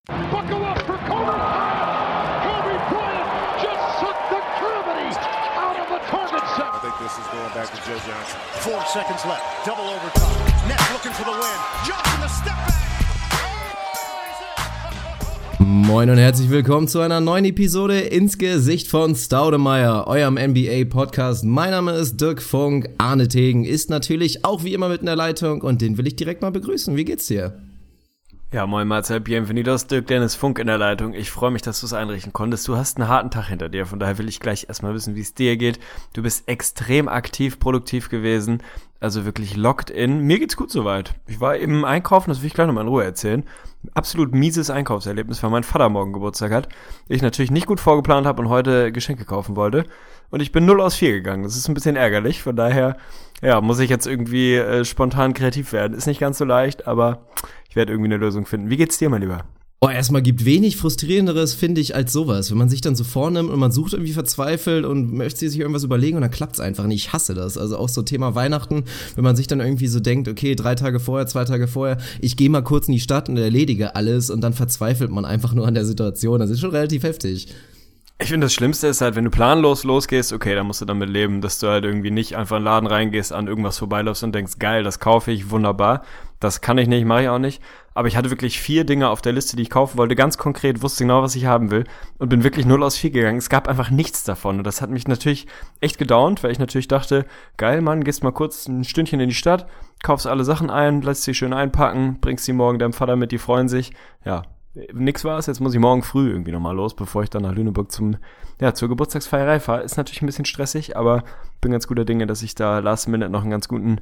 Buckle up for Kobe Bryant. Kobe Bryant just sucked the gravity out of the target set. I think this is going back to Joe Johnson. 4 seconds left. Double overtime. Nets looking for the win. Johnson the step back. Moin und herzlich willkommen zu einer neuen Episode ins Gesicht von Staudemeyer, eurem NBA-Podcast. Mein Name ist Dirk Funk, Arne Tegen ist natürlich auch wie immer mit in der Leitung und den will ich direkt mal begrüßen. Wie geht's dir? Ja, moin Marcel, bienvenidos, Dirk Dennis Funk in der Leitung. Ich freue mich, dass du es einrichten konntest. Du hast einen harten Tag hinter dir, von daher will ich gleich erstmal wissen, wie es dir geht. Du bist extrem aktiv, produktiv gewesen, also wirklich locked in. Mir geht's gut soweit. Ich war eben einkaufen, das will ich gleich nochmal in Ruhe erzählen. Absolut mieses Einkaufserlebnis, weil mein Vater morgen Geburtstag hat. Ich natürlich nicht gut vorgeplant habe und heute Geschenke kaufen wollte. Und ich bin 0 aus 4 gegangen. Das ist ein bisschen ärgerlich, von daher ja, muss ich jetzt irgendwie spontan kreativ werden. Ist nicht ganz so leicht, aber ich werde irgendwie eine Lösung finden. Wie geht's dir, mein Lieber? Oh, erstmal gibt wenig Frustrierenderes, finde ich, als sowas. Wenn man sich dann so vornimmt und man sucht irgendwie verzweifelt und möchte sich irgendwas überlegen und dann klappt's einfach nicht. Ich hasse das. Also auch so Thema Weihnachten, wenn man sich dann irgendwie so denkt, okay, 3 Tage vorher, 2 Tage vorher, ich gehe mal kurz in die Stadt und erledige alles und dann verzweifelt man einfach nur an der Situation. Das ist schon relativ heftig. Ich finde, das Schlimmste ist halt, wenn du planlos losgehst, okay, dann musst du damit leben, dass du halt irgendwie nicht einfach in den Laden reingehst, an irgendwas vorbeiläufst und denkst, geil, das kaufe ich, wunderbar. Das kann ich nicht, mache ich auch nicht. Aber ich hatte wirklich 4 Dinge auf der Liste, die ich kaufen wollte, ganz konkret, wusste genau, was ich haben will und bin wirklich 0 aus 4 gegangen. Es gab einfach nichts davon und das hat mich natürlich echt gedownt, weil ich natürlich dachte, geil, Mann, gehst mal kurz ein Stündchen in die Stadt, kaufst alle Sachen ein, lässt sie schön einpacken, bringst sie morgen deinem Vater mit, die freuen sich, ja. Nix war's, jetzt muss ich morgen früh irgendwie nochmal los, bevor ich dann nach Lüneburg zur Geburtstagsfeierei fahre. Ist natürlich ein bisschen stressig, aber bin ganz guter Dinge, dass ich da last minute noch einen ganz guten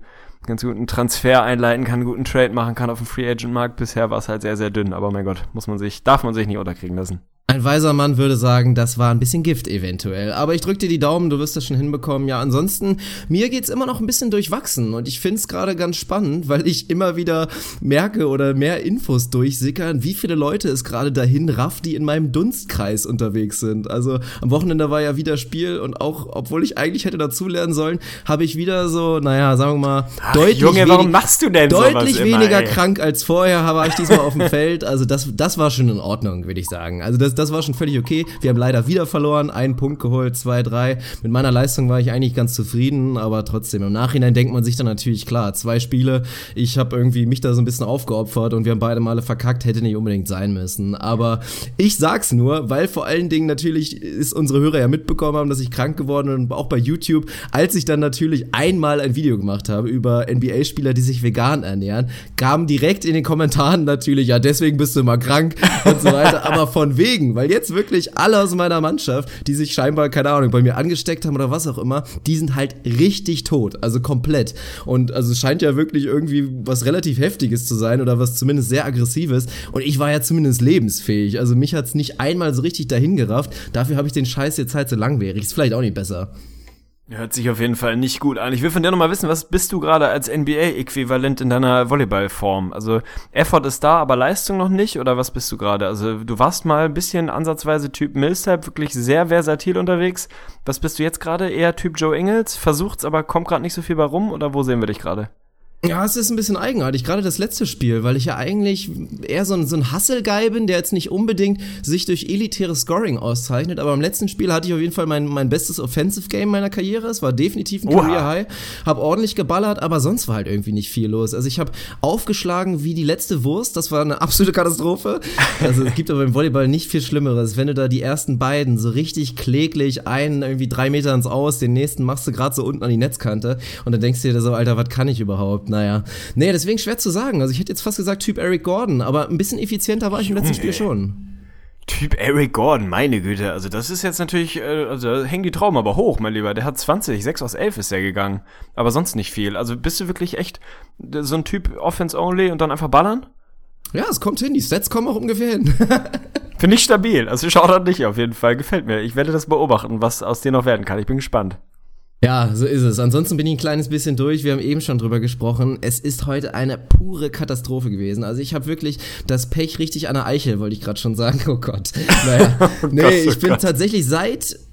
Transfer einleiten kann, einen guten Trade machen kann auf dem Free Agent Markt. Bisher war es halt sehr, sehr dünn, aber mein Gott, darf man sich nicht unterkriegen lassen. Ein weiser Mann würde sagen, das war ein bisschen Gift eventuell. Aber ich drück dir die Daumen, du wirst das schon hinbekommen. Ja, ansonsten, mir geht's immer noch ein bisschen durchwachsen. Und ich find's gerade ganz spannend, weil ich immer wieder merke oder mehr Infos durchsickern, wie viele Leute es gerade dahin rafft, die in meinem Dunstkreis unterwegs sind. Also am Wochenende war ja wieder Spiel und auch, obwohl ich eigentlich hätte dazulernen sollen, habe ich wieder so, naja, sagen wir mal, warum machst du denn deutlich sowas immer, weniger krank als vorher, war ich diesmal auf dem Feld. Also das war schon in Ordnung, würde ich sagen. Also das war schon völlig okay. Wir haben leider wieder verloren, 1 Punkt geholt, 2, 3. Mit meiner Leistung war ich eigentlich ganz zufrieden, aber trotzdem, im Nachhinein denkt man sich dann natürlich, klar, 2 Spiele, ich habe irgendwie mich da so ein bisschen aufgeopfert und wir haben beide Male verkackt, hätte nicht unbedingt sein müssen. Aber ich sag's nur, weil vor allen Dingen natürlich ist unsere Hörer ja mitbekommen haben, dass ich krank geworden bin und auch bei YouTube, als ich dann natürlich einmal ein Video gemacht habe über NBA-Spieler, die sich vegan ernähren, kamen direkt in den Kommentaren natürlich, ja, deswegen bist du immer krank und so weiter, aber von wegen, weil jetzt wirklich alle aus meiner Mannschaft, die sich scheinbar, keine Ahnung, bei mir angesteckt haben oder was auch immer, die sind halt richtig tot, also komplett. Und also es scheint ja wirklich irgendwie was relativ Heftiges zu sein oder was zumindest sehr Aggressives. Und ich war ja zumindest lebensfähig. Also mich hat's nicht einmal so richtig dahin gerafft. Dafür habe ich den Scheiß jetzt halt so langwierig. Ist vielleicht auch nicht besser. Hört sich auf jeden Fall nicht gut an. Ich will von dir nochmal wissen, was bist du gerade als NBA-Äquivalent in deiner Volleyballform? Also Effort ist da, aber Leistung noch nicht? Oder was bist du gerade? Also du warst mal ein bisschen ansatzweise Typ Millsap, wirklich sehr versatil unterwegs. Was bist du jetzt gerade? Eher Typ Joe Ingles? Versucht's, aber kommt gerade nicht so viel bei rum? Oder wo sehen wir dich gerade? Ja, es ist ein bisschen eigenartig, gerade das letzte Spiel, weil ich ja eigentlich eher so ein Hustle-Guy bin, der jetzt nicht unbedingt sich durch elitäres Scoring auszeichnet, aber im letzten Spiel hatte ich auf jeden Fall mein bestes Offensive-Game meiner Karriere, es war definitiv ein Career-High, hab ordentlich geballert, aber sonst war halt irgendwie nicht viel los. Also ich habe aufgeschlagen wie die letzte Wurst, das war eine absolute Katastrophe. Also es gibt aber im Volleyball nicht viel Schlimmeres, wenn du da die ersten beiden so richtig kläglich einen irgendwie 3 Meter ins Aus, den nächsten machst du gerade so unten an die Netzkante und dann denkst du dir so, Alter, was kann ich überhaupt? Naja, nee, deswegen schwer zu sagen. Also ich hätte jetzt fast gesagt Typ Eric Gordon, aber ein bisschen effizienter war ich im letzten Spiel schon. Typ Eric Gordon, meine Güte. Also das ist jetzt natürlich, also da hängen die Trauben aber hoch, mein Lieber. Der hat 6 aus 11 ist der gegangen. Aber sonst nicht viel. Also bist du wirklich echt so ein Typ Offense only und dann einfach ballern? Ja, es kommt hin. Die Stats kommen auch ungefähr hin. Finde ich stabil. Also schaut an dich auf jeden Fall. Gefällt mir. Ich werde das beobachten, was aus dir noch werden kann. Ich bin gespannt. Ja, so ist es. Ansonsten bin ich ein kleines bisschen durch. Wir haben eben schon drüber gesprochen. Es ist heute eine pure Katastrophe gewesen. Also ich habe wirklich das Pech richtig an der Eichel, wollte ich gerade schon sagen. Oh Gott. Naja. Nee, ich bin tatsächlich seit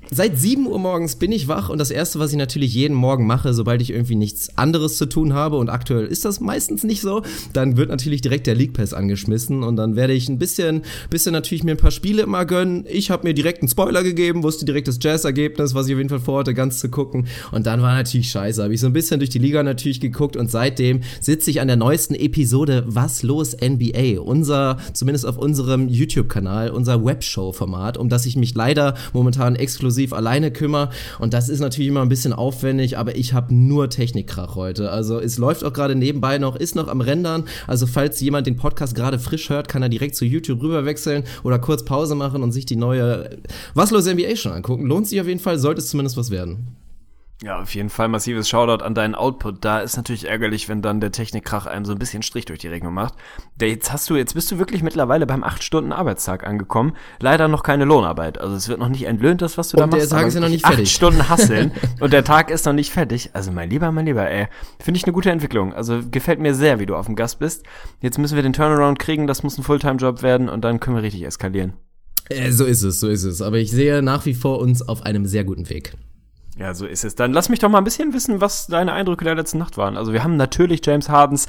seit 7 Uhr morgens bin ich wach und das Erste, was ich natürlich jeden Morgen mache, sobald ich irgendwie nichts anderes zu tun habe, und aktuell ist das meistens nicht so, dann wird natürlich direkt der League Pass angeschmissen und dann werde ich ein bisschen natürlich mir ein paar Spiele immer gönnen. Ich habe mir direkt einen Spoiler gegeben, wusste direkt das Jazz-Ergebnis, was ich auf jeden Fall vorhatte, ganz zu gucken, und dann war natürlich scheiße, habe ich so ein bisschen durch die Liga natürlich geguckt und seitdem sitze ich an der neuesten Episode Was los NBA, zumindest auf unserem YouTube-Kanal, unser Webshow-Format, um das ich mich leider momentan exklusiv alleine kümmere, und das ist natürlich immer ein bisschen aufwendig, aber ich habe nur Technikkrach heute, also es läuft auch gerade nebenbei noch, ist noch am Rendern, also falls jemand den Podcast gerade frisch hört, kann er direkt zu YouTube rüberwechseln oder kurz Pause machen und sich die neue Was los NBA schon angucken, lohnt sich auf jeden Fall, sollte es zumindest was werden. Ja, auf jeden Fall massives Shoutout an deinen Output. Da ist natürlich ärgerlich, wenn dann der Technikkrach einem so ein bisschen Strich durch die Rechnung macht. Jetzt bist du wirklich mittlerweile beim 8-Stunden-Arbeitstag angekommen. Leider noch keine Lohnarbeit. Also es wird noch nicht entlöhnt, das, was du da machst. Und der Tag ist ja noch nicht fertig. 8 Stunden hasseln und der Tag ist noch nicht fertig. Also mein Lieber, ey. Finde ich eine gute Entwicklung. Also gefällt mir sehr, wie du auf dem Gast bist. Jetzt müssen wir den Turnaround kriegen, das muss ein Fulltime-Job werden und dann können wir richtig eskalieren. So ist es. Aber ich sehe nach wie vor uns auf einem sehr guten Weg. Ja, so ist es. Dann lass mich doch mal ein bisschen wissen, was deine Eindrücke der letzten Nacht waren. Also wir haben natürlich James Hardens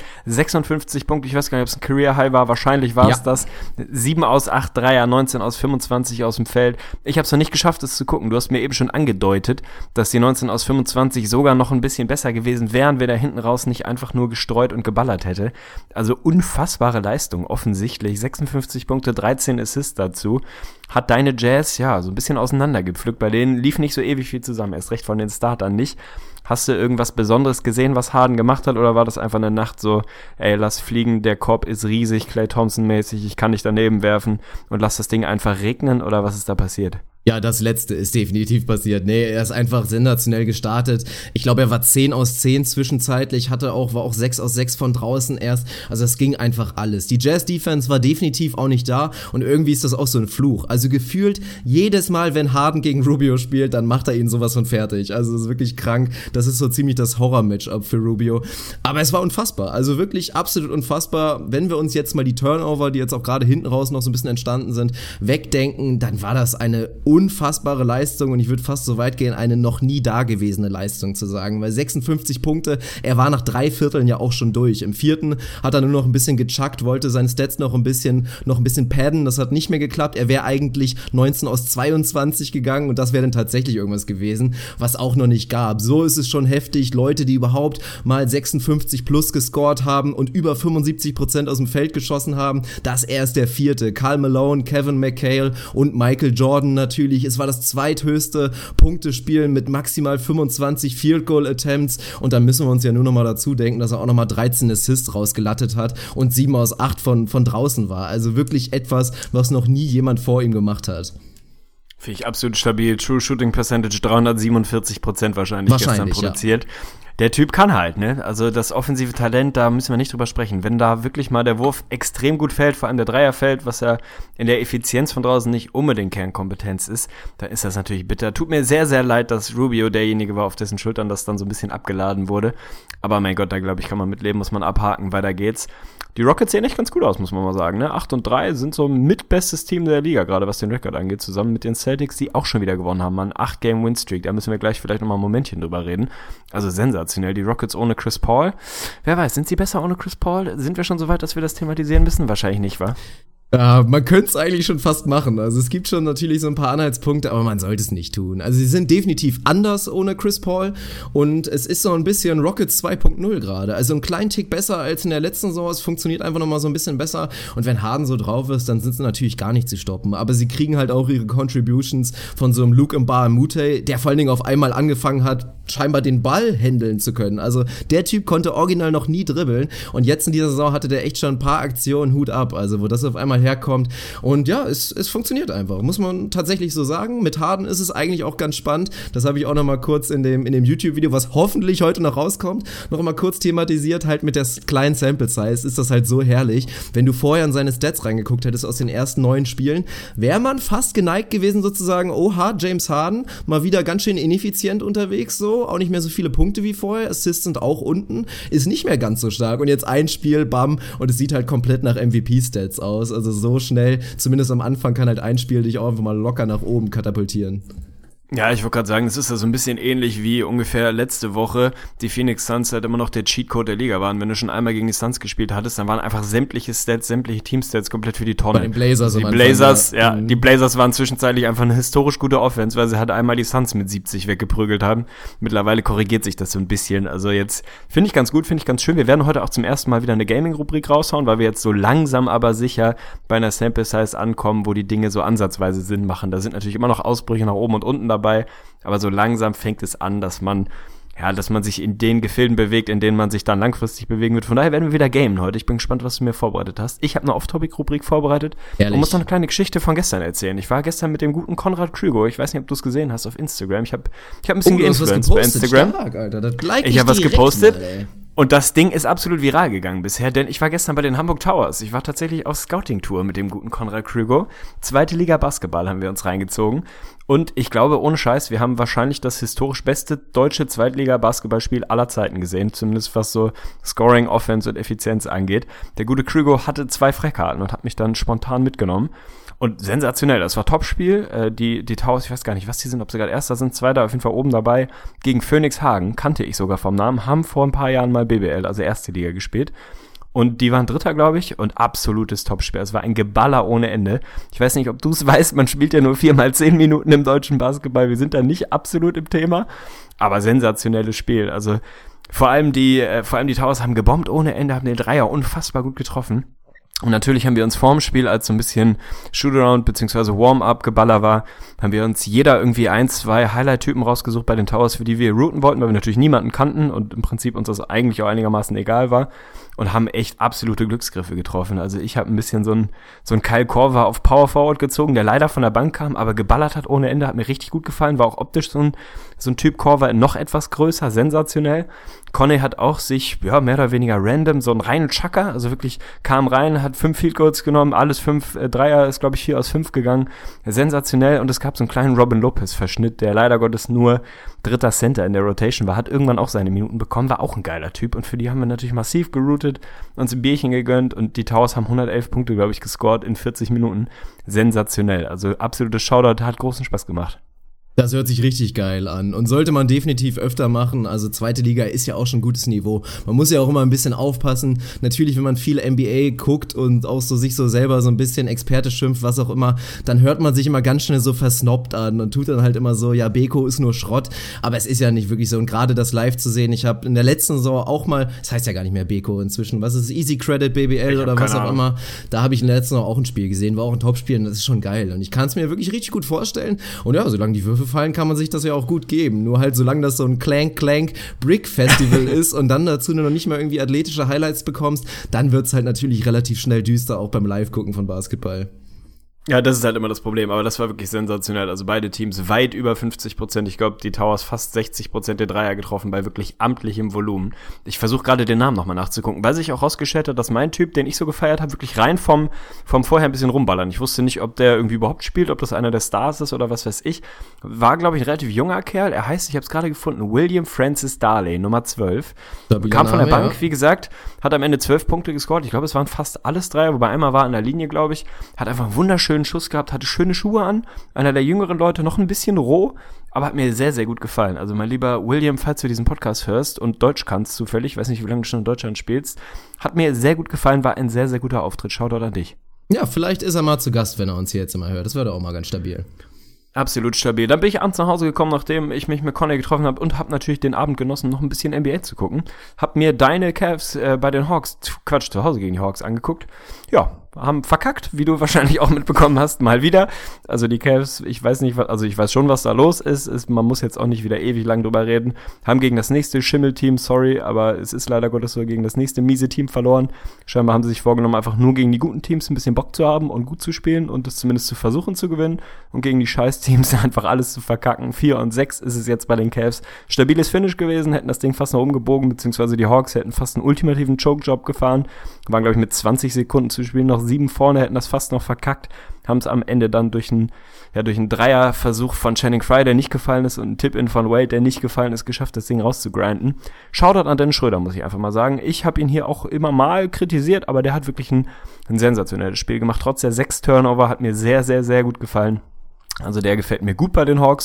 56 Punkte, ich weiß gar nicht, ob es ein Career-High war, wahrscheinlich war es das. 7 aus 8 Dreier, 19 aus 25 aus dem Feld. Ich habe es noch nicht geschafft, es zu gucken. Du hast mir eben schon angedeutet, dass die 19 aus 25 sogar noch ein bisschen besser gewesen wären, wenn er hinten raus nicht einfach nur gestreut und geballert hätte. Also unfassbare Leistung, offensichtlich. 56 Punkte, 13 Assists dazu. Hat deine Jazz, ja, so ein bisschen auseinandergepflückt. Bei denen lief nicht so ewig viel zusammen, erst recht von den Startern nicht. Hast du irgendwas Besonderes gesehen, was Harden gemacht hat, oder war das einfach eine Nacht so, ey, lass fliegen, der Korb ist riesig, Klay Thompson-mäßig, ich kann dich daneben werfen und lass das Ding einfach regnen, oder was ist da passiert? Ja, das Letzte ist definitiv passiert. Nee, er ist einfach sensationell gestartet. Ich glaube, er war 10 aus 10 zwischenzeitlich, war auch 6 aus 6 von draußen erst. Also es ging einfach alles. Die Jazz-Defense war definitiv auch nicht da und irgendwie ist das auch so ein Fluch. Also gefühlt jedes Mal, wenn Harden gegen Rubio spielt, dann macht er ihn sowas von fertig. Also es ist wirklich krank. Das ist so ziemlich das Horror-Matchup für Rubio. Aber es war unfassbar. Also wirklich absolut unfassbar. Wenn wir uns jetzt mal die Turnover, die jetzt auch gerade hinten raus noch so ein bisschen entstanden sind, wegdenken, dann war das eine unfassbare Leistung und ich würde fast so weit gehen, eine noch nie dagewesene Leistung zu sagen, weil 56 Punkte, er war nach 3 Vierteln ja auch schon durch. Im 4. hat er nur noch ein bisschen gechuckt, wollte seine Stats noch ein bisschen padden, das hat nicht mehr geklappt, er wäre eigentlich 19 aus 22 gegangen und das wäre dann tatsächlich irgendwas gewesen, was auch noch nicht gab. So ist es schon heftig, Leute, die überhaupt mal 56 plus gescored haben und über 75% aus dem Feld geschossen haben, das er ist der 4. Karl Malone, Kevin McHale und Michael Jordan natürlich. Es war das zweithöchste Punktespiel mit maximal 25 Field Goal Attempts und dann müssen wir uns ja nur noch mal dazu denken, dass er auch noch mal 13 Assists rausgelattet hat und 7 aus 8 von draußen war. Also wirklich etwas, was noch nie jemand vor ihm gemacht hat. Finde ich absolut stabil. True Shooting Percentage 347% wahrscheinlich gestern produziert. Ja. Der Typ kann halt, ne? Also das offensive Talent, da müssen wir nicht drüber sprechen. Wenn da wirklich mal der Wurf extrem gut fällt, vor allem der Dreier fällt, was ja in der Effizienz von draußen nicht unbedingt Kernkompetenz ist, dann ist das natürlich bitter. Tut mir sehr, sehr leid, dass Rubio derjenige war, auf dessen Schultern das dann so ein bisschen abgeladen wurde. Aber mein Gott, da glaube ich, kann man mitleben, muss man abhaken, weiter geht's. Die Rockets sehen echt ganz gut aus, muss man mal sagen, ne? 8-3 sind so mitbestes Team der Liga, gerade was den Rekord angeht, zusammen mit den Celtics, die auch schon wieder gewonnen haben, man 8-Game-Win-Streak, da müssen wir gleich vielleicht nochmal ein Momentchen drüber reden. Also sensationell, die Rockets ohne Chris Paul. Wer weiß, sind sie besser ohne Chris Paul? Sind wir schon so weit, dass wir das thematisieren müssen? Wahrscheinlich nicht, wa? Ja, man könnte es eigentlich schon fast machen. Also es gibt schon natürlich so ein paar Anhaltspunkte, aber man sollte es nicht tun. Also sie sind definitiv anders ohne Chris Paul und es ist so ein bisschen Rockets 2.0 gerade. Also ein kleinen Tick besser als in der letzten Saison. Es funktioniert einfach nochmal so ein bisschen besser und wenn Harden so drauf ist, dann sind sie natürlich gar nicht zu stoppen. Aber sie kriegen halt auch ihre Contributions von so einem Luke Mbah-a-Moute, der vor allen Dingen auf einmal angefangen hat, scheinbar den Ball handeln zu können. Also der Typ konnte original noch nie dribbeln und jetzt in dieser Saison hatte der echt schon ein paar Aktionen, Hut ab. Also wo das auf einmal herkommt. Und ja, es funktioniert einfach, muss man tatsächlich so sagen. Mit Harden ist es eigentlich auch ganz spannend. Das habe ich auch noch mal kurz in dem YouTube-Video, was hoffentlich heute noch rauskommt, noch mal kurz thematisiert. Halt mit der kleinen Sample-Size ist das halt so herrlich. Wenn du vorher in seine Stats reingeguckt hättest aus den ersten 9 Spielen, wäre man fast geneigt gewesen sozusagen, oha, James Harden mal wieder ganz schön ineffizient unterwegs, so, auch nicht mehr so viele Punkte wie vorher, Assists sind auch unten, ist nicht mehr ganz so stark und jetzt ein Spiel, bam, und es sieht halt komplett nach MVP-Stats aus, also so schnell, zumindest am Anfang kann halt ein Spiel dich auch einfach mal locker nach oben katapultieren. Ja, ich wollte gerade sagen, das ist ja so ein bisschen ähnlich wie ungefähr letzte Woche die Phoenix Suns halt immer noch der Cheatcode der Liga waren. Wenn du schon einmal gegen die Suns gespielt hattest, dann waren einfach sämtliche Stats, sämtliche Teamstats komplett für die Tonne. Bei den Blazers. Die Blazers waren zwischenzeitlich einfach eine historisch gute Offense, weil sie halt einmal die Suns mit 70 weggeprügelt haben. Mittlerweile korrigiert sich das so ein bisschen. Also jetzt finde ich ganz gut, finde ich ganz schön. Wir werden heute auch zum ersten Mal wieder eine Gaming-Rubrik raushauen, weil wir jetzt so langsam aber sicher bei einer Sample-Size ankommen, wo die Dinge so ansatzweise Sinn machen. Da sind natürlich immer noch Ausbrüche nach oben und unten dabei, aber so langsam fängt es an, dass man sich in den Gefilden bewegt, in denen man sich dann langfristig bewegen wird. Von daher werden wir wieder gamen heute. Ich bin gespannt, was du mir vorbereitet hast. Ich habe eine Off-Topic-Rubrik vorbereitet und muss noch eine kleine Geschichte von gestern erzählen. Ich war gestern mit dem guten Konrad Krüger, ich weiß nicht, ob du es gesehen hast auf Instagram. Ich hab ein bisschen geinfluenced bei Instagram. Stark, Alter. Das ich habe was gepostet. Mal, und das Ding ist absolut viral gegangen bisher, denn ich war gestern bei den Hamburg Towers. Ich war tatsächlich auf Scouting-Tour mit dem guten Konrad Krüger. 2. Liga Basketball haben wir uns reingezogen. Und ich glaube, ohne Scheiß, wir haben wahrscheinlich das historisch beste deutsche Zweitliga-Basketballspiel aller Zeiten gesehen. Zumindest was so Scoring, Offense und Effizienz angeht. Der gute Krüger hatte 2 Freikarten und hat mich dann spontan mitgenommen. Und sensationell, das war Topspiel. Die Towers, ich weiß gar nicht, was die sind, ob sie gerade Erster sind, Zweiter, auf jeden Fall oben dabei. Gegen Phoenix Hagen, kannte ich sogar vom Namen, haben vor ein paar Jahren mal BBL, also erste Liga, gespielt. Und die waren Dritter, glaube ich, und absolutes Topspiel. Es war ein Geballer ohne Ende. Ich weiß nicht, ob du es weißt, man spielt ja nur 4x10 Minuten im deutschen Basketball. Wir sind da nicht absolut im Thema, aber sensationelles Spiel. Also vor allem die Towers haben gebombt ohne Ende, haben den Dreier unfassbar gut getroffen. Und natürlich haben wir uns vorm Spiel, als so ein bisschen Shootaround bzw. Warm-up-Geballer war, haben wir uns jeder irgendwie 1, 2 Highlight-Typen rausgesucht bei den Towers, für die wir routen wollten, weil wir natürlich niemanden kannten und im Prinzip uns das eigentlich auch einigermaßen egal war und haben echt absolute Glücksgriffe getroffen. Also ich habe ein bisschen so ein Kyle Korver auf Power Forward gezogen, der leider von der Bank kam, aber geballert hat ohne Ende, hat mir richtig gut gefallen, war auch optisch so ein Typ Korver noch etwas größer, sensationell. Conny hat auch sich, mehr oder weniger random, so einen reinen Chucker, also wirklich kam rein, hat 5 Field Goals genommen, alles 5 Dreier, ist glaube ich 4 aus 5 gegangen, sensationell. Und es gab so einen kleinen Robin Lopez-Verschnitt, der leider Gottes nur dritter Center in der Rotation war, hat irgendwann auch seine Minuten bekommen, war auch ein geiler Typ. Und für die haben wir natürlich massiv geroutet, uns ein Bierchen gegönnt und die Towers haben 111 Punkte, glaube ich, gescored in 40 Minuten. Sensationell, also absolutes Shoutout, hat großen Spaß gemacht. Das hört sich richtig geil an und sollte man definitiv öfter machen. Also 2. Liga ist ja auch schon ein gutes Niveau. Man muss ja auch immer ein bisschen aufpassen. Natürlich, wenn man viel NBA guckt und auch so sich so selber so ein bisschen Experte schimpft, was auch immer, dann hört man sich immer ganz schnell so versnobbt an und tut dann halt immer so, ja, Beko ist nur Schrott. Aber es ist ja nicht wirklich so. Und gerade das live zu sehen, ich habe in der letzten Saison auch mal, das heißt ja gar nicht mehr Beko inzwischen, was ist Easy Credit BBL oder was auch immer, da habe ich in der letzten Saison auch ein Spiel gesehen, war auch ein Topspiel und das ist schon geil. Und ich kann es mir wirklich richtig gut vorstellen. Und ja, solange die Würfe fallen, kann man sich das ja auch gut geben. Nur halt, solange das so ein Clank-Brick-Festival ist und dann dazu nur noch nicht mal irgendwie athletische Highlights bekommst, dann wird's halt natürlich relativ schnell düster, auch beim Live-Gucken von Basketball. Ja, das ist halt immer das Problem, aber das war wirklich sensationell. Also beide Teams weit über 50%. Ich glaube, die Towers fast 60% der Dreier getroffen bei wirklich amtlichem Volumen. Ich versuche gerade den Namen nochmal nachzugucken, weil sich auch rausgestellt hat, dass mein Typ, den ich so gefeiert habe, wirklich rein vom vorher ein bisschen rumballern. Ich wusste nicht, ob der irgendwie überhaupt spielt, ob das einer der Stars ist oder was weiß ich. War, glaube ich, ein relativ junger Kerl. Er heißt, ich habe es gerade gefunden, William Francis Darley, Nummer 12. Kam von der Bank, wie gesagt, hat am Ende 12 Punkte gescored. Ich glaube, es waren fast alles Dreier, wobei einmal war an der Linie, glaube ich. Hat einfach einen wunderschönen Schuss gehabt, hatte schöne Schuhe an, einer der jüngeren Leute, noch ein bisschen roh, aber hat mir sehr, sehr gut gefallen. Also mein lieber William, falls du diesen Podcast hörst und Deutsch kannst zufällig, weiß nicht, wie lange du schon in Deutschland spielst, hat mir sehr gut gefallen, war ein sehr, sehr guter Auftritt. Shoutout an dich. Ja, vielleicht ist er mal zu Gast, wenn er uns hier jetzt immer hört. Das wäre doch auch mal ganz stabil. Absolut stabil. Dann bin ich abends nach Hause gekommen, nachdem ich mich mit Conny getroffen habe und habe natürlich den Abend genossen, noch ein bisschen NBA zu gucken. Hab mir deine Cavs bei den Hawks, zu Hause gegen die Hawks angeguckt. Ja, haben verkackt, wie du wahrscheinlich auch mitbekommen hast, mal wieder. Also die Cavs, ich weiß nicht, ich weiß schon, was da los ist. Man muss jetzt auch nicht wieder ewig lang drüber reden. Haben gegen das nächste Schimmelteam, sorry, aber es ist leider Gottes so, gegen das nächste miese Team verloren. Scheinbar haben sie sich vorgenommen, einfach nur gegen die guten Teams ein bisschen Bock zu haben und gut zu spielen und das zumindest zu versuchen zu gewinnen und gegen die Scheiß-Teams einfach alles zu verkacken. 4-6 ist es jetzt bei den Cavs. Stabiles Finish gewesen, hätten das Ding fast noch umgebogen, beziehungsweise die Hawks hätten fast einen ultimativen Choke-Job gefahren. Waren, glaube ich, mit 20 Sekunden zu spielen noch 7 vorne, hätten das fast noch verkackt, haben es am Ende dann durch einen Dreierversuch von Channing Frye, der nicht gefallen ist, und einen Tip-In von Wade, der nicht gefallen ist, geschafft, das Ding rauszugrinden. Shoutout an Dennis Schröder, muss ich einfach mal sagen. Ich habe ihn hier auch immer mal kritisiert, aber der hat wirklich ein sensationelles Spiel gemacht. Trotz der 6 Turnover hat mir sehr, sehr, sehr gut gefallen. Also der gefällt mir gut bei den Hawks.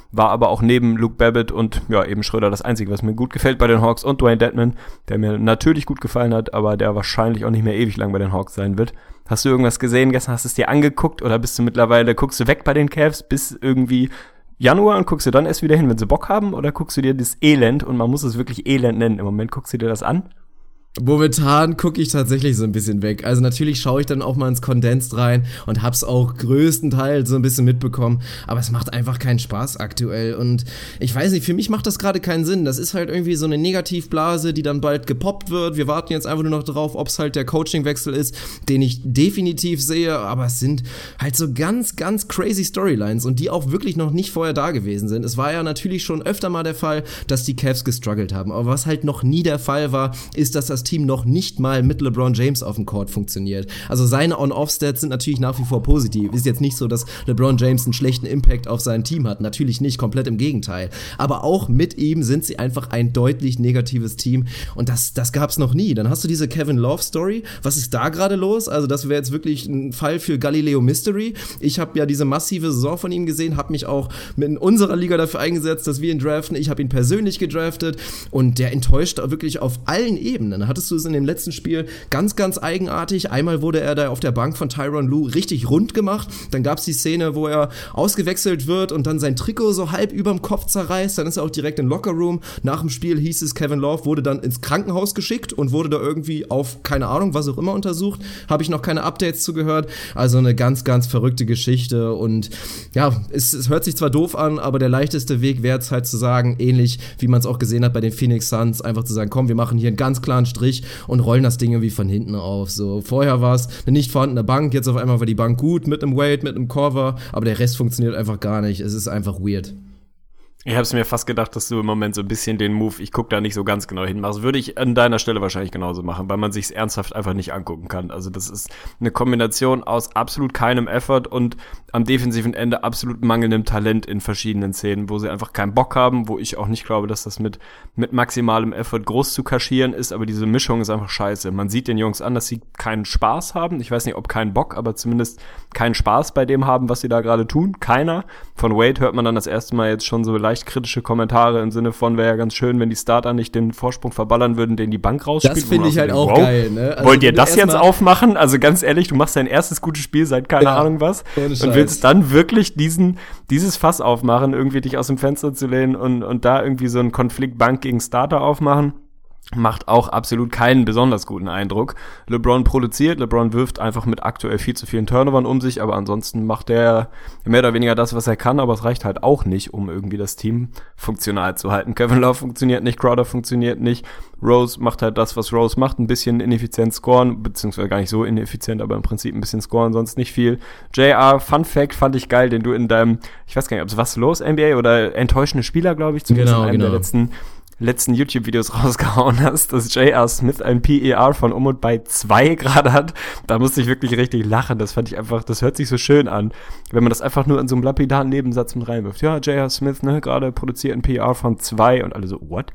war aber auch neben Luke Babbitt und ja eben Schröder das Einzige, was mir gut gefällt bei den Hawks, und Dwayne Dedman, der mir natürlich gut gefallen hat, aber der wahrscheinlich auch nicht mehr ewig lang bei den Hawks sein wird. Hast du irgendwas gesehen gestern? Hast du es dir angeguckt oder guckst du weg bei den Cavs bis irgendwie Januar und guckst du dann erst wieder hin, wenn sie Bock haben, oder guckst du dir das Elend, und man muss es wirklich Elend nennen, im Moment guckst du dir das an? Momentan gucke ich tatsächlich so ein bisschen weg. Also natürlich schaue ich dann auch mal ins Condensed rein und hab's auch größtenteils so ein bisschen mitbekommen, aber es macht einfach keinen Spaß aktuell und ich weiß nicht, für mich macht das gerade keinen Sinn. Das ist halt irgendwie so eine Negativblase, die dann bald gepoppt wird. Wir warten jetzt einfach nur noch drauf, ob es halt der Coachingwechsel ist, den ich definitiv sehe, aber es sind halt so ganz, ganz crazy Storylines und die auch wirklich noch nicht vorher da gewesen sind. Es war ja natürlich schon öfter mal der Fall, dass die Cavs gestruggelt haben, aber was halt noch nie der Fall war, ist, dass das Team noch nicht mal mit LeBron James auf dem Court funktioniert. Also seine On-Off-Stats sind natürlich nach wie vor positiv. Ist jetzt nicht so, dass LeBron James einen schlechten Impact auf sein Team hat. Natürlich nicht, komplett im Gegenteil. Aber auch mit ihm sind sie einfach ein deutlich negatives Team und das gab's noch nie. Dann hast du diese Kevin Love-Story. Was ist da gerade los? Also das wäre jetzt wirklich ein Fall für Galileo Mystery. Ich habe ja diese massive Saison von ihm gesehen, habe mich auch in unserer Liga dafür eingesetzt, dass wir ihn draften. Ich habe ihn persönlich gedraftet und der enttäuscht wirklich auf allen Ebenen. Hattest du es in dem letzten Spiel ganz, ganz eigenartig. Einmal wurde er da auf der Bank von Tyronn Lue richtig rund gemacht. Dann gab es die Szene, wo er ausgewechselt wird und dann sein Trikot so halb überm Kopf zerreißt. Dann ist er auch direkt im Lockerroom. Nach dem Spiel hieß es, Kevin Love wurde dann ins Krankenhaus geschickt und wurde da irgendwie auf, keine Ahnung, was auch immer untersucht. Habe ich noch keine Updates zugehört. Also eine ganz, ganz verrückte Geschichte und ja, es hört sich zwar doof an, aber der leichteste Weg wäre es halt zu sagen, ähnlich wie man es auch gesehen hat bei den Phoenix Suns, einfach zu sagen, komm, wir machen hier einen ganz klaren Strich und rollen das Ding irgendwie von hinten auf. So, vorher war es eine nicht vorhandene Bank, jetzt auf einmal war die Bank gut mit einem Wade, mit einem Corver, aber der Rest funktioniert einfach gar nicht. Es ist einfach weird. Ich hab's mir fast gedacht, dass du im Moment so ein bisschen den Move, ich guck da nicht so ganz genau hin, machst. Würde ich an deiner Stelle wahrscheinlich genauso machen, weil man sich's ernsthaft einfach nicht angucken kann. Also das ist eine Kombination aus absolut keinem Effort und am defensiven Ende absolut mangelndem Talent in verschiedenen Szenen, wo sie einfach keinen Bock haben, wo ich auch nicht glaube, dass das mit maximalem Effort groß zu kaschieren ist, aber diese Mischung ist einfach scheiße. Man sieht den Jungs an, dass sie keinen Spaß haben. Ich weiß nicht, ob keinen Bock, aber zumindest keinen Spaß bei dem haben, was sie da gerade tun. Keiner. Von Wade hört man dann das erste Mal jetzt schon so leicht kritische Kommentare im Sinne von, wäre ja ganz schön, wenn die Starter nicht den Vorsprung verballern würden, den die Bank rausspielt. Das finde ich halt auch geil, ne? Also wollt ihr das jetzt aufmachen? Also ganz ehrlich, du machst dein erstes gutes Spiel seit keine Ahnung was und willst dann wirklich dieses Fass aufmachen, irgendwie dich aus dem Fenster zu lehnen und da irgendwie so einen Konflikt Bank gegen Starter aufmachen. Macht auch absolut keinen besonders guten Eindruck. LeBron produziert, LeBron wirft einfach mit aktuell viel zu vielen Turnovern um sich, aber ansonsten macht er mehr oder weniger das, was er kann, aber es reicht halt auch nicht, um irgendwie das Team funktional zu halten. Kevin Love funktioniert nicht, Crowder funktioniert nicht, Rose macht halt das, was Rose macht, ein bisschen ineffizient scoren, beziehungsweise gar nicht so ineffizient, aber im Prinzip ein bisschen scoren, sonst nicht viel. JR, Fun Fact, fand ich geil, den du in deinem, ich weiß gar nicht, ob es was los NBA oder enttäuschende Spieler, glaube ich, zumindest in einem der letzten YouTube-Videos rausgehauen hast, dass J.R. Smith ein PER von und bei 2 gerade hat, da musste ich wirklich richtig lachen. Das fand ich einfach, das hört sich so schön an, wenn man das einfach nur in so einem lapidaren Nebensatz mit reinwirft. Ja, J.R. Smith, ne, gerade produziert ein PER von 2 und alle so, what?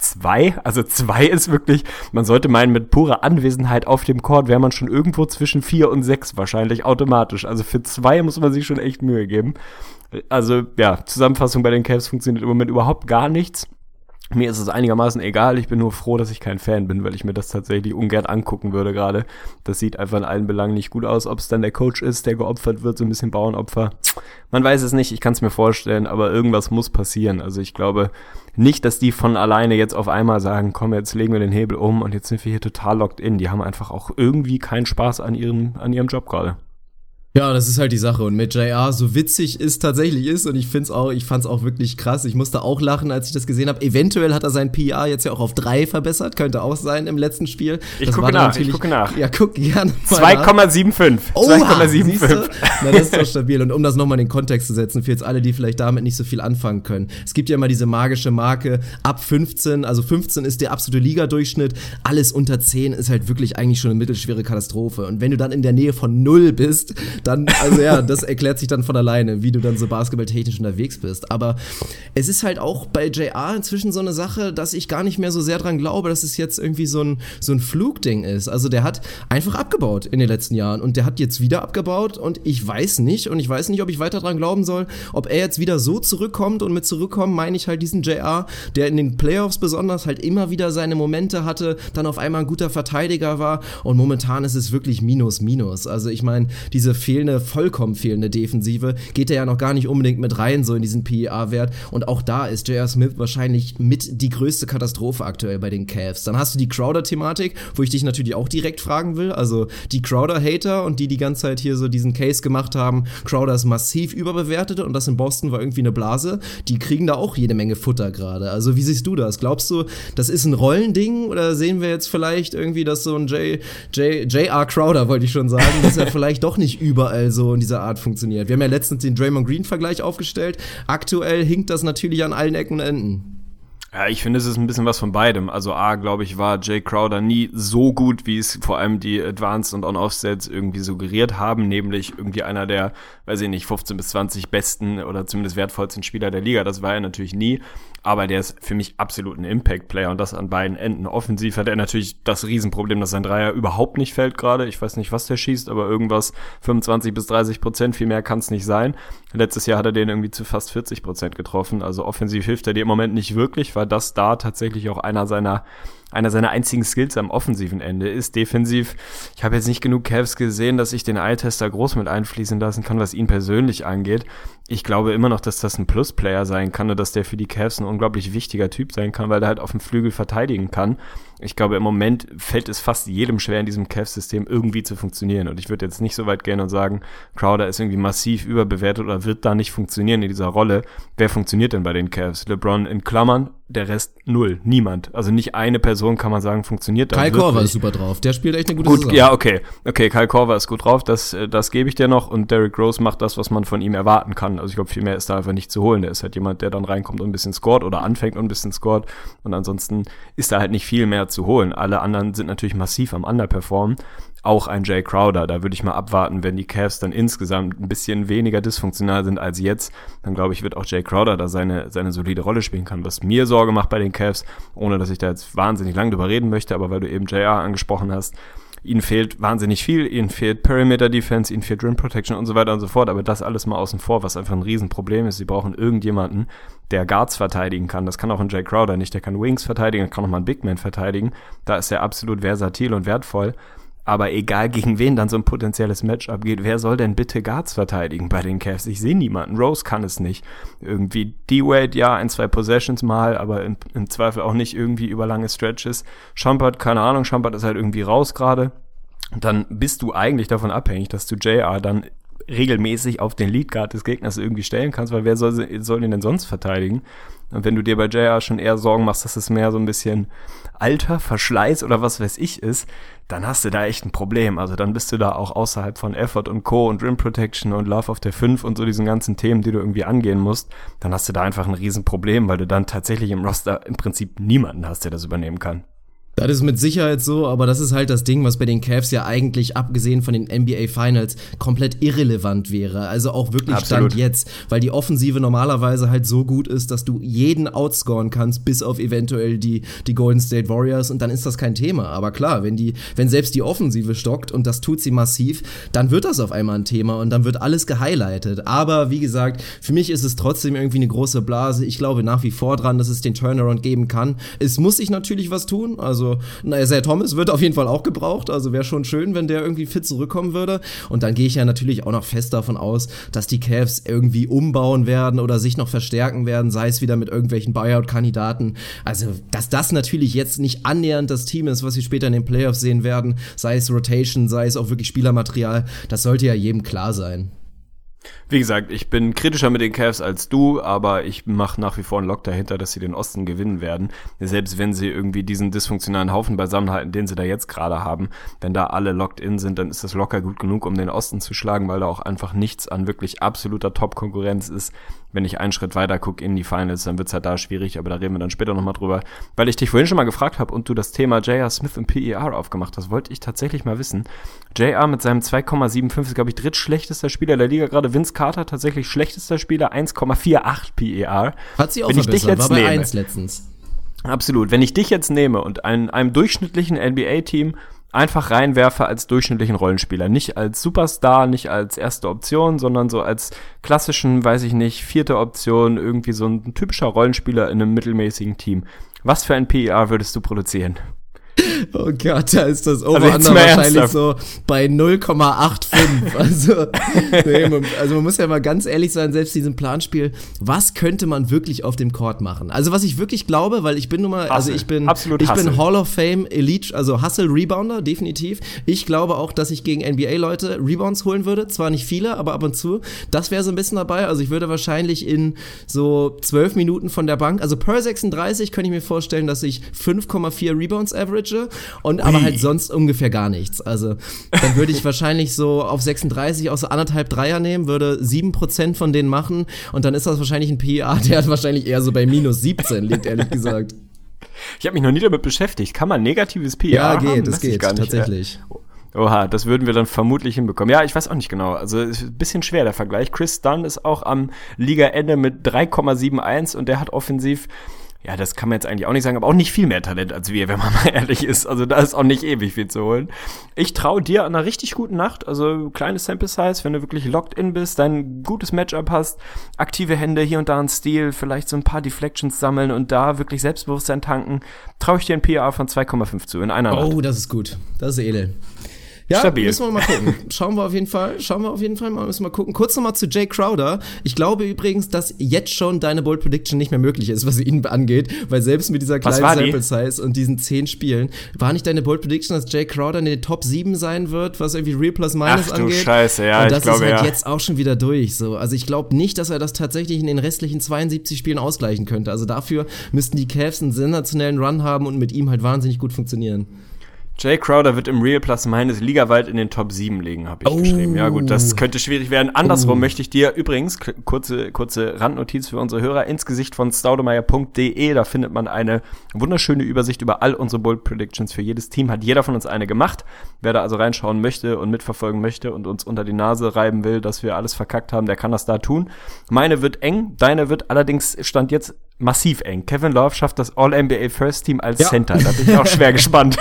2? Also 2 ist wirklich, man sollte meinen, mit purer Anwesenheit auf dem Court wäre man schon irgendwo zwischen 4 und 6 wahrscheinlich automatisch. Also für 2 muss man sich schon echt Mühe geben. Also ja, Zusammenfassung bei den Cavs funktioniert im Moment überhaupt gar nichts. Mir ist es einigermaßen egal, ich bin nur froh, dass ich kein Fan bin, weil ich mir das tatsächlich ungern angucken würde gerade. Das sieht einfach in allen Belangen nicht gut aus, ob es dann der Coach ist, der geopfert wird, so ein bisschen Bauernopfer. Man weiß es nicht, ich kann es mir vorstellen, aber irgendwas muss passieren. Also ich glaube nicht, dass die von alleine jetzt auf einmal sagen, komm, jetzt legen wir den Hebel um und jetzt sind wir hier total locked in. Die haben einfach auch irgendwie keinen Spaß an ihrem Job gerade. Ja, das ist halt die Sache. Und mit JR, so witzig es tatsächlich ist, und ich fand's auch wirklich krass. Ich musste auch lachen, als ich das gesehen habe. Eventuell hat er sein PR jetzt ja auch auf 3 verbessert. Könnte auch sein im letzten Spiel. Ich gucke nach. Ja, guck gerne mal 2,75. 2,75. Na, das ist doch stabil. Und um das nochmal in den Kontext zu setzen, für jetzt alle, die vielleicht damit nicht so viel anfangen können. Es gibt ja immer diese magische Marke ab 15. Also 15 ist der absolute Liga-Durchschnitt. Alles unter 10 ist halt wirklich eigentlich schon eine mittelschwere Katastrophe. Und wenn du dann in der Nähe von 0 bist, dann, also ja, das erklärt sich dann von alleine, wie du dann so basketballtechnisch unterwegs bist. Aber es ist halt auch bei JR inzwischen so eine Sache, dass ich gar nicht mehr so sehr dran glaube, dass es jetzt irgendwie so ein Flugding ist. Also der hat einfach abgebaut in den letzten Jahren und der hat jetzt wieder abgebaut und ich weiß nicht, ob ich weiter dran glauben soll, ob er jetzt wieder so zurückkommt, und mit zurückkommen meine ich halt diesen JR, der in den Playoffs besonders halt immer wieder seine Momente hatte, dann auf einmal ein guter Verteidiger war und momentan ist es wirklich Minus. Also ich meine, diese vollkommen fehlende Defensive geht er ja noch gar nicht unbedingt mit rein, so in diesen PER-Wert, und auch da ist J.R. Smith wahrscheinlich mit die größte Katastrophe aktuell bei den Cavs. Dann hast du die Crowder-Thematik, wo ich dich natürlich auch direkt fragen will, also die Crowder-Hater und die ganze Zeit hier so diesen Case gemacht haben, Crowder ist massiv überbewertet und das in Boston war irgendwie eine Blase, die kriegen da auch jede Menge Futter gerade. Also wie siehst du das? Glaubst du, das ist ein Rollending oder sehen wir jetzt vielleicht irgendwie, dass so ein J.R. Crowder, wollte ich schon sagen, dass er vielleicht doch nicht überall so in dieser Art funktioniert? Wir haben ja letztens den Draymond Green-Vergleich aufgestellt. Aktuell hinkt das natürlich an allen Ecken und Enden. Ja, ich finde, es ist ein bisschen was von beidem. Also glaube ich, war Jay Crowder nie so gut, wie es vor allem die Advanced und On-Off-Sets irgendwie suggeriert haben, nämlich irgendwie einer der, weiß ich nicht, 15 bis 20 besten oder zumindest wertvollsten Spieler der Liga. Das war er natürlich nie, aber der ist für mich absolut ein Impact-Player und das an beiden Enden. Offensiv hat er natürlich das Riesenproblem, dass sein Dreier überhaupt nicht fällt gerade. Ich weiß nicht, was der schießt, aber irgendwas 25-30%, viel mehr kann es nicht sein. Letztes Jahr hat er den irgendwie zu fast 40% getroffen, also offensiv hilft er dir im Moment nicht wirklich, weil das da tatsächlich auch einer seiner einzigen Skills am offensiven Ende ist. Defensiv, ich habe jetzt nicht genug Cavs gesehen, dass ich den Eye-Tester groß mit einfließen lassen kann, was ihn persönlich angeht. Ich glaube immer noch, dass das ein Plus-Player sein kann und dass der für die Cavs ein unglaublich wichtiger Typ sein kann, weil der halt auf dem Flügel verteidigen kann. Ich glaube, im Moment fällt es fast jedem schwer, in diesem Cavs-System irgendwie zu funktionieren. Und ich würde jetzt nicht so weit gehen und sagen, Crowder ist irgendwie massiv überbewertet oder wird da nicht funktionieren in dieser Rolle. Wer funktioniert denn bei den Cavs? LeBron in Klammern, der Rest null, niemand. Also nicht eine Person kann man sagen, funktioniert da. Kyle Korver ist super drauf, der spielt echt eine gute Saison. Ja, okay, Kyle Korver ist gut drauf, das gebe ich dir noch, und Derrick Rose macht das, was man von ihm erwarten kann. Also ich glaube, viel mehr ist da einfach nicht zu holen. Der ist halt jemand, der dann reinkommt und ein bisschen scored oder anfängt und ein bisschen scored, und ansonsten ist da halt nicht viel mehr zu holen. Alle anderen sind natürlich massiv am Underperformen. Auch ein Jay Crowder, da würde ich mal abwarten, wenn die Cavs dann insgesamt ein bisschen weniger dysfunktional sind als jetzt, dann glaube ich, wird auch Jay Crowder da seine solide Rolle spielen können. Was mir Sorge macht bei den Cavs, ohne dass ich da jetzt wahnsinnig lang drüber reden möchte, aber weil du eben JR angesprochen hast, ihnen fehlt wahnsinnig viel, ihnen fehlt Perimeter Defense, ihnen fehlt Rim Protection und so weiter und so fort, aber das alles mal außen vor, was einfach ein Riesenproblem ist. Sie brauchen irgendjemanden, der Guards verteidigen kann. Das kann auch ein Jay Crowder nicht, der kann Wings verteidigen, der kann auch mal einen Big Man verteidigen. Da ist er absolut versatil und wertvoll. Aber egal, gegen wen dann so ein potenzielles Matchup geht, wer soll denn bitte Guards verteidigen bei den Cavs? Ich sehe niemanden. Rose kann es nicht. Irgendwie D-Wade, ja, 1-2 Possessions mal, aber im Zweifel auch nicht irgendwie über lange Stretches. Shumpert, keine Ahnung, Shumpert ist halt irgendwie raus gerade. Dann bist du eigentlich davon abhängig, dass du JR dann regelmäßig auf den Lead Guard des Gegners irgendwie stellen kannst, weil wer soll ihn denn sonst verteidigen? Und wenn du dir bei JR schon eher Sorgen machst, dass es mehr so ein bisschen Alter, Verschleiß oder was weiß ich ist, dann hast du da echt ein Problem. Also dann bist du da auch außerhalb von Effort und Co. und Rim Protection und Love auf der 5 und so diesen ganzen Themen, die du irgendwie angehen musst, dann hast du da einfach ein Riesenproblem, weil du dann tatsächlich im Roster im Prinzip niemanden hast, der das übernehmen kann. Das ist mit Sicherheit so, aber das ist halt das Ding, was bei den Cavs ja eigentlich, abgesehen von den NBA Finals, komplett irrelevant wäre. Also auch wirklich Absolut. Stand jetzt, weil die Offensive normalerweise halt so gut ist, dass du jeden outscoren kannst, bis auf eventuell die Golden State Warriors, und dann ist das kein Thema. Aber klar, wenn selbst die Offensive stockt, und das tut sie massiv, dann wird das auf einmal ein Thema und dann wird alles gehighlightet. Aber wie gesagt, für mich ist es trotzdem irgendwie eine große Blase. Ich glaube nach wie vor dran, dass es den Turnaround geben kann. Es muss sich natürlich was tun, also Isaiah Thomas wird auf jeden Fall auch gebraucht, also wäre schon schön, wenn der irgendwie fit zurückkommen würde, und dann gehe ich ja natürlich auch noch fest davon aus, dass die Cavs irgendwie umbauen werden oder sich noch verstärken werden, sei es wieder mit irgendwelchen Buyout-Kandidaten, also dass das natürlich jetzt nicht annähernd das Team ist, was wir später in den Playoffs sehen werden, sei es Rotation, sei es auch wirklich Spielermaterial, das sollte ja jedem klar sein. Wie gesagt, ich bin kritischer mit den Cavs als du, aber ich mache nach wie vor einen Lock dahinter, dass sie den Osten gewinnen werden. Selbst wenn sie irgendwie diesen dysfunktionalen Haufen beisammenhalten, den sie da jetzt gerade haben. Wenn da alle locked in sind, dann ist das locker gut genug, um den Osten zu schlagen, weil da auch einfach nichts an wirklich absoluter Top-Konkurrenz ist. Wenn ich einen Schritt weiter gucke in die Finals, dann wird's halt da schwierig, aber da reden wir dann später nochmal drüber. Weil ich dich vorhin schon mal gefragt habe und du das Thema J.R. Smith im PER aufgemacht hast, wollte ich tatsächlich mal wissen. J.R. mit seinem 2,75 ist, glaube ich, drittschlechtester Spieler der Liga gerade. Vince Carter tatsächlich schlechtester Spieler, 1,48 PER. Hat sie auch wenn verbessert, ich dich jetzt war bei nehme, 1 letztens. Absolut. Wenn ich dich jetzt nehme und einem durchschnittlichen NBA-Team einfach reinwerfe als durchschnittlichen Rollenspieler. Nicht als Superstar, nicht als erste Option, sondern so als klassischen, weiß ich nicht, 4. Option, irgendwie so ein typischer Rollenspieler in einem mittelmäßigen Team. Was für ein PER würdest du produzieren? Oh Gott, da ist das Over-Under wahrscheinlich so bei 0,85. Also man muss ja mal ganz ehrlich sein, selbst in diesem Planspiel, was könnte man wirklich auf dem Court machen? Also was ich wirklich glaube, weil ich bin nun mal, also ich bin Hall of Fame Elite, also Hustle-Rebounder, definitiv. Ich glaube auch, dass ich gegen NBA-Leute Rebounds holen würde, zwar nicht viele, aber ab und zu. Das wäre so ein bisschen dabei, also ich würde wahrscheinlich in so 12 Minuten von der Bank, also per 36 könnte ich mir vorstellen, dass ich 5,4 Rebounds average und aber halt sonst ungefähr gar nichts. Also dann würde ich wahrscheinlich so auf 36 auch so 1,5 Dreier nehmen, würde 7% von denen machen und dann ist das wahrscheinlich ein PER, der hat wahrscheinlich eher so bei minus 17 liegt, ehrlich gesagt. Ich habe mich noch nie damit beschäftigt. Kann man negatives PER haben? Ja, das geht, tatsächlich. Oha, das würden wir dann vermutlich hinbekommen. Ja, ich weiß auch nicht genau. Also ist ein bisschen schwer, der Vergleich. Chris Dunn ist auch am Ligaende mit 3,71 und der hat offensiv, ja, das kann man jetzt eigentlich auch nicht sagen, aber auch nicht viel mehr Talent als wir, wenn man mal ehrlich ist. Also da ist auch nicht ewig viel zu holen. Ich traue dir an einer richtig guten Nacht, also kleine Sample Size, wenn du wirklich locked in bist, dein gutes Matchup hast, aktive Hände, hier und da ein Steal, vielleicht so ein paar Deflections sammeln und da wirklich Selbstbewusstsein tanken, traue ich dir ein PER von 2,5 zu in einer Nacht. Oh, das ist gut. Das ist edel. Ja, stabil. Müssen wir mal gucken. Schauen wir auf jeden Fall mal, müssen wir mal gucken. Kurz nochmal zu Jay Crowder. Ich glaube übrigens, dass jetzt schon deine Bold Prediction nicht mehr möglich ist, was ihn angeht, weil selbst mit dieser kleinen Sample Size und diesen 10 Spielen, war nicht deine Bold Prediction, dass Jay Crowder in den Top 7 sein wird, was irgendwie Real plus Minus angeht? Ach du Scheiße, ja, und das ich glaube, ist halt jetzt auch schon wieder durch, so. Also ich glaube nicht, dass er das tatsächlich in den restlichen 72 Spielen ausgleichen könnte. Also dafür müssten die Cavs einen sensationellen Run haben und mit ihm halt wahnsinnig gut funktionieren. Jay Crowder wird im Real Plus Minus ligaweit in den Top 7 liegen, habe ich geschrieben. Ja gut, das könnte schwierig werden. Andersrum möchte ich dir übrigens, kurze Randnotiz für unsere Hörer, ins Gesicht von staudemeyer.de, da findet man eine wunderschöne Übersicht über all unsere Bold Predictions für jedes Team. Hat jeder von uns eine gemacht. Wer da also reinschauen möchte und mitverfolgen möchte und uns unter die Nase reiben will, dass wir alles verkackt haben, der kann das da tun. Meine wird eng, deine wird allerdings, Stand jetzt, massiv eng. Kevin Love schafft das All-NBA First Team als Center. Da bin ich auch schwer gespannt.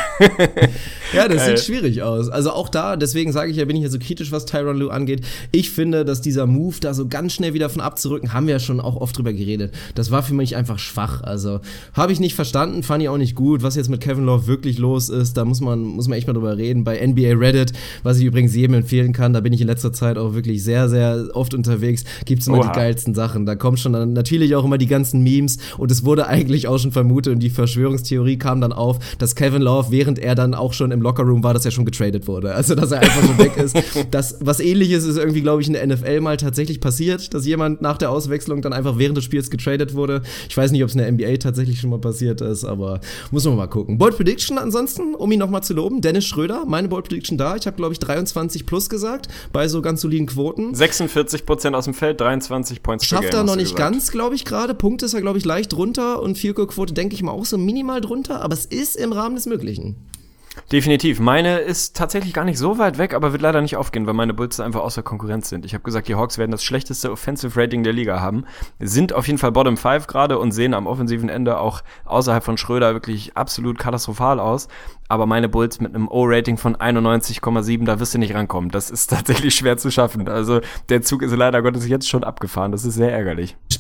Ja, das sieht schwierig aus. Also auch da, deswegen sage ich ja, bin ich ja so kritisch, was Tyronn Lue angeht. Ich finde, dass dieser Move da so ganz schnell wieder von abzurücken, haben wir ja schon auch oft drüber geredet. Das war für mich einfach schwach. Also habe ich nicht verstanden, fand ich auch nicht gut. Was jetzt mit Kevin Love wirklich los ist, da muss man echt mal drüber reden. Bei NBA Reddit, was ich übrigens jedem empfehlen kann, da bin ich in letzter Zeit auch wirklich sehr, sehr oft unterwegs, gibt's immer die geilsten Sachen. Da kommen schon dann natürlich auch immer die ganzen Memes und es wurde eigentlich auch schon vermutet und die Verschwörungstheorie kam dann auf, dass Kevin Love, während er dann auch schon im Lockerroom war, dass er schon getradet wurde. Also, dass er einfach schon weg ist. Das, was Ähnliches ist irgendwie, glaube ich, in der NFL mal tatsächlich passiert, dass jemand nach der Auswechslung dann einfach während des Spiels getradet wurde. Ich weiß nicht, ob es in der NBA tatsächlich schon mal passiert ist, aber muss man mal gucken. Bold Prediction ansonsten, um ihn nochmal zu loben, Dennis Schröder, meine Bold Prediction da. Ich habe, glaube ich, 23 plus gesagt, bei so ganz soliden Quoten. 46% aus dem Feld, 23 Points per Game. Schafft er noch nicht ganz, glaube ich, gerade. Punkte ist er, glaube ich, leicht drunter und Field-Goal-Quote, denke ich mal, auch so minimal drunter, aber es ist im Rahmen des Möglichen. Definitiv. Meine ist tatsächlich gar nicht so weit weg, aber wird leider nicht aufgehen, weil meine Bulls einfach außer Konkurrenz sind. Ich habe gesagt, die Hawks werden das schlechteste Offensive Rating der Liga haben, sind auf jeden Fall Bottom 5 gerade und sehen am offensiven Ende auch außerhalb von Schröder wirklich absolut katastrophal aus. Aber meine Bulls mit einem O-Rating von 91,7, da wirst du nicht rankommen. Das ist tatsächlich schwer zu schaffen. Also der Zug ist leider Gottes jetzt schon abgefahren. Das ist sehr ärgerlich.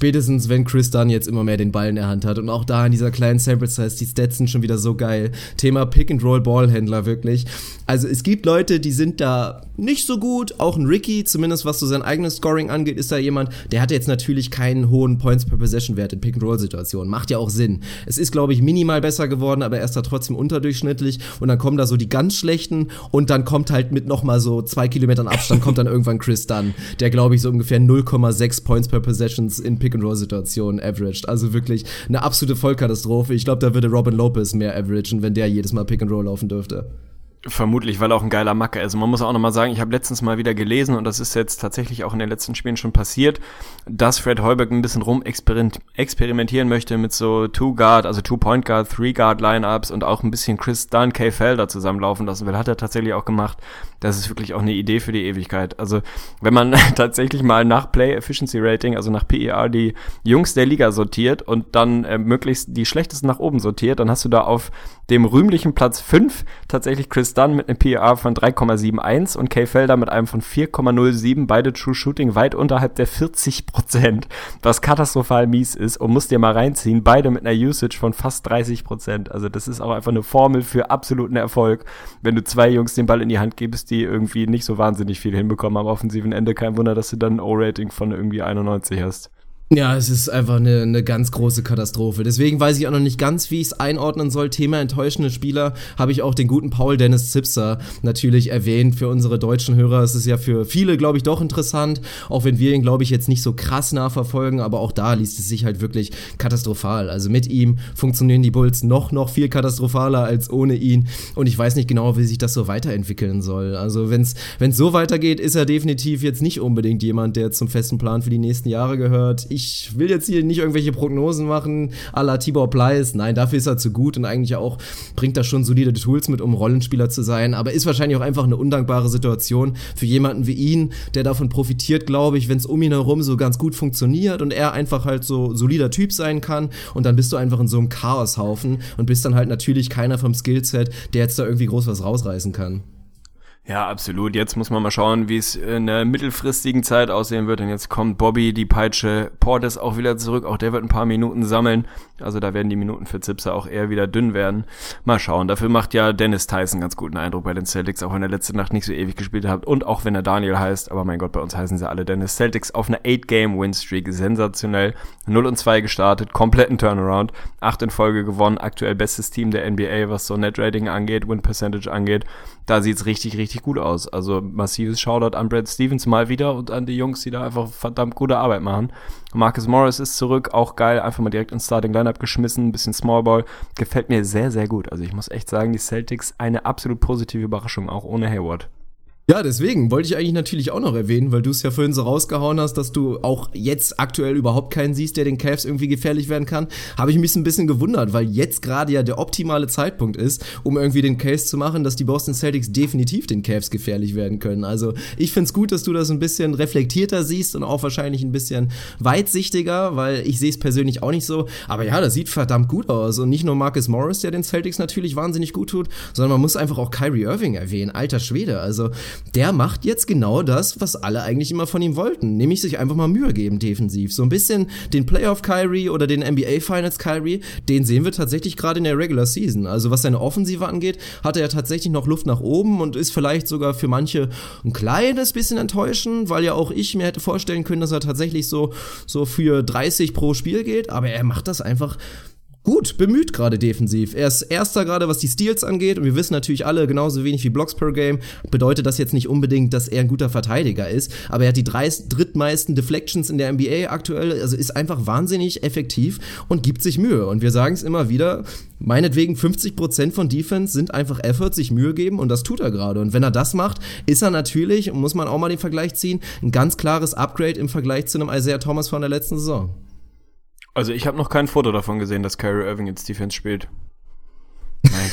spätestens wenn Chris Dunn jetzt immer mehr den Ball in der Hand hat und auch da in dieser kleinen Sample Size, die Stats sind schon wieder so geil. Thema Pick-and-Roll-Ballhändler wirklich. Also es gibt Leute, die sind da nicht so gut, auch ein Ricky, zumindest was so sein eigenes Scoring angeht, ist da jemand, der hat jetzt natürlich keinen hohen Points-per-Possession-Wert in Pick-and-Roll-Situationen. Macht ja auch Sinn. Es ist, glaube ich, minimal besser geworden, aber er ist da trotzdem unterdurchschnittlich und dann kommen da so die ganz schlechten und dann kommt halt mit nochmal so 2 Kilometern Abstand kommt dann irgendwann Chris Dunn, der, glaube ich, so ungefähr 0,6 Points per Possessions in Pick-and-Roll-Situationen averaged. Also wirklich eine absolute Vollkatastrophe. Ich glaube, da würde Robin Lopez mehr averagen, wenn der jedes Mal Pick-and-Roll laufen dürfte. Vermutlich, weil er auch ein geiler Macker ist. Man muss auch nochmal sagen, ich habe letztens mal wieder gelesen und das ist jetzt tatsächlich auch in den letzten Spielen schon passiert, dass Fred Hoiberg ein bisschen experimentieren möchte mit so Two-Guard, also Two-Point-Guard, Three-Guard-Lineups und auch ein bisschen Chris Dunn, Kay Felder zusammenlaufen lassen will. Hat er tatsächlich auch gemacht. Das ist wirklich auch eine Idee für die Ewigkeit. Also wenn man tatsächlich mal nach Play Efficiency Rating, also nach PER, die Jungs der Liga sortiert und dann möglichst die schlechtesten nach oben sortiert, dann hast du da auf dem rühmlichen Platz 5 tatsächlich Chris Dunn mit einem PER von 3,71 und Kay Felder mit einem von 4,07, beide True Shooting weit unterhalb der 40%, was katastrophal mies ist und musst dir mal reinziehen, beide mit einer Usage von fast 30%. Also das ist auch einfach eine Formel für absoluten Erfolg, wenn du zwei Jungs den Ball in die Hand gibst, die irgendwie nicht so wahnsinnig viel hinbekommen am offensiven Ende. Kein Wunder, dass du dann ein O-Rating von irgendwie 91 hast. Ja, es ist einfach eine ganz große Katastrophe. Deswegen weiß ich auch noch nicht ganz, wie ich es einordnen soll. Thema enttäuschende Spieler habe ich auch den guten Paul Dennis Zipser natürlich erwähnt. Für unsere deutschen Hörer ist es ja für viele, glaube ich, doch interessant. Auch wenn wir ihn, glaube ich, jetzt nicht so krass nachverfolgen. Aber auch da liest es sich halt wirklich katastrophal. Also mit ihm funktionieren die Bulls noch viel katastrophaler als ohne ihn. Und ich weiß nicht genau, wie sich das so weiterentwickeln soll. Also wenn es so weitergeht, ist er definitiv jetzt nicht unbedingt jemand, der zum festen Plan für die nächsten Jahre gehört. Ich will jetzt hier nicht irgendwelche Prognosen machen, à la Tibor Pleiss. Nein, dafür ist er zu gut und eigentlich auch bringt er schon solide Tools mit, um Rollenspieler zu sein. Aber ist wahrscheinlich auch einfach eine undankbare Situation für jemanden wie ihn, der davon profitiert, glaube ich, wenn es um ihn herum so ganz gut funktioniert und er einfach halt so solider Typ sein kann. Und dann bist du einfach in so einem Chaoshaufen und bist dann halt natürlich keiner vom Skillset, der jetzt da irgendwie groß was rausreißen kann. Ja, absolut. Jetzt muss man mal schauen, wie es in der mittelfristigen Zeit aussehen wird. Und jetzt kommt Bobby, die Peitsche, Portis auch wieder zurück. Auch der wird ein paar Minuten sammeln. Also da werden die Minuten für Zipser auch eher wieder dünn werden. Mal schauen. Dafür macht ja Dennis Tyson ganz guten Eindruck bei den Celtics, auch wenn er letzte Nacht nicht so ewig gespielt hat. Und auch wenn er Daniel heißt. Aber mein Gott, bei uns heißen sie alle Dennis. Celtics auf einer 8-Game-Win-Streak. Sensationell. 0-2 gestartet. Kompletten Turnaround. 8 in Folge gewonnen. Aktuell bestes Team der NBA, was so Net-Rating angeht, Win-Percentage angeht. Da sieht's richtig gut aus. Also massives Shoutout an Brad Stevens mal wieder und an die Jungs, die da einfach verdammt gute Arbeit machen. Marcus Morris ist zurück, auch geil, einfach mal direkt ins Starting Lineup geschmissen, ein bisschen Smallball. Gefällt mir sehr gut. Also ich muss echt sagen, die Celtics eine absolut positive Überraschung, auch ohne Hayward. Ja, deswegen wollte ich eigentlich natürlich auch noch erwähnen, weil du es ja vorhin so rausgehauen hast, dass du auch jetzt aktuell überhaupt keinen siehst, der den Cavs irgendwie gefährlich werden kann, habe ich mich ein bisschen gewundert, weil jetzt gerade ja der optimale Zeitpunkt ist, um irgendwie den Case zu machen, dass die Boston Celtics definitiv den Cavs gefährlich werden können. Also ich find's gut, dass du das ein bisschen reflektierter siehst und auch wahrscheinlich ein bisschen weitsichtiger, weil ich sehe es persönlich auch nicht so. Aber ja, das sieht verdammt gut aus und nicht nur Marcus Morris, der den Celtics natürlich wahnsinnig gut tut, sondern man muss einfach auch Kyrie Irving erwähnen, alter Schwede, also der macht jetzt genau das, was alle eigentlich immer von ihm wollten, nämlich sich einfach mal Mühe geben defensiv. So ein bisschen den Playoff Kyrie oder den NBA Finals Kyrie, den sehen wir tatsächlich gerade in der Regular Season. Also was seine Offensive angeht, hat er ja tatsächlich noch Luft nach oben und ist vielleicht sogar für manche ein kleines bisschen enttäuschend, weil ja auch ich mir hätte vorstellen können, dass er tatsächlich so für 30 pro Spiel geht, aber er macht das einfach gut, bemüht gerade defensiv. Er ist Erster gerade, was die Steals angeht und wir wissen natürlich alle, genauso wenig wie Blocks per Game, bedeutet das jetzt nicht unbedingt, dass er ein guter Verteidiger ist, aber er hat die drittmeisten Deflections in der NBA aktuell, also ist einfach wahnsinnig effektiv und gibt sich Mühe und wir sagen es immer wieder, meinetwegen 50% von Defense sind einfach Effort, sich Mühe geben und das tut er gerade und wenn er das macht, ist er natürlich, muss man auch mal den Vergleich ziehen, ein ganz klares Upgrade im Vergleich zu einem Isaiah Thomas von der letzten Saison. Also ich habe noch kein Foto davon gesehen, dass Kyrie Irving jetzt Defense spielt. Mein Gott,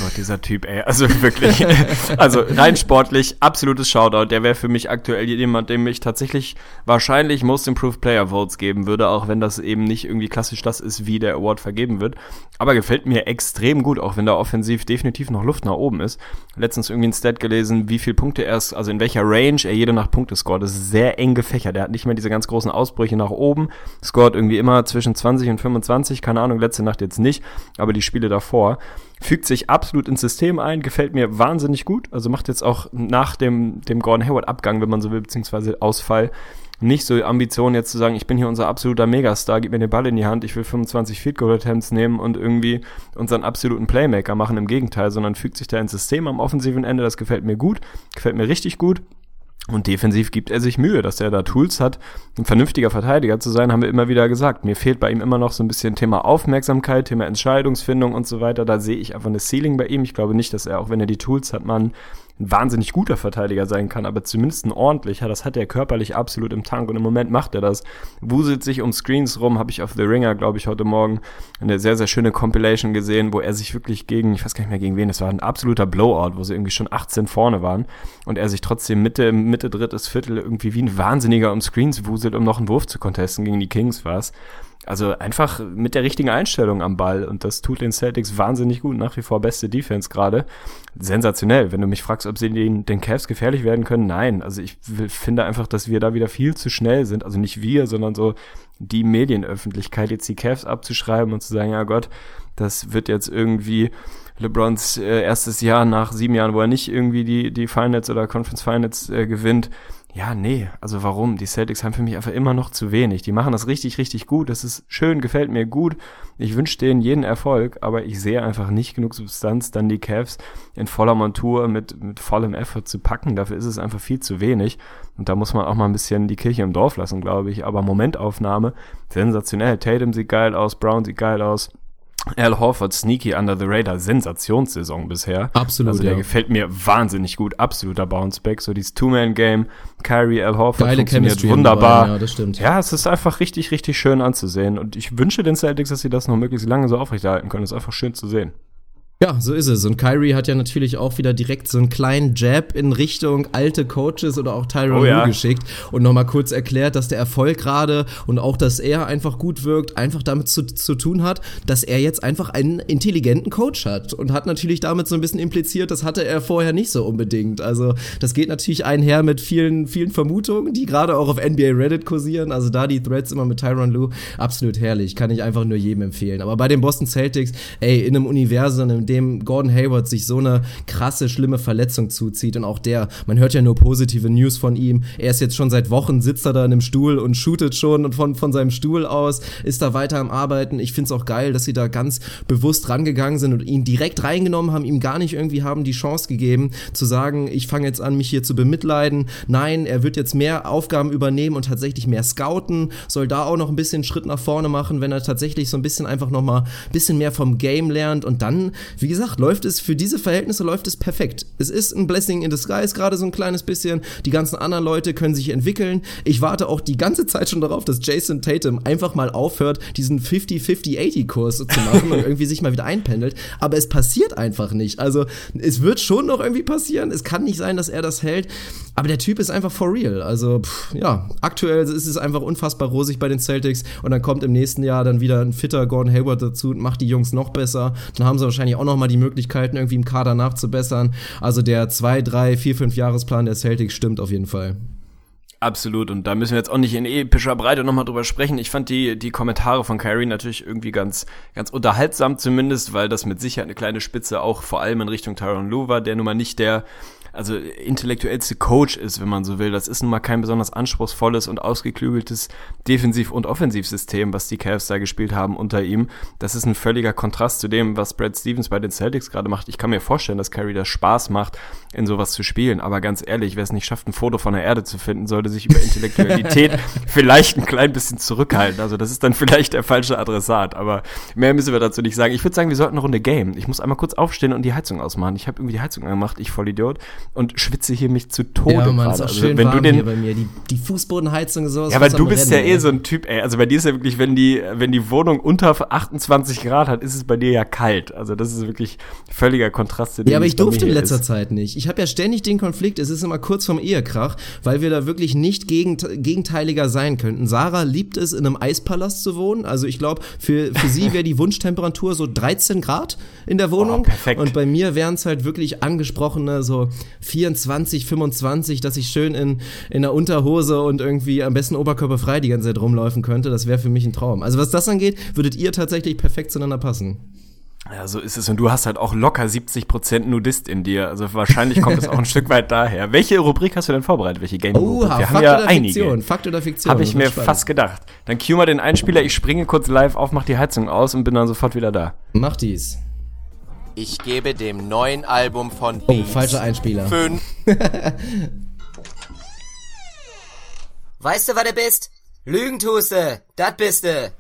Gott, dieser Typ, ey, also wirklich, also rein sportlich, absolutes Shoutout, der wäre für mich aktuell jemand, dem ich tatsächlich wahrscheinlich Most Improved Player Votes geben würde, auch wenn das eben nicht irgendwie klassisch das ist, wie der Award vergeben wird, aber gefällt mir extrem gut, auch wenn da offensiv definitiv noch Luft nach oben ist. Letztens irgendwie ein Stat gelesen, wie viele Punkte also in welcher Range er jede Nacht Punkte scoret, das ist sehr eng gefächert, der hat nicht mehr diese ganz großen Ausbrüche nach oben, scoret irgendwie immer zwischen 20 und 25, keine Ahnung, letzte Nacht jetzt nicht, aber die Spiele davor, fügt sich absolut ins System ein, gefällt mir wahnsinnig gut, also macht jetzt auch nach dem Gordon Hayward-Abgang, wenn man so will, beziehungsweise Ausfall, nicht so Ambition jetzt zu sagen, ich bin hier unser absoluter Megastar, gib mir den Ball in die Hand, ich will 25 Field Goal Attempts nehmen und irgendwie unseren absoluten Playmaker machen, im Gegenteil, sondern fügt sich da ins System am offensiven Ende, das gefällt mir gut, gefällt mir richtig gut. Und defensiv gibt er sich Mühe, dass er da Tools hat, ein vernünftiger Verteidiger zu sein, haben wir immer wieder gesagt. Mir fehlt bei ihm immer noch so ein bisschen Thema Aufmerksamkeit, Thema Entscheidungsfindung und so weiter. Da sehe ich einfach eine Ceiling bei ihm. Ich glaube nicht, dass er, auch wenn er die Tools hat, man ein wahnsinnig guter Verteidiger sein kann, aber zumindest ein ordentlicher. Das hat er körperlich absolut im Tank und im Moment macht er das. Wuselt sich um Screens rum, habe ich auf The Ringer, glaube ich, heute Morgen eine sehr, sehr schöne Compilation gesehen, wo er sich wirklich ich weiß gar nicht mehr gegen wen, das war ein absoluter Blowout, wo sie irgendwie schon 18 vorne waren und er sich trotzdem Mitte drittes Viertel irgendwie wie ein Wahnsinniger um Screens wuselt, um noch einen Wurf zu contesten, gegen die Kings war's. Also einfach mit der richtigen Einstellung am Ball und das tut den Celtics wahnsinnig gut, nach wie vor beste Defense gerade. Sensationell, wenn du mich fragst, ob sie den Cavs gefährlich werden können, nein. Also ich finde einfach, dass wir da wieder viel zu schnell sind, also nicht wir, sondern so die Medienöffentlichkeit, jetzt die Cavs abzuschreiben und zu sagen, ja Gott, das wird jetzt irgendwie LeBrons erstes Jahr nach 7 Jahren, wo er nicht irgendwie die Finals oder Conference Finals gewinnt. Ja, nee, also warum? Die Celtics haben für mich einfach immer noch zu wenig. Die machen das richtig, richtig gut. Das ist schön, gefällt mir gut. Ich wünsche denen jeden Erfolg, aber ich sehe einfach nicht genug Substanz, dann die Cavs in voller Montur mit vollem Effort zu packen. Dafür ist es einfach viel zu wenig. Und da muss man auch mal ein bisschen die Kirche im Dorf lassen, glaube ich. Aber Momentaufnahme, sensationell. Tatum sieht geil aus, Brown sieht geil aus. Al Horford, sneaky under the radar, Sensationssaison bisher. Absolut, also der gefällt mir wahnsinnig gut, absoluter Bounceback, so dieses Two-Man-Game, Kyrie, Al Horford geile funktioniert Chemistry wunderbar. Ja, das stimmt. Ja, es ist einfach richtig, richtig schön anzusehen und ich wünsche den Celtics, dass sie das noch möglichst lange so aufrechterhalten können. Das ist einfach schön zu sehen. Ja, so ist es. Und Kyrie hat ja natürlich auch wieder direkt so einen kleinen Jab in Richtung alte Coaches oder auch Tyronn Lue geschickt und nochmal kurz erklärt, dass der Erfolg gerade und auch, dass er einfach gut wirkt, einfach damit zu tun hat, dass er jetzt einfach einen intelligenten Coach hat und hat natürlich damit so ein bisschen impliziert, das hatte er vorher nicht so unbedingt. Also das geht natürlich einher mit vielen, vielen Vermutungen, die gerade auch auf NBA Reddit kursieren. Also da die Threads immer mit Tyronn Lue, absolut herrlich. Kann ich einfach nur jedem empfehlen. Aber bei den Boston Celtics, in einem Universum, in dem Gordon Hayward sich so eine krasse, schlimme Verletzung zuzieht und auch man hört ja nur positive News von ihm. Er ist jetzt schon seit Wochen, sitzt er da in einem Stuhl und shootet schon von seinem Stuhl aus, ist da weiter am Arbeiten. Ich find's auch geil, dass sie da ganz bewusst rangegangen sind und ihn direkt reingenommen haben, ihm gar nicht irgendwie haben die Chance gegeben, zu sagen, ich fange jetzt an, mich hier zu bemitleiden. Nein, er wird jetzt mehr Aufgaben übernehmen und tatsächlich mehr scouten, soll da auch noch ein bisschen Schritt nach vorne machen, wenn er tatsächlich so ein bisschen einfach nochmal ein bisschen mehr vom Game lernt und dann, wie gesagt, für diese Verhältnisse läuft es perfekt. Es ist ein Blessing in disguise, gerade so ein kleines bisschen. Die ganzen anderen Leute können sich entwickeln. Ich warte auch die ganze Zeit schon darauf, dass Jason Tatum einfach mal aufhört, diesen 50-50-80-Kurs zu machen und irgendwie sich mal wieder einpendelt. Aber es passiert einfach nicht. Also, es wird schon noch irgendwie passieren. Es kann nicht sein, dass er das hält. Aber der Typ ist einfach for real. Also, aktuell ist es einfach unfassbar rosig bei den Celtics. Und dann kommt im nächsten Jahr dann wieder ein fitter Gordon Hayward dazu und macht die Jungs noch besser. Dann haben sie wahrscheinlich auch noch mal die Möglichkeiten, irgendwie im Kader nachzubessern. Also der 2, 3, 4, 5 Jahresplan der Celtics stimmt auf jeden Fall. Absolut, und da müssen wir jetzt auch nicht in epischer Breite nochmal drüber sprechen. Ich fand die Kommentare von Kyrie natürlich irgendwie ganz, ganz unterhaltsam zumindest, weil das mit Sicherheit eine kleine Spitze auch vor allem in Richtung Tyronn Lue war, der nun mal nicht der intellektuellste Coach ist, wenn man so will. Das ist nun mal kein besonders anspruchsvolles und ausgeklügeltes Defensiv- und Offensivsystem, was die Cavs da gespielt haben unter ihm. Das ist ein völliger Kontrast zu dem, was Brad Stevens bei den Celtics gerade macht. Ich kann mir vorstellen, dass Kyrie das Spaß macht, in sowas zu spielen. Aber ganz ehrlich, wer es nicht schafft, ein Foto von der Erde zu finden, sollte sich über Intellektualität vielleicht ein klein bisschen zurückhalten. Also das ist dann vielleicht der falsche Adressat. Aber mehr müssen wir dazu nicht sagen. Ich würde sagen, wir sollten eine Runde Game. Ich muss einmal kurz aufstehen und die Heizung ausmachen. Ich habe irgendwie die Heizung angemacht, ich Vollidiot. und schwitze hier mich zu Tode Ja, Mann, gerade. ist auch Also, schön wenn warm du hier bei mir. Die Fußbodenheizung und sowas. Ja, aber was du am bist Rennen, ja ey. so ein Typ, ey. Also bei dir ist ja wirklich, wenn die Wohnung unter 28 Grad hat, ist es bei dir ja kalt. Also das ist wirklich völliger Kontrast zu dem, Ja, aber was ich bei mir durfte in hier letzter ist. Zeit nicht. Ich habe ja ständig den Konflikt, es ist immer kurz vorm Ehekrach, weil wir da wirklich nicht gegenteiliger sein könnten. Sarah liebt es, in einem Eispalast zu wohnen. Also ich glaube, für sie wäre die Wunschtemperatur so 13 Grad in der Wohnung. Perfekt. Und bei mir wären es halt wirklich angesprochene so 24, 25, dass ich schön in der Unterhose und irgendwie am besten oberkörperfrei die ganze Zeit rumlaufen könnte. Das wäre für mich ein Traum. Also was das angeht, würdet ihr tatsächlich perfekt zueinander passen. Ja, so ist es. Und du hast halt auch locker 70% Nudist in dir. Also wahrscheinlich kommt es auch ein Stück weit daher. Welche Rubrik hast du denn vorbereitet? Welche Gaming-Rubrik? Wir haben ja einige. Fakt oder Fiktion? Habe ich mir fast gedacht. Dann cue mal den Einspieler, ich springe kurz live auf, mach die Heizung aus und bin dann sofort wieder da. Mach dies. Ich gebe dem neuen Album von Oh, Beats falscher Einspieler. 5. Weißt du, was du bist? Lügen tust du. Das bist du.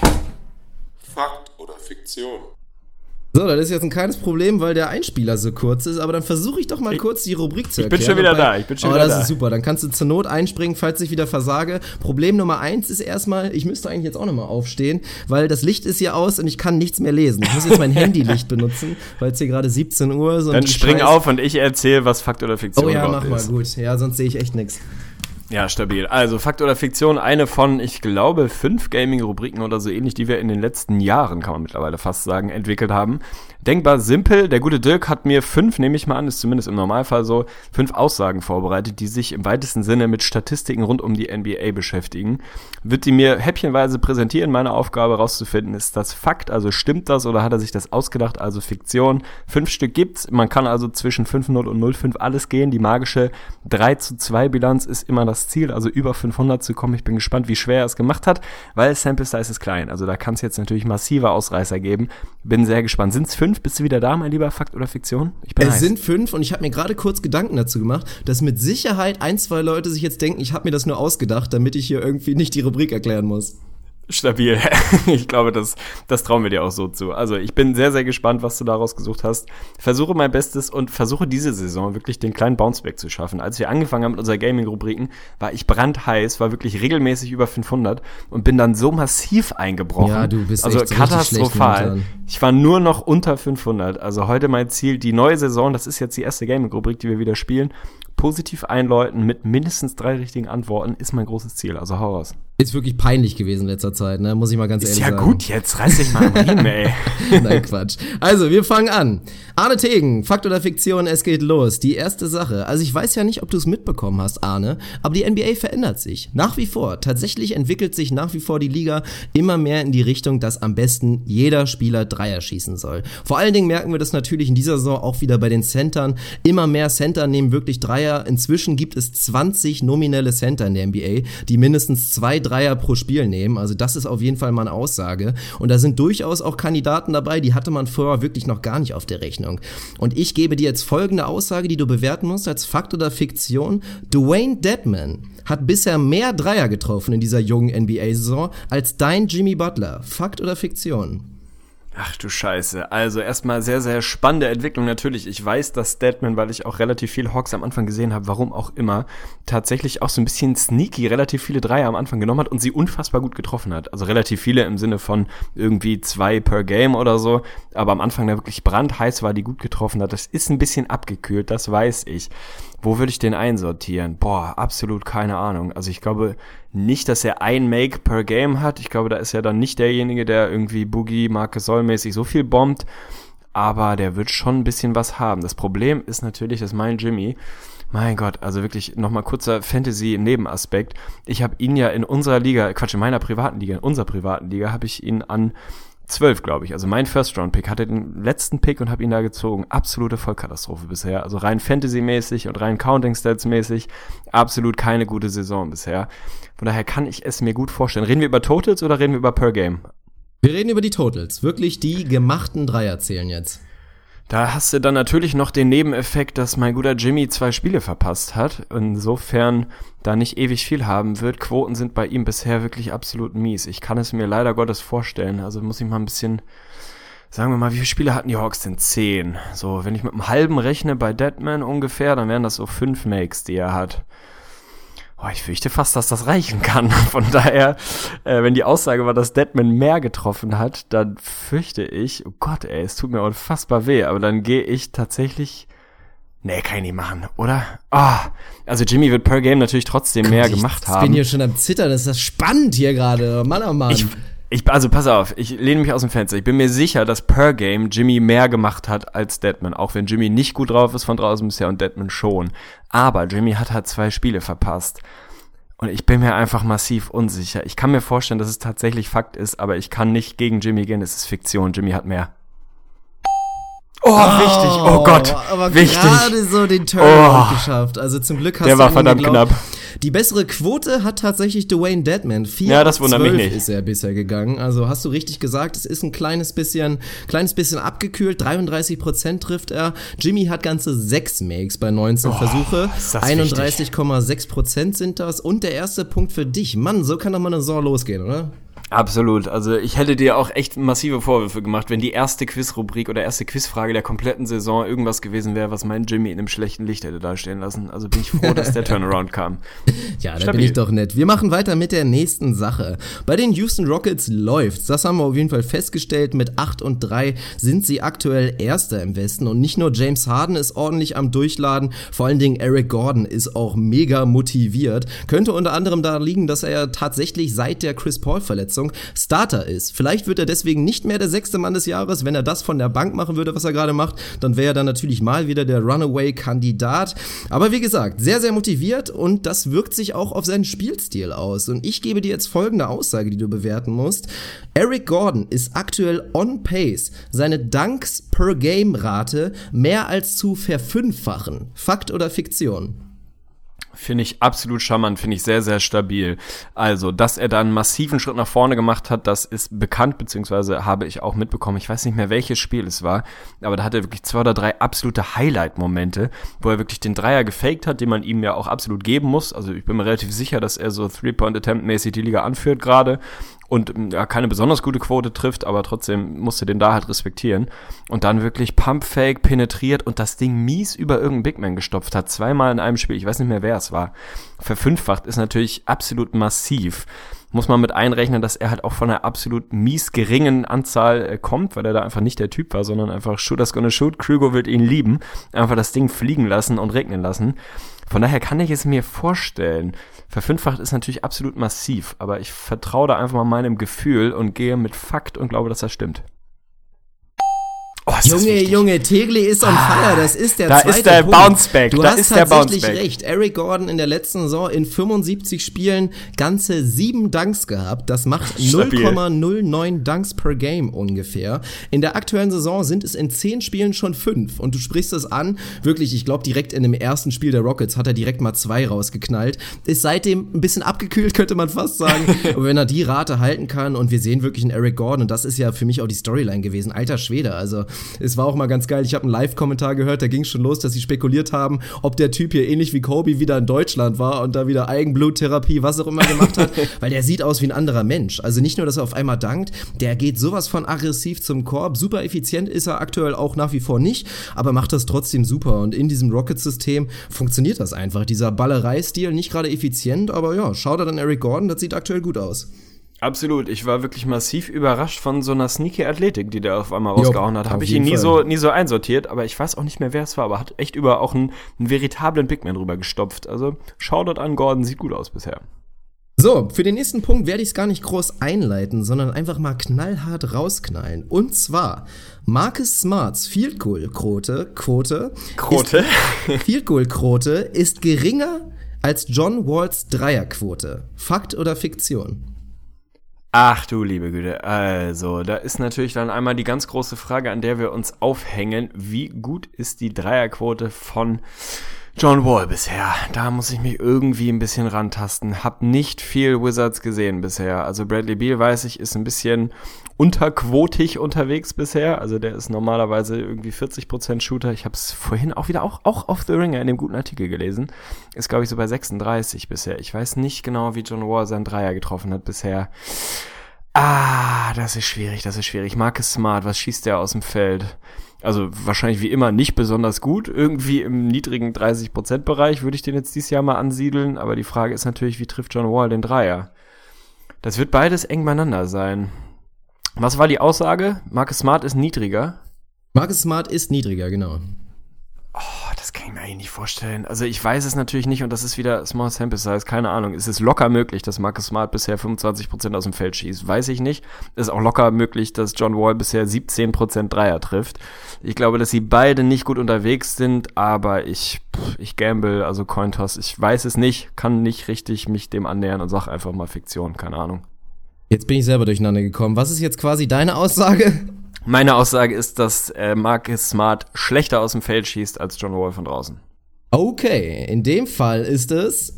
Fakt oder Fiktion? So, das ist jetzt ein kleines Problem, weil der Einspieler so kurz ist, aber dann versuche ich doch mal kurz die Rubrik zu erklären. Ich bin schon wieder da, ich bin schon wieder da. Das ist super, dann kannst du zur Not einspringen, falls ich wieder versage. Problem Nummer 1 ist erstmal, ich müsste eigentlich jetzt auch nochmal aufstehen, weil das Licht ist hier aus und ich kann nichts mehr lesen. Ich muss jetzt mein Handylicht benutzen, weil es hier gerade 17 Uhr ist. Und Dann spring auf und ich erzähle, was Fakt oder Fiktion Oh ja, überhaupt mach mal, ist. gut. Ja, sonst sehe ich echt nichts. Ja, stabil. Also Fakt oder Fiktion, eine von, ich glaube, 5 Gaming-Rubriken oder so ähnlich, die wir in den letzten Jahren, kann man mittlerweile fast sagen, entwickelt haben. Denkbar simpel. Der gute Dirk hat mir 5, nehme ich mal an, ist zumindest im Normalfall so, 5 Aussagen vorbereitet, die sich im weitesten Sinne mit Statistiken rund um die NBA beschäftigen. Wird die mir häppchenweise präsentieren. Meine Aufgabe rauszufinden, ist das Fakt, also stimmt das oder hat er sich das ausgedacht, also Fiktion. 5 Stück gibt's. Man kann also zwischen 5-0 und 0-5 alles gehen. Die magische 3:2 Bilanz ist immer das Ziel, also über 500 zu kommen. Ich bin gespannt, wie schwer er es gemacht hat, weil Sample Size ist klein. Also da kann es jetzt natürlich massive Ausreißer geben. Bin sehr gespannt. Sind es 5? Bist du wieder da, mein lieber Fakt oder Fiktion? Ich bin Es sind 5 und ich habe mir gerade kurz Gedanken dazu gemacht, dass mit Sicherheit 1-2 Leute sich jetzt denken, ich habe mir das nur ausgedacht, damit ich hier irgendwie nicht die Rubrik erklären muss. Stabil. Ich glaube, das trauen wir dir auch so zu. Also ich bin sehr, sehr gespannt, was du daraus gesucht hast. Versuche mein Bestes und versuche diese Saison wirklich den kleinen Bounceback zu schaffen. Als wir angefangen haben mit unserer Gaming-Rubriken, war ich brandheiß, war wirklich regelmäßig über 500 und bin dann so massiv eingebrochen. Ja, du bist also echt so richtig schlecht katastrophal. momentan. Ich war nur noch unter 500. Also heute mein Ziel, die neue Saison, das ist jetzt die erste Gaming-Rubrik, die wir wieder spielen, positiv einläuten mit mindestens 3 richtigen Antworten, ist mein großes Ziel. Also hau raus. Ist wirklich peinlich gewesen in letzter Zeit, ne? Muss ich mal ganz Ist ehrlich ja sagen. gut, jetzt reiß dich mal am Riemen, ey. Nein, Quatsch. Also, wir fangen an. Arne Tegen, Fakt oder Fiktion, es geht los. Die erste Sache. Also, ich weiß ja nicht, ob du es mitbekommen hast, Arne, aber die NBA verändert sich. Nach wie vor. Tatsächlich entwickelt sich nach wie vor die Liga immer mehr in die Richtung, dass am besten jeder Spieler Dreier schießen soll. Vor allen Dingen merken wir das natürlich in dieser Saison auch wieder bei den Centern. Immer mehr Center nehmen wirklich Dreier. Inzwischen gibt es 20 nominelle Center in der NBA, die mindestens 2 Dreier pro Spiel nehmen. Also das ist auf jeden Fall mal eine Aussage. Und da sind durchaus auch Kandidaten dabei, die hatte man vorher wirklich noch gar nicht auf der Rechnung. Und ich gebe dir jetzt folgende Aussage, die du bewerten musst als Fakt oder Fiktion. Dwayne Dedman hat bisher mehr Dreier getroffen in dieser jungen NBA-Saison als dein Jimmy Butler. Fakt oder Fiktion? Ach du Scheiße. Also erstmal sehr, sehr spannende Entwicklung natürlich. Ich weiß, dass Deadman, weil ich auch relativ viel Hawks am Anfang gesehen habe, warum auch immer, tatsächlich auch so ein bisschen sneaky relativ viele Dreier am Anfang genommen hat und sie unfassbar gut getroffen hat. Also relativ viele im Sinne von irgendwie 2 per Game oder so. Aber am Anfang, der wirklich brandheiß war, die gut getroffen hat. Das ist ein bisschen abgekühlt, das weiß ich. Wo würde ich den einsortieren? Boah, absolut keine Ahnung. Also ich glaube nicht, dass er ein Make per Game hat. Ich glaube, da ist er dann nicht derjenige, der irgendwie Boogie, Marc Gasol-mäßig so viel bombt. Aber der wird schon ein bisschen was haben. Das Problem ist natürlich, dass mein Jimmy, mein Gott, also wirklich nochmal kurzer Fantasy-Nebenaspekt. Ich habe ihn ja in unserer Liga, in meiner privaten Liga, in unserer privaten Liga, habe ich ihn an 12, glaube ich. Also mein First-Round-Pick, hatte den letzten Pick und habe ihn da gezogen. Absolute Vollkatastrophe bisher. Also rein Fantasy-mäßig und rein Counting-Stats-mäßig absolut keine gute Saison bisher. Von daher kann ich es mir gut vorstellen. Reden wir über Totals oder reden wir über Per Game? Wir reden über die Totals. Wirklich die gemachten Dreier zählen jetzt. Da hast du dann natürlich noch den Nebeneffekt, dass mein guter Jimmy 2 Spiele verpasst hat. Insofern da nicht ewig viel haben wird. Quoten sind bei ihm bisher wirklich absolut mies. Ich kann es mir leider Gottes vorstellen. Also muss ich mal ein bisschen sagen wir mal, wie viele Spiele hatten die Hawks denn? 10. So, wenn ich mit einem halben rechne bei Deadman ungefähr, dann wären das so 5 Makes, die er hat. Ich fürchte fast, dass das reichen kann. Von daher, wenn die Aussage war, dass Deadman mehr getroffen hat, dann fürchte ich, oh Gott, es tut mir unfassbar weh, aber dann gehe ich tatsächlich, kann ich nicht machen, oder? Also Jimmy wird per Game natürlich trotzdem mehr gemacht haben. Ich bin hier schon am Zittern, das ist das spannend hier gerade, Mann, oh Mann. Also pass auf, ich lehne mich aus dem Fenster. Ich bin mir sicher, dass per Game Jimmy mehr gemacht hat als Deadman. Auch wenn Jimmy nicht gut drauf ist von draußen bisher und Deadman schon. Aber Jimmy hat halt 2 Spiele verpasst. Und ich bin mir einfach massiv unsicher. Ich kann mir vorstellen, dass es tatsächlich Fakt ist, aber ich kann nicht gegen Jimmy gehen. Es ist Fiktion. Jimmy hat mehr. Wichtig. Oh Gott. Aber wichtig. Gerade so den Turnaround geschafft. Also zum Glück hast du der war verdammt knapp. Die bessere Quote hat tatsächlich Dwayne Dedmon. 4 ja, das wundert mich nicht. Ist er bisher gegangen. Also hast du richtig gesagt, es ist ein kleines bisschen abgekühlt. 33% trifft er. Jimmy hat ganze 6 Makes bei 19 Versuche. 31,6% sind das. Und der erste Punkt für dich. Mann, so kann doch mal eine Saison losgehen, oder? Absolut. Also ich hätte dir auch echt massive Vorwürfe gemacht, wenn die erste Quizrubrik oder erste Quizfrage der kompletten Saison irgendwas gewesen wäre, was mein Jimmy in einem schlechten Licht hätte dastehen lassen. Also bin ich froh, dass der Turnaround kam. Ja, da bin ich doch nett. Wir machen weiter mit der nächsten Sache. Bei den Houston Rockets läuft's. Das haben wir auf jeden Fall festgestellt. Mit 8-3 sind sie aktuell Erster im Westen. Und nicht nur James Harden ist ordentlich am Durchladen, vor allen Dingen Eric Gordon ist auch mega motiviert. Könnte unter anderem daran liegen, dass er tatsächlich seit der Chris Paul-Verletzung Starter ist. Vielleicht wird er deswegen nicht mehr der 6. Mann des Jahres. Wenn er das von der Bank machen würde, was er gerade macht, dann wäre er dann natürlich mal wieder der Runaway-Kandidat. Aber wie gesagt, sehr, sehr motiviert und das wirkt sich auch auf seinen Spielstil aus. Und ich gebe dir jetzt folgende Aussage, die du bewerten musst. Eric Gordon ist aktuell on pace, seine Dunks-per-Game-Rate mehr als zu verfünffachen. Fakt oder Fiktion? Finde ich absolut charmant, finde ich sehr, sehr stabil. Also, dass er da einen massiven Schritt nach vorne gemacht hat, das ist bekannt, beziehungsweise habe ich auch mitbekommen. Ich weiß nicht mehr, welches Spiel es war, aber da hat er wirklich 2 oder 3 absolute Highlight-Momente, wo er wirklich den Dreier gefaked hat, den man ihm ja auch absolut geben muss. Also, ich bin mir relativ sicher, dass er so 3-Point-Attempt-mäßig die Liga anführt gerade und ja, keine besonders gute Quote trifft, aber trotzdem musste den da halt respektieren. Und dann wirklich Pump-Fake penetriert und das Ding mies über irgendeinen Bigman gestopft hat. 2-mal in einem Spiel, ich weiß nicht mehr, wer es war. Verfünffacht ist natürlich absolut massiv. Muss man mit einrechnen, dass er halt auch von einer absolut mies geringen Anzahl kommt, weil er da einfach nicht der Typ war, sondern einfach Shooter's gonna shoot, Krüger wird ihn lieben. Einfach das Ding fliegen lassen und regnen lassen. Von daher kann ich es mir vorstellen. Verfünffacht ist natürlich absolut massiv, aber ich vertraue da einfach mal meinem Gefühl und gehe mit Fakt und glaube, dass das stimmt. Junge, Tegli ist on fire, das ist der zweite Punkt. Da ist der Bounceback, Du hast tatsächlich recht, Eric Gordon in der letzten Saison in 75 Spielen ganze 7 Dunks gehabt, das macht 0,09 Dunks per Game ungefähr. In der aktuellen Saison sind es in 10 Spielen schon 5 und du sprichst es an, wirklich, ich glaube direkt in dem ersten Spiel der Rockets hat er direkt mal 2 rausgeknallt, ist seitdem ein bisschen abgekühlt, könnte man fast sagen, aber wenn er die Rate halten kann und wir sehen wirklich einen Eric Gordon und das ist ja für mich auch die Storyline gewesen, alter Schwede, also es war auch mal ganz geil, ich habe einen Live-Kommentar gehört, da ging es schon los, dass sie spekuliert haben, ob der Typ hier ähnlich wie Kobe wieder in Deutschland war und da wieder Eigenbluttherapie, was auch immer gemacht hat, weil der sieht aus wie ein anderer Mensch. Also nicht nur, dass er auf einmal dankt, der geht sowas von aggressiv zum Korb, super effizient ist er aktuell auch nach wie vor nicht, aber macht das trotzdem super und in diesem Rocket-System funktioniert das einfach, dieser Ballerei-Stil, nicht gerade effizient, aber ja, schaut an Eric Gordon, das sieht aktuell gut aus. Absolut, ich war wirklich massiv überrascht von so einer sneaky Athletik, die der auf einmal rausgehauen hat. Habe ich ihn nie so einsortiert, aber ich weiß auch nicht mehr, wer es war, aber hat echt über auch einen veritablen Bigman drüber gestopft. Also Shoutout an Gordon, sieht gut aus bisher. So, für den nächsten Punkt werde ich es gar nicht groß einleiten, sondern einfach mal knallhart rausknallen. Und zwar Marcus Smarts Field Goal Quote ist geringer als John Walls Dreierquote. Fakt oder Fiktion? Ach du liebe Güte, also da ist natürlich dann einmal die ganz große Frage, an der wir uns aufhängen, wie gut ist die Dreierquote von John Wall bisher? Da muss ich mich irgendwie ein bisschen rantasten, hab nicht viel Wizards gesehen bisher, also Bradley Beal weiß ich, ist ein bisschen unterquotig unterwegs bisher, also der ist normalerweise irgendwie 40% Shooter, ich habe es vorhin auch auf The Ringer in dem guten Artikel gelesen, ist glaube ich so bei 36 bisher, ich weiß nicht genau, wie John Wall seinen Dreier getroffen hat bisher. Das ist schwierig. Marcus Smart, was schießt der aus dem Feld? Also wahrscheinlich wie immer nicht besonders gut. Irgendwie im niedrigen 30%-Bereich würde ich den jetzt dieses Jahr mal ansiedeln. Aber die Frage ist natürlich, wie trifft John Wall den Dreier? Das wird beides eng beieinander sein. Was war die Aussage? Marcus Smart ist niedriger? Marcus Smart ist niedriger, genau. Das kann ich mir eigentlich nicht vorstellen. Also ich weiß es natürlich nicht und das ist wieder Small Sample Size, keine Ahnung. Es ist locker möglich, dass Marcus Smart bisher 25% aus dem Feld schießt. Weiß ich nicht. Es ist auch locker möglich, dass John Wall bisher 17% Dreier trifft. Ich glaube, dass sie beide nicht gut unterwegs sind, aber ich gamble, also Cointoss. Ich weiß es nicht, kann nicht richtig mich dem annähern und sag einfach mal Fiktion, keine Ahnung. Jetzt bin ich selber durcheinander gekommen. Was ist jetzt quasi deine Aussage? Meine Aussage ist, dass Marcus Smart schlechter aus dem Feld schießt als John Wall von draußen. Okay, in dem Fall ist es...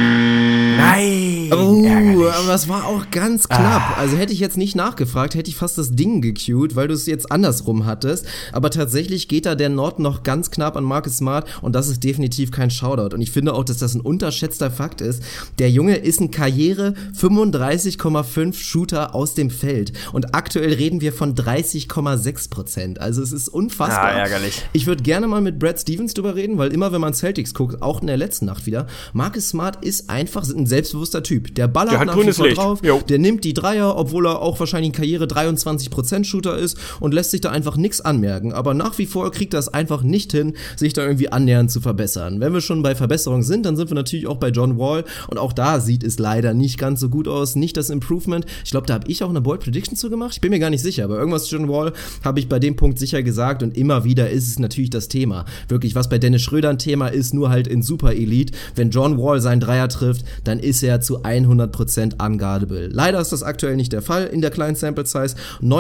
Nein! Aber das war auch ganz knapp. Also hätte ich jetzt nicht nachgefragt, hätte ich fast das Ding gecued, weil du es jetzt andersrum hattest. Aber tatsächlich geht da der Nord noch ganz knapp an Marcus Smart und das ist definitiv kein Shoutout. Und ich finde auch, dass das ein unterschätzter Fakt ist. Der Junge ist ein Karriere 35,5 Shooter aus dem Feld. Und aktuell reden wir von 30,6%. Also es ist unfassbar. Ärgerlich. Ich würde gerne mal mit Brad Stevens drüber reden, weil immer wenn man Celtics guckt, auch in der letzten Nacht wieder, Marcus Smart ist einfach ein selbstbewusster Typ. Der ballert nach wie vor drauf, der nimmt die Dreier, obwohl er auch wahrscheinlich in Karriere 23% Shooter ist und lässt sich da einfach nichts anmerken. Aber nach wie vor kriegt er es einfach nicht hin, sich da irgendwie annähernd zu verbessern. Wenn wir schon bei Verbesserung sind, dann sind wir natürlich auch bei John Wall und auch da sieht es leider nicht ganz so gut aus, nicht das Improvement. Ich glaube, da habe ich auch eine Bold Prediction zu gemacht. Ich bin mir gar nicht sicher, aber irgendwas John Wall habe ich bei dem Punkt sicher gesagt und immer wieder ist es natürlich das Thema. Wirklich, was bei Dennis Schröder ein Thema ist, nur halt in Super Elite. Wenn John Wall seinen Dreier trifft, dann ist er zu 100% unguardable. Leider ist das aktuell nicht der Fall in der kleinen Sample Size.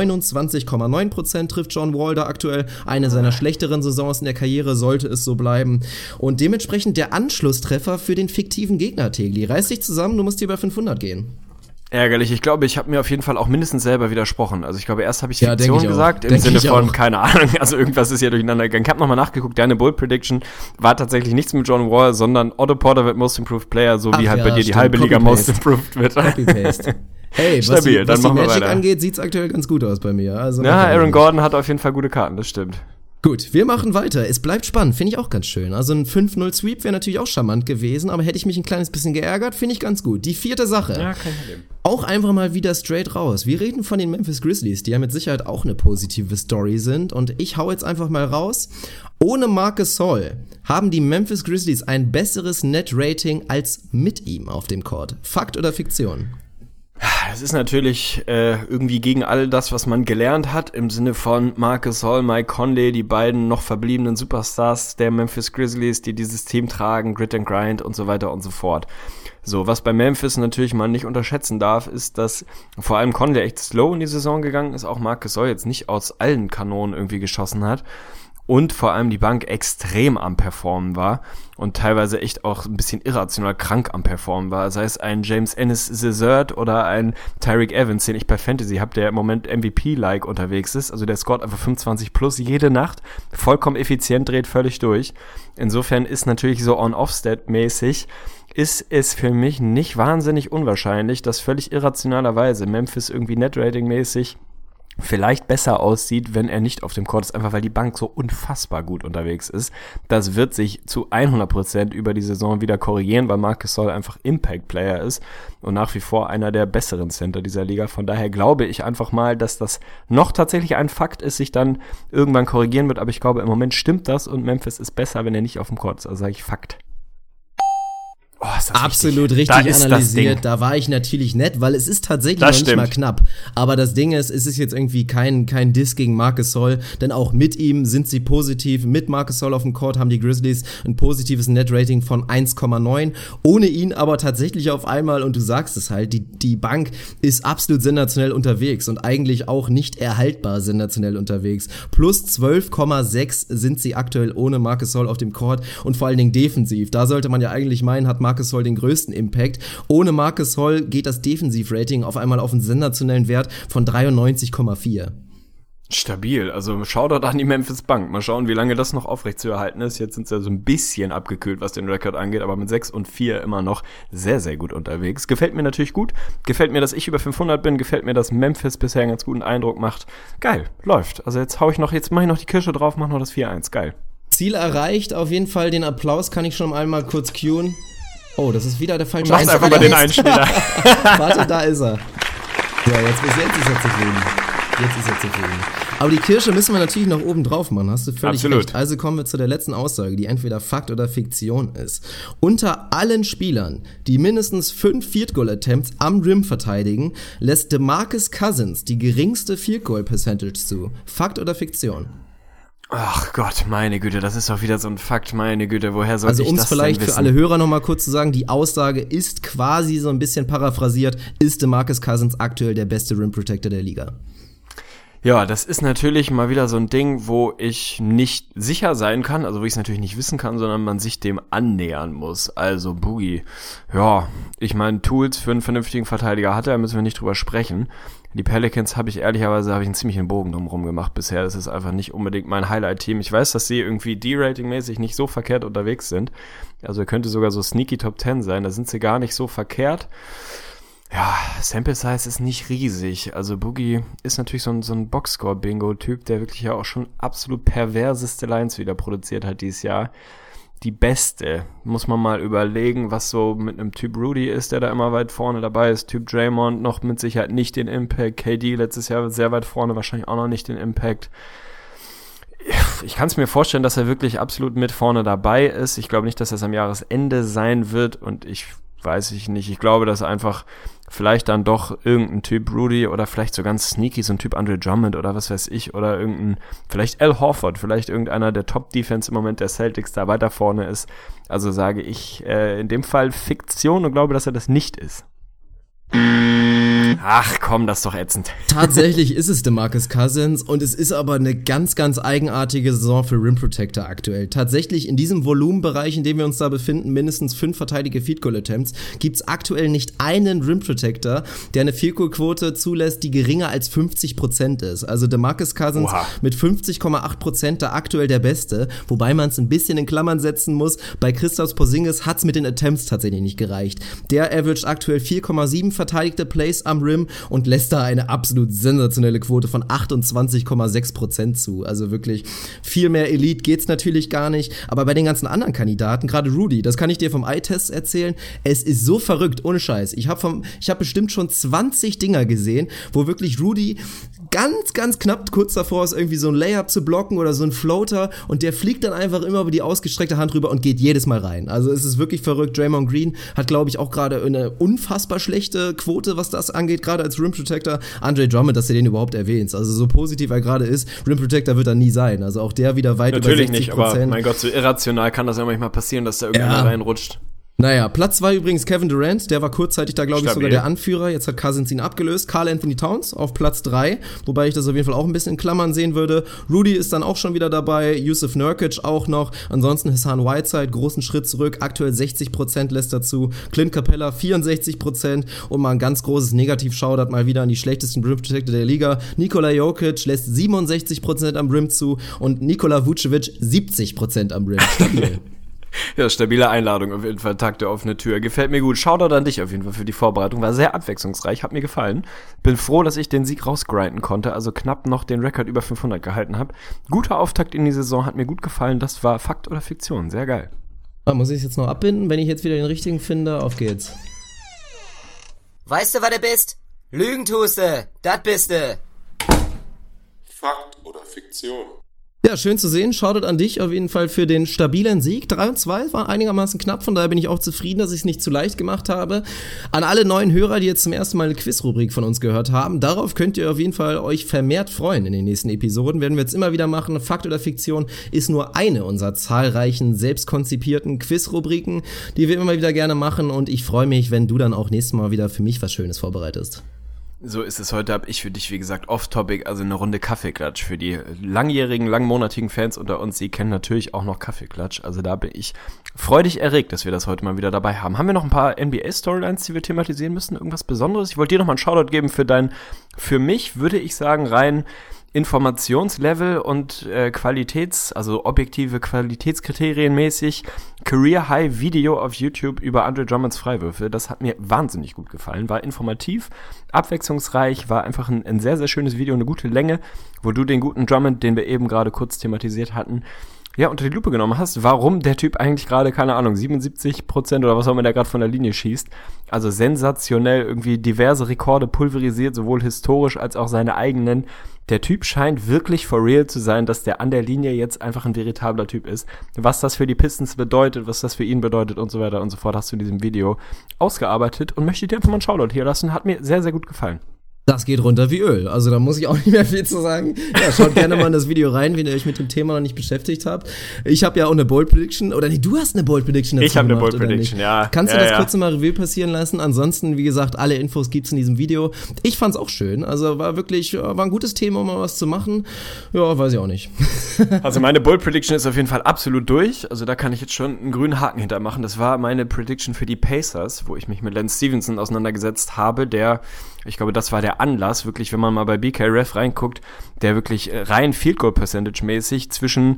29,9% trifft John Wall da aktuell. Eine seiner schlechteren Saisons in der Karriere, sollte es so bleiben. Und dementsprechend der Anschlusstreffer für den fiktiven Gegner, Tegli. Reiß dich zusammen, du musst hier bei 500 gehen. Ärgerlich. Ich glaube, ich habe mir auf jeden Fall auch mindestens selber widersprochen. Also ich glaube, erst habe ich Fiktion ich gesagt, im Sinne von, keine Ahnung, also irgendwas ist hier durcheinander gegangen. Ich habe nochmal nachgeguckt, deine Bold Prediction war tatsächlich nichts mit John Wall, sondern Otto Porter wird Most Improved Player, so wie halt bei dir die halbe Liga Most Improved wird. Copy-Paste. Hey, stabil, was die machen wir Magic weiter. angeht, sieht's aktuell ganz gut aus bei mir. Also ja, Aaron Gordon hat auf jeden Fall gute Karten, das stimmt. Gut, wir machen weiter. Es bleibt spannend, finde ich auch ganz schön. Also ein 5-0-Sweep wäre natürlich auch charmant gewesen, aber hätte ich mich ein kleines bisschen geärgert, finde ich ganz gut. Die vierte Sache. Ja, kein Problem. Auch einfach mal wieder straight raus. Wir reden von den Memphis Grizzlies, die ja mit Sicherheit auch eine positive Story sind. Und ich hau jetzt einfach mal raus. Ohne Marcus Gasol haben die Memphis Grizzlies ein besseres Net-Rating als mit ihm auf dem Court. Fakt oder Fiktion? Das ist natürlich irgendwie gegen all das, was man gelernt hat, im Sinne von Marcus Gasol, Mike Conley, die beiden noch verbliebenen Superstars der Memphis Grizzlies, die dieses Team tragen, Grit and Grind und so weiter und so fort. So, was bei Memphis natürlich man nicht unterschätzen darf, ist, dass vor allem Conley echt slow in die Saison gegangen ist, auch Marcus Gasol jetzt nicht aus allen Kanonen irgendwie geschossen hat. Und vor allem die Bank extrem am Performen war und teilweise echt auch ein bisschen irrational krank am Performen war. Sei es ein James Ennis Zezert oder ein Tyreek Evans, den ich bei Fantasy habe, der im Moment MVP-like unterwegs ist. Also der scoret einfach 25 plus jede Nacht, vollkommen effizient, dreht völlig durch. Insofern ist natürlich so On-Off-Stat-mäßig ist es für mich nicht wahnsinnig unwahrscheinlich, dass völlig irrationalerweise Memphis irgendwie Net-Rating-mäßig vielleicht besser aussieht, wenn er nicht auf dem Court ist, einfach weil die Bank so unfassbar gut unterwegs ist. Das wird sich zu 100% über die Saison wieder korrigieren, weil Marcus Gasol einfach Impact-Player ist und nach wie vor einer der besseren Center dieser Liga. Von daher glaube ich einfach mal, dass das noch tatsächlich ein Fakt ist, sich dann irgendwann korrigieren wird, aber ich glaube, im Moment stimmt das und Memphis ist besser, wenn er nicht auf dem Court ist. Also sage ich Fakt. Oh, ist das absolut richtig analysiert. Da war ich natürlich nett, weil es ist tatsächlich noch nicht mal knapp. Aber das Ding ist, es ist jetzt irgendwie kein Diss gegen Marcus Gasol, denn auch mit ihm sind sie positiv. Mit Marcus Gasol auf dem Court haben die Grizzlies ein positives Net-Rating von 1,9. Ohne ihn aber tatsächlich auf einmal, und du sagst es halt, die Bank ist absolut sensationell unterwegs und eigentlich auch nicht erhaltbar sensationell unterwegs. Plus 12,6 sind sie aktuell ohne Marcus Gasol auf dem Court und vor allen Dingen defensiv. Da sollte man ja eigentlich meinen, hat Marcus Gasol den größten Impact. Ohne Marcus Gasol geht das Defensivrating auf einmal auf einen sensationellen Wert von 93,4. Stabil, also Shoutout an die Memphis Bank. Mal schauen, wie lange das noch aufrechtzuerhalten ist. Jetzt sind sie ja so ein bisschen abgekühlt, was den Rekord angeht, aber mit 6-4 immer noch sehr, sehr gut unterwegs. Gefällt mir natürlich gut. Gefällt mir, dass ich über 500 bin. Gefällt mir, dass Memphis bisher einen ganz guten Eindruck mache. Geil, läuft. Also jetzt mache ich noch die Kirsche drauf, mache noch das 4-1. Geil. Ziel erreicht, auf jeden Fall. Den Applaus kann ich schon einmal kurz cueen. Oh, das ist wieder der falsche Mach's einfach mal den Einspieler. Warte, da ist er. Ja, jetzt ist er zufrieden. Jetzt ist er zufrieden. Aber die Kirsche müssen wir natürlich noch oben drauf machen, hast du völlig recht. Also kommen wir zu der letzten Aussage, die entweder Fakt oder Fiktion ist. Unter allen Spielern, die mindestens 5 Field Goal Attempts am Rim verteidigen, lässt DeMarcus Cousins die geringste Field Goal Percentage zu. Fakt oder Fiktion? Ach Gott, meine Güte, das ist doch wieder so ein Fakt, meine Güte, woher soll ich das denn wissen? Also um es vielleicht für alle Hörer nochmal kurz zu sagen, die Aussage ist quasi so ein bisschen paraphrasiert, ist DeMarcus Cousins aktuell der beste Rim Protector der Liga? Ja, das ist natürlich mal wieder so ein Ding, wo ich nicht sicher sein kann, also wo ich es natürlich nicht wissen kann, sondern man sich dem annähern muss. Also Boogie, ja, ich meine, Tools für einen vernünftigen Verteidiger hat er, müssen wir nicht drüber sprechen. Die Pelicans habe ich einen ziemlichen Bogen drumherum gemacht bisher. Das ist einfach nicht unbedingt mein Highlight-Team. Ich weiß, dass sie irgendwie D-Rating-mäßig nicht so verkehrt unterwegs sind. Also könnte sogar so sneaky Top 10 sein, da sind sie gar nicht so verkehrt. Ja, Sample Size ist nicht riesig. Also Boogie ist natürlich so ein Boxscore-Bingo-Typ, der wirklich ja auch schon absolut perverseste Lines wieder produziert hat dieses Jahr. Die beste, muss man mal überlegen, was so mit einem Typ Rudy ist, der da immer weit vorne dabei ist. Typ Draymond noch mit Sicherheit nicht den Impact. KD letztes Jahr sehr weit vorne, wahrscheinlich auch noch nicht den Impact. Ich kann es mir vorstellen, dass er wirklich absolut mit vorne dabei ist. Ich glaube nicht, dass das am Jahresende sein wird und ich glaube, dass einfach vielleicht dann doch irgendein Typ Rudy oder vielleicht so ganz sneaky so ein Typ Andre Drummond oder was weiß ich oder vielleicht Al Horford, vielleicht irgendeiner der Top-Defense im Moment der Celtics da weiter vorne ist. Also sage ich in dem Fall Fiktion und glaube, dass er das nicht ist. Ach komm, das ist doch ätzend. Tatsächlich ist es DeMarcus Cousins und es ist aber eine ganz, ganz eigenartige Saison für Rim Protector aktuell. Tatsächlich in diesem Volumenbereich, in dem wir uns da befinden, mindestens 5 verteidige Field Goal Attempts, gibt's aktuell nicht einen Rim Protector, der eine Field Goal Quote zulässt, die geringer als 50% ist. Also DeMarcus Cousins mit 50,8% da aktuell der Beste, wobei man es ein bisschen in Klammern setzen muss. Bei Kristaps Porzingis hat's mit den Attempts tatsächlich nicht gereicht. Der averaged aktuell 4,7 verteidigte Plays am Rim und lässt da eine absolut sensationelle Quote von 28,6% zu. Also wirklich viel mehr Elite geht's natürlich gar nicht. Aber bei den ganzen anderen Kandidaten, gerade Rudy, das kann ich dir vom Eye-Test erzählen, es ist so verrückt, ohne Scheiß. Ich hab bestimmt schon 20 Dinger gesehen, wo wirklich Rudy ganz, ganz knapp kurz davor ist, irgendwie so ein Layup zu blocken oder so ein Floater und der fliegt dann einfach immer über die ausgestreckte Hand rüber und geht jedes Mal rein. Also es ist wirklich verrückt. Draymond Green hat, glaube ich, auch gerade eine unfassbar schlechte Quote, was das angeht, gerade als Rim Protector. Andre Drummond, dass du den überhaupt erwähnst. Also so positiv er gerade ist, Rim Protector wird er nie sein. Also auch der wieder weit natürlich über 60%. Natürlich nicht, aber mein Gott, so irrational kann das ja manchmal passieren, dass da irgendjemand reinrutscht. Naja, Platz 2 übrigens Kevin Durant, der war kurzzeitig da, glaube ich, sogar der Anführer. Jetzt hat Cousins ihn abgelöst. Karl Anthony Towns auf Platz 3, wobei ich das auf jeden Fall auch ein bisschen in Klammern sehen würde. Rudy ist dann auch schon wieder dabei, Yusuf Nurkic auch noch. Ansonsten Hassan Whiteside, großen Schritt zurück, aktuell 60% lässt dazu. Clint Capella 64% und mal ein ganz großes Negativ-Shoutout mal wieder an die schlechtesten Rim Protector der Liga. Nikola Jokic lässt 67% am Rim zu und Nikola Vucevic 70% am Rim. Stabil. Ja, stabile Einladung auf jeden Fall, Tag der offene Tür. Gefällt mir gut. Shoutout an dich auf jeden Fall für die Vorbereitung. War sehr abwechslungsreich, hat mir gefallen. Bin froh, dass ich den Sieg rausgrinden konnte, also knapp noch den Rekord über 500 gehalten habe. Guter Auftakt in die Saison, hat mir gut gefallen. Das war Fakt oder Fiktion, sehr geil. Muss ich es jetzt noch abbinden? Wenn ich jetzt wieder den richtigen finde, auf geht's. Weißt du, was du bist? Lügen tust du, das bist du. Fakt oder Fiktion? Ja, schön zu sehen. Shoutout an dich auf jeden Fall für den stabilen Sieg. 3-2 war einigermaßen knapp, von daher bin ich auch zufrieden, dass ich es nicht zu leicht gemacht habe. An alle neuen Hörer, die jetzt zum ersten Mal eine Quizrubrik von uns gehört haben, darauf könnt ihr auf jeden Fall euch vermehrt freuen in den nächsten Episoden. Werden wir jetzt immer wieder machen. Fakt oder Fiktion ist nur eine unserer zahlreichen, selbstkonzipierten Quizrubriken, die wir immer wieder gerne machen und ich freue mich, wenn du dann auch nächstes Mal wieder für mich was Schönes vorbereitest. So ist es. Heute habe ich für dich, wie gesagt, off-topic, also eine Runde Kaffeeklatsch. Für die langjährigen, langmonatigen Fans unter uns, die kennen natürlich auch noch Kaffeeklatsch. Also da bin ich freudig erregt, dass wir das heute mal wieder dabei haben. Haben wir noch ein paar NBA-Storylines, die wir thematisieren müssen? Irgendwas Besonderes? Ich wollte dir noch mal einen Shoutout geben für mich würde ich sagen, rein Informationslevel und also objektive Qualitätskriterien mäßig Career High Video auf YouTube über Andre Drummonds Freiwürfe. Das hat mir wahnsinnig gut gefallen. War informativ, abwechslungsreich, war einfach ein sehr, sehr schönes Video, eine gute Länge, wo du den guten Drummond, den wir eben gerade kurz thematisiert hatten, ja, unter die Lupe genommen hast, warum der Typ eigentlich gerade, keine Ahnung, 77% oder was auch immer der gerade von der Linie schießt. Also sensationell, irgendwie diverse Rekorde pulverisiert, sowohl historisch als auch seine eigenen. Der Typ scheint wirklich for real zu sein, dass der an der Linie jetzt einfach ein veritabler Typ ist. Was das für die Pistons bedeutet, was das für ihn bedeutet und so weiter und so fort, hast du in diesem Video ausgearbeitet und möchte dir einfach mal einen Shoutout hier lassen. Hat mir sehr, sehr gut gefallen. Das geht runter wie Öl. Also da muss ich auch nicht mehr viel zu sagen. Ja, schaut gerne mal in das Video rein, wenn ihr euch mit dem Thema noch nicht beschäftigt habt. Ich habe ja auch eine Bold Prediction. Oder nee, du hast eine Bold Prediction dazu Ich habe eine gemacht, Bold Prediction, ja. Kannst du das kurz mal Revue passieren lassen? Ansonsten, wie gesagt, alle Infos gibt's in diesem Video. Ich fand's auch schön. Also war ein gutes Thema, um mal was zu machen. Ja, weiß ich auch nicht. Also meine Bold Prediction ist auf jeden Fall absolut durch. Also da kann ich jetzt schon einen grünen Haken hintermachen. Das war meine Prediction für die Pacers, wo ich mich mit Lance Stevenson auseinandergesetzt habe, ich glaube, das war der Anlass, wirklich, wenn man mal bei BKRef reinguckt, der wirklich rein Field Goal Percentage mäßig zwischen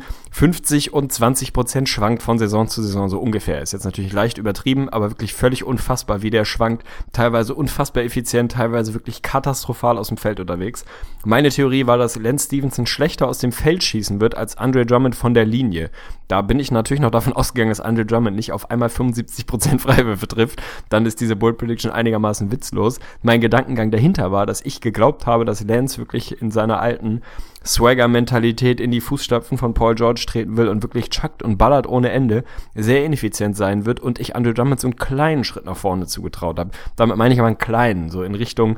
50 und 20% schwankt von Saison zu Saison, so ungefähr. Ist jetzt natürlich leicht übertrieben, aber wirklich völlig unfassbar, wie der schwankt. Teilweise unfassbar effizient, teilweise wirklich katastrophal aus dem Feld unterwegs. Meine Theorie war, dass Lance Stevenson schlechter aus dem Feld schießen wird als Andre Drummond von der Linie. Da bin ich natürlich noch davon ausgegangen, dass Andre Drummond nicht auf einmal 75% Freiwürfe trifft. Dann ist diese Bold Prediction einigermaßen witzlos. Mein Gedankengang dahinter war, dass ich geglaubt habe, dass Lance wirklich in seiner alten Swagger-Mentalität in die Fußstapfen von Paul George treten will und wirklich chuckt und ballert ohne Ende, sehr ineffizient sein wird und ich Andre Drummond so einen kleinen Schritt nach vorne zugetraut habe. Damit meine ich aber einen kleinen, so in Richtung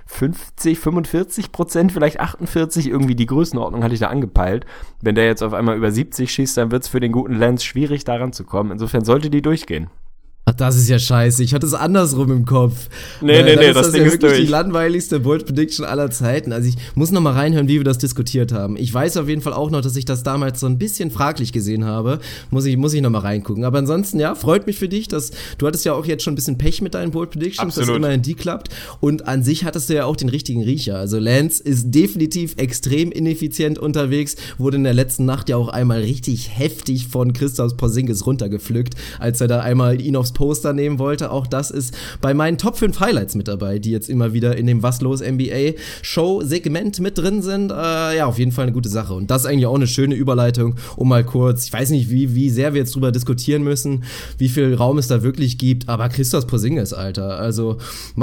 50, 45%, vielleicht 48, irgendwie die Größenordnung hatte ich da angepeilt. Wenn der jetzt auf einmal über 70 schießt, dann wird es für den guten Lance schwierig, da ranzukommen. Insofern sollte die durchgehen. Ach, das ist ja scheiße. Ich hatte es andersrum im Kopf. Nee, das Ding ist wirklich durch. Die langweiligste Bold Prediction aller Zeiten. Also ich muss noch mal reinhören, wie wir das diskutiert haben. Ich weiß auf jeden Fall auch noch, dass ich das damals so ein bisschen fraglich gesehen habe. Muss ich noch mal reingucken. Aber ansonsten, ja, freut mich für dich, dass du hattest ja auch jetzt schon ein bisschen Pech mit deinen Bold Predictions, dass immerhin die klappt. Und an sich hattest du ja auch den richtigen Riecher. Also Lance ist definitiv extrem ineffizient unterwegs, wurde in der letzten Nacht ja auch einmal richtig heftig von Kristaps Porzingis runtergepflückt, als er da einmal ihn aufs Poster nehmen wollte. Auch das ist bei meinen Top 5 Highlights mit dabei, die jetzt immer wieder in dem Was los NBA Show-Segment mit drin sind. Ja, auf jeden Fall eine gute Sache. Und das ist eigentlich auch eine schöne Überleitung, um mal kurz, ich weiß nicht, wie sehr wir jetzt drüber diskutieren müssen, wie viel Raum es da wirklich gibt, aber Kristaps Porzingis, Alter, also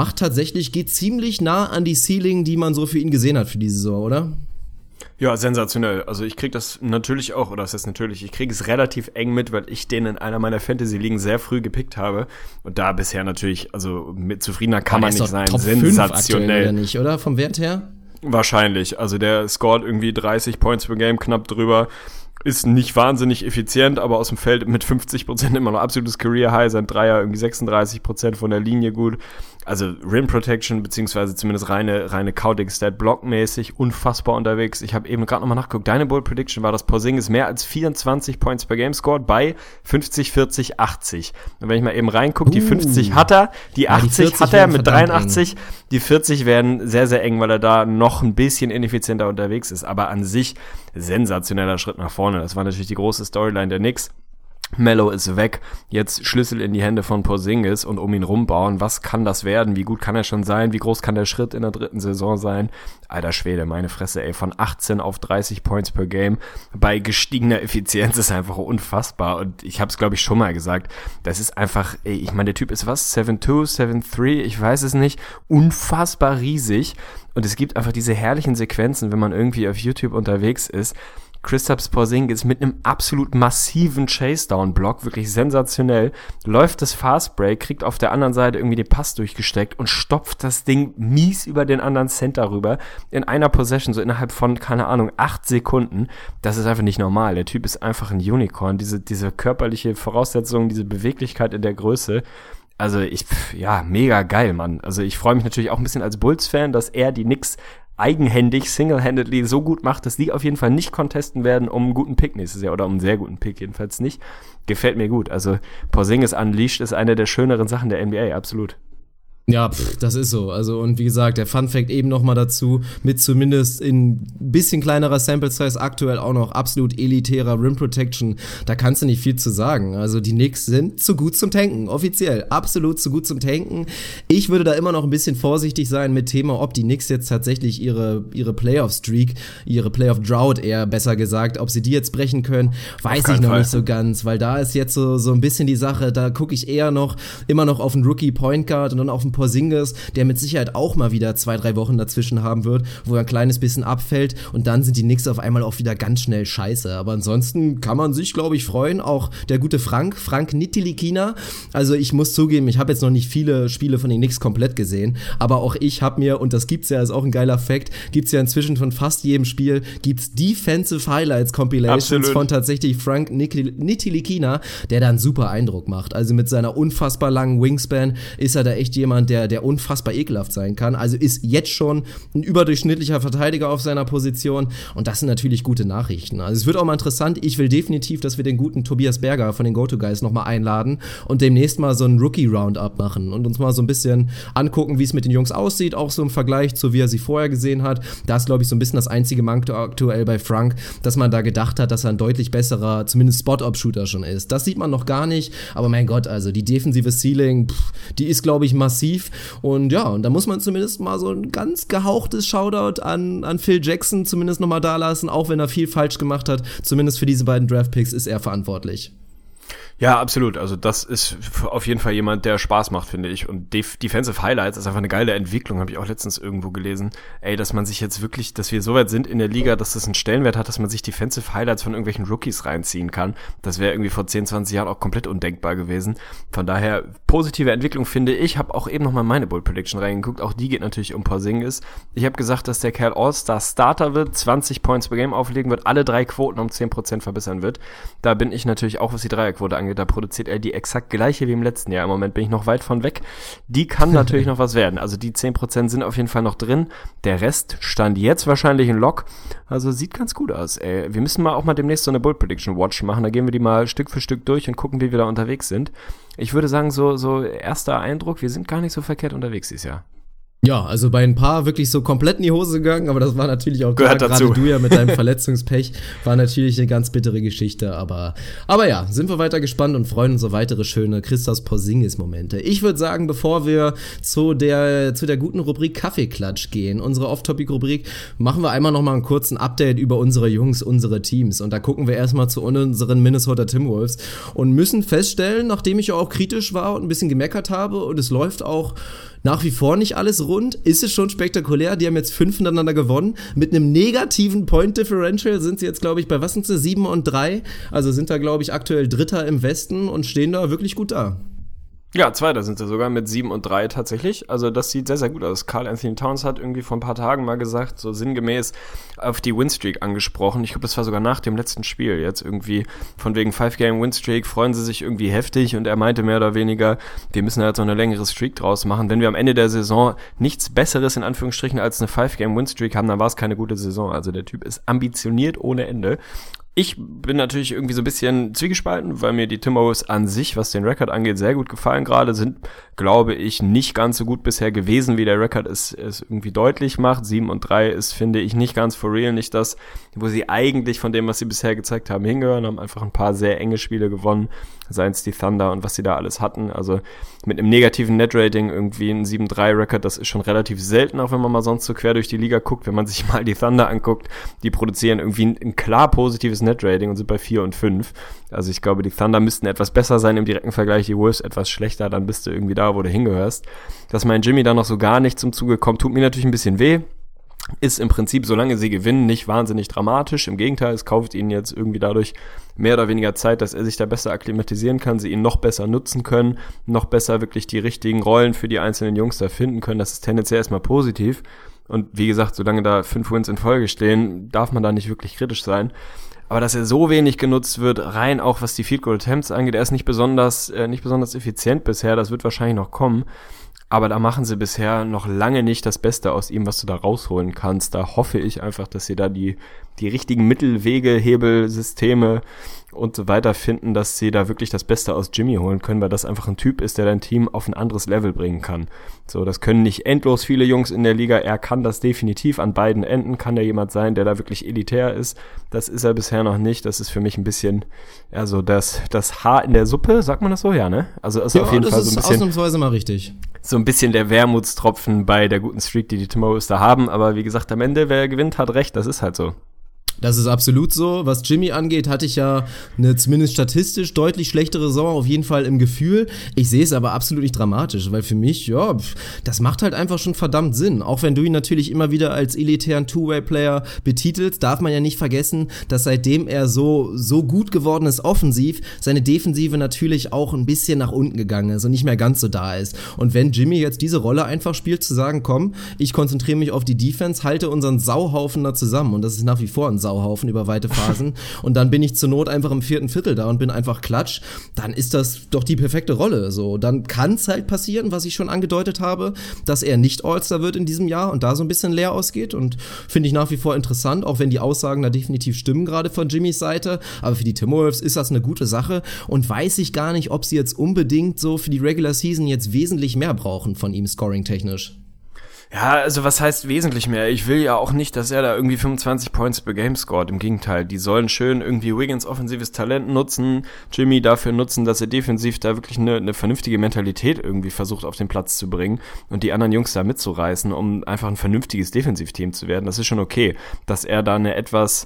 geht ziemlich nah an die Ceiling, die man so für ihn gesehen hat für die Saison, oder? Ja, sensationell. Also ich krieg das natürlich auch, oder das heißt natürlich, ich kriege es relativ eng mit, weil ich den in einer meiner Fantasy-Ligen sehr früh gepickt habe. Und da bisher natürlich, also mit zufriedener kann man nicht sein. Top Sensationell. Oder nicht, oder? Vom Wert her? Wahrscheinlich. Also der scored irgendwie 30 Points per Game, knapp drüber. Ist nicht wahnsinnig effizient, aber aus dem Feld mit 50% immer noch absolutes Career-High. Sein Dreier irgendwie 36% von der Linie gut. Also Rim Protection, beziehungsweise zumindest reine Counting-Stat blockmäßig unfassbar unterwegs. Ich habe eben gerade nochmal nachgeguckt. Deine Bold Prediction war, dass Porzingis mehr als 24 Points per Game scored bei 50, 40, 80. Und wenn ich mal eben reingucke, die 50 hat er, die 80 hat er mit 83. Eng. Die 40 werden sehr, sehr eng, weil er da noch ein bisschen ineffizienter unterwegs ist. Aber an sich sensationeller Schritt nach vorne. Das war natürlich die große Storyline der Knicks. Melo ist weg, jetzt Schlüssel in die Hände von Porzingis und um ihn rumbauen. Was kann das werden? Wie gut kann er schon sein? Wie groß kann der Schritt in der dritten Saison sein? Alter Schwede, meine Fresse, ey, von 18 auf 30 Points per Game bei gestiegener Effizienz ist einfach unfassbar. Und ich habe es, glaube ich, schon mal gesagt, das ist einfach, ey, ich meine, der Typ ist was? 7'2", 7'3", ich weiß es nicht, unfassbar riesig. Und es gibt einfach diese herrlichen Sequenzen, wenn man irgendwie auf YouTube unterwegs ist. Kristaps Porzingis mit einem absolut massiven Chase-Down-Block, wirklich sensationell, läuft das Fast-Break, kriegt auf der anderen Seite irgendwie den Pass durchgesteckt und stopft das Ding mies über den anderen Center rüber in einer Possession, so innerhalb von, keine Ahnung, 8 Sekunden. Das ist einfach nicht normal. Der Typ ist einfach ein Unicorn. Diese körperliche Voraussetzung, diese Beweglichkeit in der Größe. Also mega geil, Mann. Also ich freue mich natürlich auch ein bisschen als Bulls-Fan, dass er die Knicks eigenhändig, single-handedly so gut macht, dass die auf jeden Fall nicht contesten werden um einen guten Pick nächstes Jahr oder um einen sehr guten Pick jedenfalls nicht. Gefällt mir gut. Also Porzingis Unleashed ist eine der schöneren Sachen der NBA, absolut. Ja, das ist so. Also, und wie gesagt, der Fun-Fact eben nochmal dazu, mit zumindest in bisschen kleinerer Sample-Size aktuell auch noch absolut elitärer Rim Protection, da kannst du nicht viel zu sagen. Also, die Knicks sind zu gut zum Tanken, offiziell. Absolut zu gut zum Tanken. Ich würde da immer noch ein bisschen vorsichtig sein mit Thema, ob die Knicks jetzt tatsächlich ihre Playoff-Streak, ihre Playoff-Drought eher besser gesagt, ob sie die jetzt brechen können, weiß ich noch nicht so ganz, weil da ist jetzt so ein bisschen die Sache, da gucke ich eher noch, immer noch auf einen Rookie-Point Guard und dann auf einen Porzingis, der mit Sicherheit auch mal wieder 2-3 Wochen dazwischen haben wird, wo er ein kleines bisschen abfällt und dann sind die Knicks auf einmal auch wieder ganz schnell scheiße. Aber ansonsten kann man sich, glaube ich, freuen. Auch der gute Frank Ntilikina. Also ich muss zugeben, ich habe jetzt noch nicht viele Spiele von den Knicks komplett gesehen, aber auch ich habe mir, und das gibt's ja, ist auch ein geiler Fact, gibt's ja inzwischen von fast jedem Spiel, gibt's Defensive Highlights Compilations von tatsächlich Frank Ntilikina, der da einen super Eindruck macht. Also mit seiner unfassbar langen Wingspan ist er da echt jemand, der unfassbar ekelhaft sein kann. Also ist jetzt schon ein überdurchschnittlicher Verteidiger auf seiner Position und das sind natürlich gute Nachrichten. Also es wird auch mal interessant. Ich will definitiv, dass wir den guten Tobias Berger von den Go-To-Guys nochmal einladen und demnächst mal so ein Rookie-Roundup machen und uns mal so ein bisschen angucken, wie es mit den Jungs aussieht, auch so im Vergleich zu wie er sie vorher gesehen hat. Da ist, glaube ich, so ein bisschen das einzige Manko aktuell bei Frank, dass man da gedacht hat, dass er ein deutlich besserer, zumindest Spot-Up-Shooter schon ist. Das sieht man noch gar nicht, aber mein Gott, also die defensive Ceiling, die ist, glaube ich, massiv. Und ja, und da muss man zumindest mal so ein ganz gehauchtes Shoutout an Phil Jackson zumindest nochmal da lassen, auch wenn er viel falsch gemacht hat. Zumindest für diese beiden Draftpicks ist er verantwortlich. Ja, absolut. Also das ist auf jeden Fall jemand, der Spaß macht, finde ich. Und Defensive Highlights ist einfach eine geile Entwicklung, habe ich auch letztens irgendwo gelesen. Ey, dass man sich jetzt wirklich, dass wir so weit sind in der Liga, dass das einen Stellenwert hat, dass man sich Defensive Highlights von irgendwelchen Rookies reinziehen kann. Das wäre irgendwie vor 10, 20 Jahren auch komplett undenkbar gewesen. Von daher positive Entwicklung, finde ich. Habe auch eben nochmal meine Bold Prediction reingeguckt. Auch die geht natürlich um Porzingis. Ich habe gesagt, dass der Kerl All-Star Starter wird, 20 Points per Game auflegen wird, alle 3 Quoten um 10% verbessern wird. Da bin ich natürlich auch, was die Dreierquote angeht, da produziert er die exakt gleiche wie im letzten Jahr. Im Moment bin ich noch weit von weg. Die kann natürlich noch was werden. Also die 10% sind auf jeden Fall noch drin. Der Rest stand jetzt wahrscheinlich in Lock. Also sieht ganz gut aus, ey. Wir müssen auch mal demnächst so eine Bold Prediction Watch machen. Da gehen wir die mal Stück für Stück durch und gucken, wie wir da unterwegs sind. Ich würde sagen, so erster Eindruck, wir sind gar nicht so verkehrt unterwegs dieses Jahr. Ja, also bei ein paar wirklich so komplett in die Hose gegangen, aber das war natürlich auch klar, gerade du ja mit deinem Verletzungspech, war natürlich eine ganz bittere Geschichte, aber ja, sind wir weiter gespannt und freuen uns auf weitere schöne Christoph Porzingis-Momente. Ich würde sagen, bevor wir zu der guten Rubrik Kaffeeklatsch gehen, unsere Off-Topic-Rubrik, machen wir einmal nochmal einen kurzen Update über unsere Jungs, unsere Teams und da gucken wir erstmal zu unseren Minnesota Timberwolves und müssen feststellen, nachdem ich auch kritisch war und ein bisschen gemeckert habe und es läuft auch nach wie vor nicht alles rund, ist es schon spektakulär. Die haben jetzt 5 hintereinander gewonnen. Mit einem negativen Point Differential sind sie jetzt, glaube ich, bei was sind sie? 7-3. Also sind da, glaube ich, aktuell Dritter im Westen und stehen da wirklich gut da. Ja, Zweiter sind sie sogar mit 7-3 tatsächlich. Also das sieht sehr, sehr gut aus. Karl Anthony Towns hat irgendwie vor ein paar Tagen mal gesagt, so sinngemäß auf die Winstreak angesprochen. Ich glaube, das war sogar nach dem letzten Spiel. Jetzt irgendwie von wegen 5-Game-Winstreak freuen sie sich irgendwie heftig und er meinte mehr oder weniger, wir müssen da jetzt noch eine längere Streak draus machen. Wenn wir am Ende der Saison nichts Besseres in Anführungsstrichen als eine 5-Game-Winstreak haben, dann war es keine gute Saison. Also der Typ ist ambitioniert ohne Ende. Ich bin natürlich irgendwie so ein bisschen zwiegespalten, weil mir die Timberwolves an sich, was den Rekord angeht, sehr gut gefallen gerade, sind, glaube ich, nicht ganz so gut bisher gewesen, wie der Rekord es irgendwie deutlich macht. 7-3 ist, finde ich, nicht ganz for real, nicht das, wo sie eigentlich von dem, was sie bisher gezeigt haben, hingehören, haben einfach ein paar sehr enge Spiele gewonnen, seien es die Thunder und was sie da alles hatten. Also mit einem negativen Net-Rating irgendwie ein 7-3-Rekord, das ist schon relativ selten, auch wenn man mal sonst so quer durch die Liga guckt. Wenn man sich mal die Thunder anguckt, die produzieren irgendwie ein klar positives Net-Rating und sind bei 4 und 5. Also ich glaube, die Thunder müssten etwas besser sein im direkten Vergleich, die Wolves etwas schlechter, dann bist du irgendwie da, wo du hingehörst. Dass mein Jimmy da noch so gar nicht zum Zuge kommt, tut mir natürlich ein bisschen weh. Ist im Prinzip, solange sie gewinnen, nicht wahnsinnig dramatisch. Im Gegenteil, es kauft ihnen jetzt irgendwie dadurch mehr oder weniger Zeit, dass er sich da besser akklimatisieren kann, sie ihn noch besser nutzen können, noch besser wirklich die richtigen Rollen für die einzelnen Jungs da finden können. Das ist tendenziell erstmal positiv. Und wie gesagt, solange da 5 Wins in Folge stehen, darf man da nicht wirklich kritisch sein. Aber dass er so wenig genutzt wird, rein auch was die Field Goal Attempts angeht, er ist nicht besonders effizient bisher, das wird wahrscheinlich noch kommen. Aber da machen sie bisher noch lange nicht das Beste aus ihm, was du da rausholen kannst. Da hoffe ich einfach, dass sie da die richtigen Mittelwege, Hebelsysteme und so weiter finden, dass sie da wirklich das Beste aus Jimmy holen können, weil das einfach ein Typ ist, der dein Team auf ein anderes Level bringen kann. So, das können nicht endlos viele Jungs in der Liga. Er kann das definitiv. An beiden Enden kann er jemand sein, der da wirklich elitär ist. Das ist er bisher noch nicht. Das ist für mich ein bisschen, also das Haar in der Suppe, sagt man das so? Ja, ne? Also ist auf jeden Fall so ein bisschen. Das ist ausnahmsweise mal richtig. So ein bisschen der Wermutstropfen bei der guten Streak, die Timberwolves da haben. Aber wie gesagt, am Ende, wer gewinnt, hat recht. Das ist halt so. Das ist absolut so. Was Jimmy angeht, hatte ich ja eine zumindest statistisch deutlich schlechtere Saison, auf jeden Fall im Gefühl. Ich sehe es aber absolut nicht dramatisch, weil für mich, ja, das macht halt einfach schon verdammt Sinn. Auch wenn du ihn natürlich immer wieder als elitären Two-Way-Player betitelst, darf man ja nicht vergessen, dass seitdem er so gut geworden ist offensiv, seine Defensive natürlich auch ein bisschen nach unten gegangen ist und nicht mehr ganz so da ist. Und wenn Jimmy jetzt diese Rolle einfach spielt, zu sagen, komm, ich konzentriere mich auf die Defense, halte unseren Sauhaufen da zusammen, und das ist nach wie vor ein Sauhaufen über weite Phasen, und dann bin ich zur Not einfach im 4. Viertel da und bin einfach Klatsch, dann ist das doch die perfekte Rolle. So, dann kann es halt passieren, was ich schon angedeutet habe, dass er nicht All-Star wird in diesem Jahr und da so ein bisschen leer ausgeht, und finde ich nach wie vor interessant, auch wenn die Aussagen da definitiv stimmen, gerade von Jimmys Seite, aber für die Timberwolves ist das eine gute Sache, und weiß ich gar nicht, ob sie jetzt unbedingt so für die Regular Season jetzt wesentlich mehr brauchen von ihm scoring-technisch. Ja, also was heißt wesentlich mehr? Ich will ja auch nicht, dass er da irgendwie 25 Points per Game scored. Im Gegenteil, die sollen schön irgendwie Wiggins offensives Talent nutzen, Jimmy dafür nutzen, dass er defensiv da wirklich eine vernünftige Mentalität irgendwie versucht auf den Platz zu bringen und die anderen Jungs da mitzureißen, um einfach ein vernünftiges Defensivteam zu werden. Das ist schon okay, dass er da eine etwas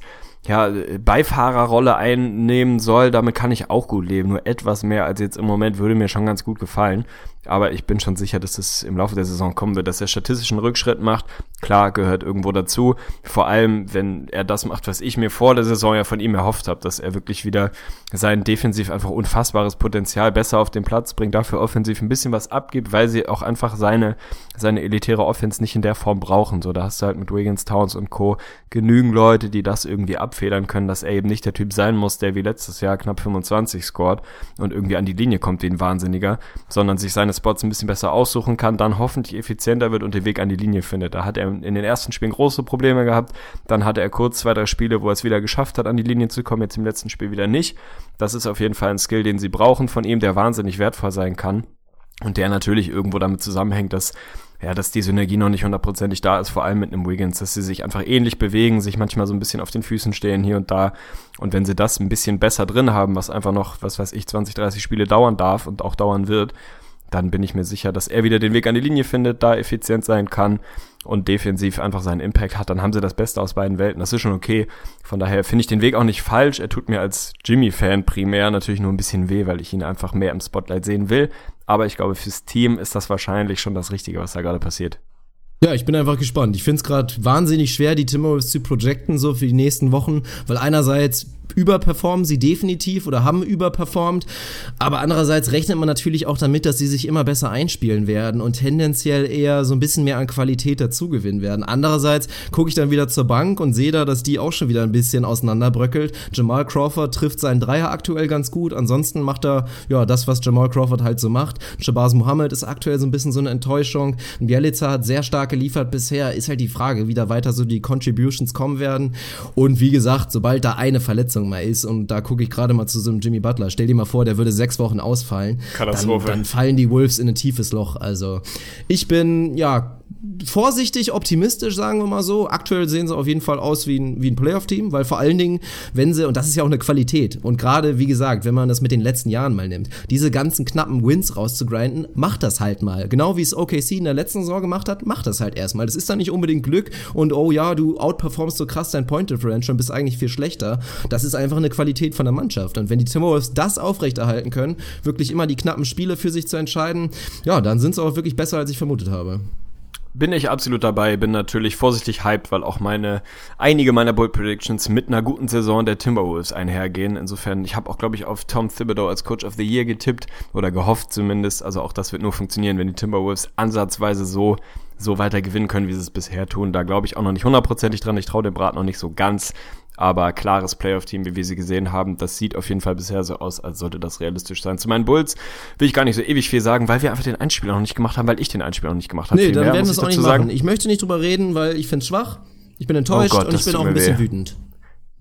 Beifahrerrolle einnehmen soll, damit kann ich auch gut leben. Nur etwas mehr als jetzt im Moment würde mir schon ganz gut gefallen. Aber ich bin schon sicher, dass es im Laufe der Saison kommen wird, dass er statistischen Rückschritt macht. Klar, gehört irgendwo dazu. Vor allem, wenn er das macht, was ich mir vor der Saison ja von ihm erhofft habe, dass er wirklich wieder sein defensiv einfach unfassbares Potenzial besser auf den Platz bringt, dafür offensiv ein bisschen was abgibt, weil sie auch einfach seine elitäre Offense nicht in der Form brauchen. So, da hast du halt mit Wiggins, Towns und Co. genügend Leute, die das irgendwie abfedern können, dass er eben nicht der Typ sein muss, der wie letztes Jahr knapp 25 scored und irgendwie an die Linie kommt wie ein Wahnsinniger, sondern sich seine Spots ein bisschen besser aussuchen kann, dann hoffentlich effizienter wird und den Weg an die Linie findet. Da hat er in den ersten Spielen große Probleme gehabt, dann hatte er kurz 2, 3 Spiele, wo er es wieder geschafft hat, an die Linie zu kommen, jetzt im letzten Spiel wieder nicht. Das ist auf jeden Fall ein Skill, den sie brauchen von ihm, der wahnsinnig wertvoll sein kann und der natürlich irgendwo damit zusammenhängt, dass die Synergie noch nicht 100% da ist, vor allem mit einem Wiggins, dass sie sich einfach ähnlich bewegen, sich manchmal so ein bisschen auf den Füßen stehen hier und da, und wenn sie das ein bisschen besser drin haben, was einfach noch, 20, 30 Spiele dauern darf und auch dauern wird, dann bin ich mir sicher, dass er wieder den Weg an die Linie findet, da effizient sein kann und defensiv einfach seinen Impact hat, dann haben sie das Beste aus beiden Welten. Das ist schon okay. Von daher finde ich den Weg auch nicht falsch. Er tut mir als Jimmy-Fan primär natürlich nur ein bisschen weh, weil ich ihn einfach mehr im Spotlight sehen will. Aber ich glaube, fürs Team ist das wahrscheinlich schon das Richtige, was da gerade passiert. Ja, ich bin einfach gespannt. Ich finde es gerade wahnsinnig schwer, die Timberwolves zu projecten, so für die nächsten Wochen, weil einerseits überperformen sie definitiv oder haben überperformt, aber andererseits rechnet man natürlich auch damit, dass sie sich immer besser einspielen werden und tendenziell eher so ein bisschen mehr an Qualität dazugewinnen werden. Andererseits gucke ich dann wieder zur Bank und sehe da, dass die auch schon wieder ein bisschen auseinanderbröckelt. Jamal Crawford trifft seinen Dreier aktuell ganz gut, ansonsten macht er das, was Jamal Crawford halt so macht. Shabazz Muhammad ist aktuell so ein bisschen so eine Enttäuschung. Bjelica hat sehr stark geliefert bisher, ist halt die Frage, wie da weiter so die Contributions kommen werden, und wie gesagt, sobald da eine Verletzung mal ist, und da gucke ich gerade mal zu so einem Jimmy Butler, stell dir mal vor, der würde 6 Wochen ausfallen, dann fallen die Wolves in ein tiefes Loch. Also ich bin vorsichtig optimistisch, sagen wir mal so. Aktuell sehen sie auf jeden Fall aus wie ein Playoff-Team, weil vor allen Dingen, wenn sie, und das ist ja auch eine Qualität, und gerade, wie gesagt, wenn man das mit den letzten Jahren mal nimmt, diese ganzen knappen Wins rauszugrinden, macht das halt mal. Genau wie es OKC in der letzten Saison gemacht hat, macht das halt erstmal. Das ist dann nicht unbedingt Glück und du outperformst so krass dein Point Differential und bist eigentlich viel schlechter. Das ist einfach eine Qualität von der Mannschaft. Und wenn die Timberwolves das aufrechterhalten können, wirklich immer die knappen Spiele für sich zu entscheiden, dann sind sie auch wirklich besser, als ich vermutet habe. Bin ich absolut dabei, bin natürlich vorsichtig hyped, weil auch einige meiner Bold Predictions mit einer guten Saison der Timberwolves einhergehen. Insofern, ich habe auch, glaube ich, auf Tom Thibodeau als Coach of the Year getippt oder gehofft zumindest. Also auch das wird nur funktionieren, wenn die Timberwolves ansatzweise so weiter gewinnen können, wie sie es bisher tun. Da glaube ich auch noch nicht 100%ig dran. Ich traue dem Brat noch nicht so ganz. Aber klares Playoff-Team, wie wir sie gesehen haben, das sieht auf jeden Fall bisher so aus, als sollte das realistisch sein. Zu meinen Bulls will ich gar nicht so ewig viel sagen, weil wir einfach den Einspieler noch nicht gemacht haben, weil ich den Einspieler noch nicht gemacht habe. Nee, dann werden wir es auch nicht machen. Ich möchte nicht drüber reden, weil ich finde es schwach, ich bin enttäuscht und ich bin auch ein bisschen wütend.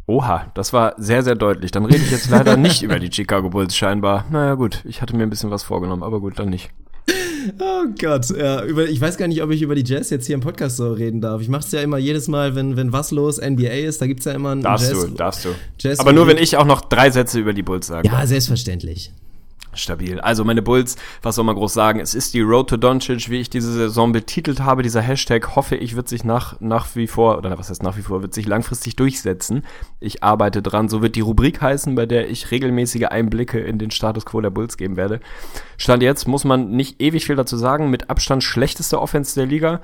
Oha, das war sehr, sehr deutlich. Dann rede ich jetzt leider nicht über die Chicago Bulls scheinbar. Naja gut, ich hatte mir ein bisschen was vorgenommen, aber gut, dann nicht. Oh Gott, ja, ich weiß gar nicht, ob ich über die Jazz jetzt hier im Podcast so reden darf. Ich mach's ja immer jedes Mal, wenn was los NBA ist, da gibt's ja immer einen Darfst du. Jazz aber nur, wenn ich auch noch 3 Sätze über die Bulls sage. Ja, selbstverständlich. Stabil. Also meine Bulls, was soll man groß sagen, es ist die Road to Doncic, wie ich diese Saison betitelt habe, dieser Hashtag, hoffe ich, wird sich nach wie vor, oder was heißt nach wie vor, wird sich langfristig durchsetzen. Ich arbeite dran, so wird die Rubrik heißen, bei der ich regelmäßige Einblicke in den Status Quo der Bulls geben werde. Stand jetzt, muss man nicht ewig viel dazu sagen, mit Abstand schlechteste Offense der Liga,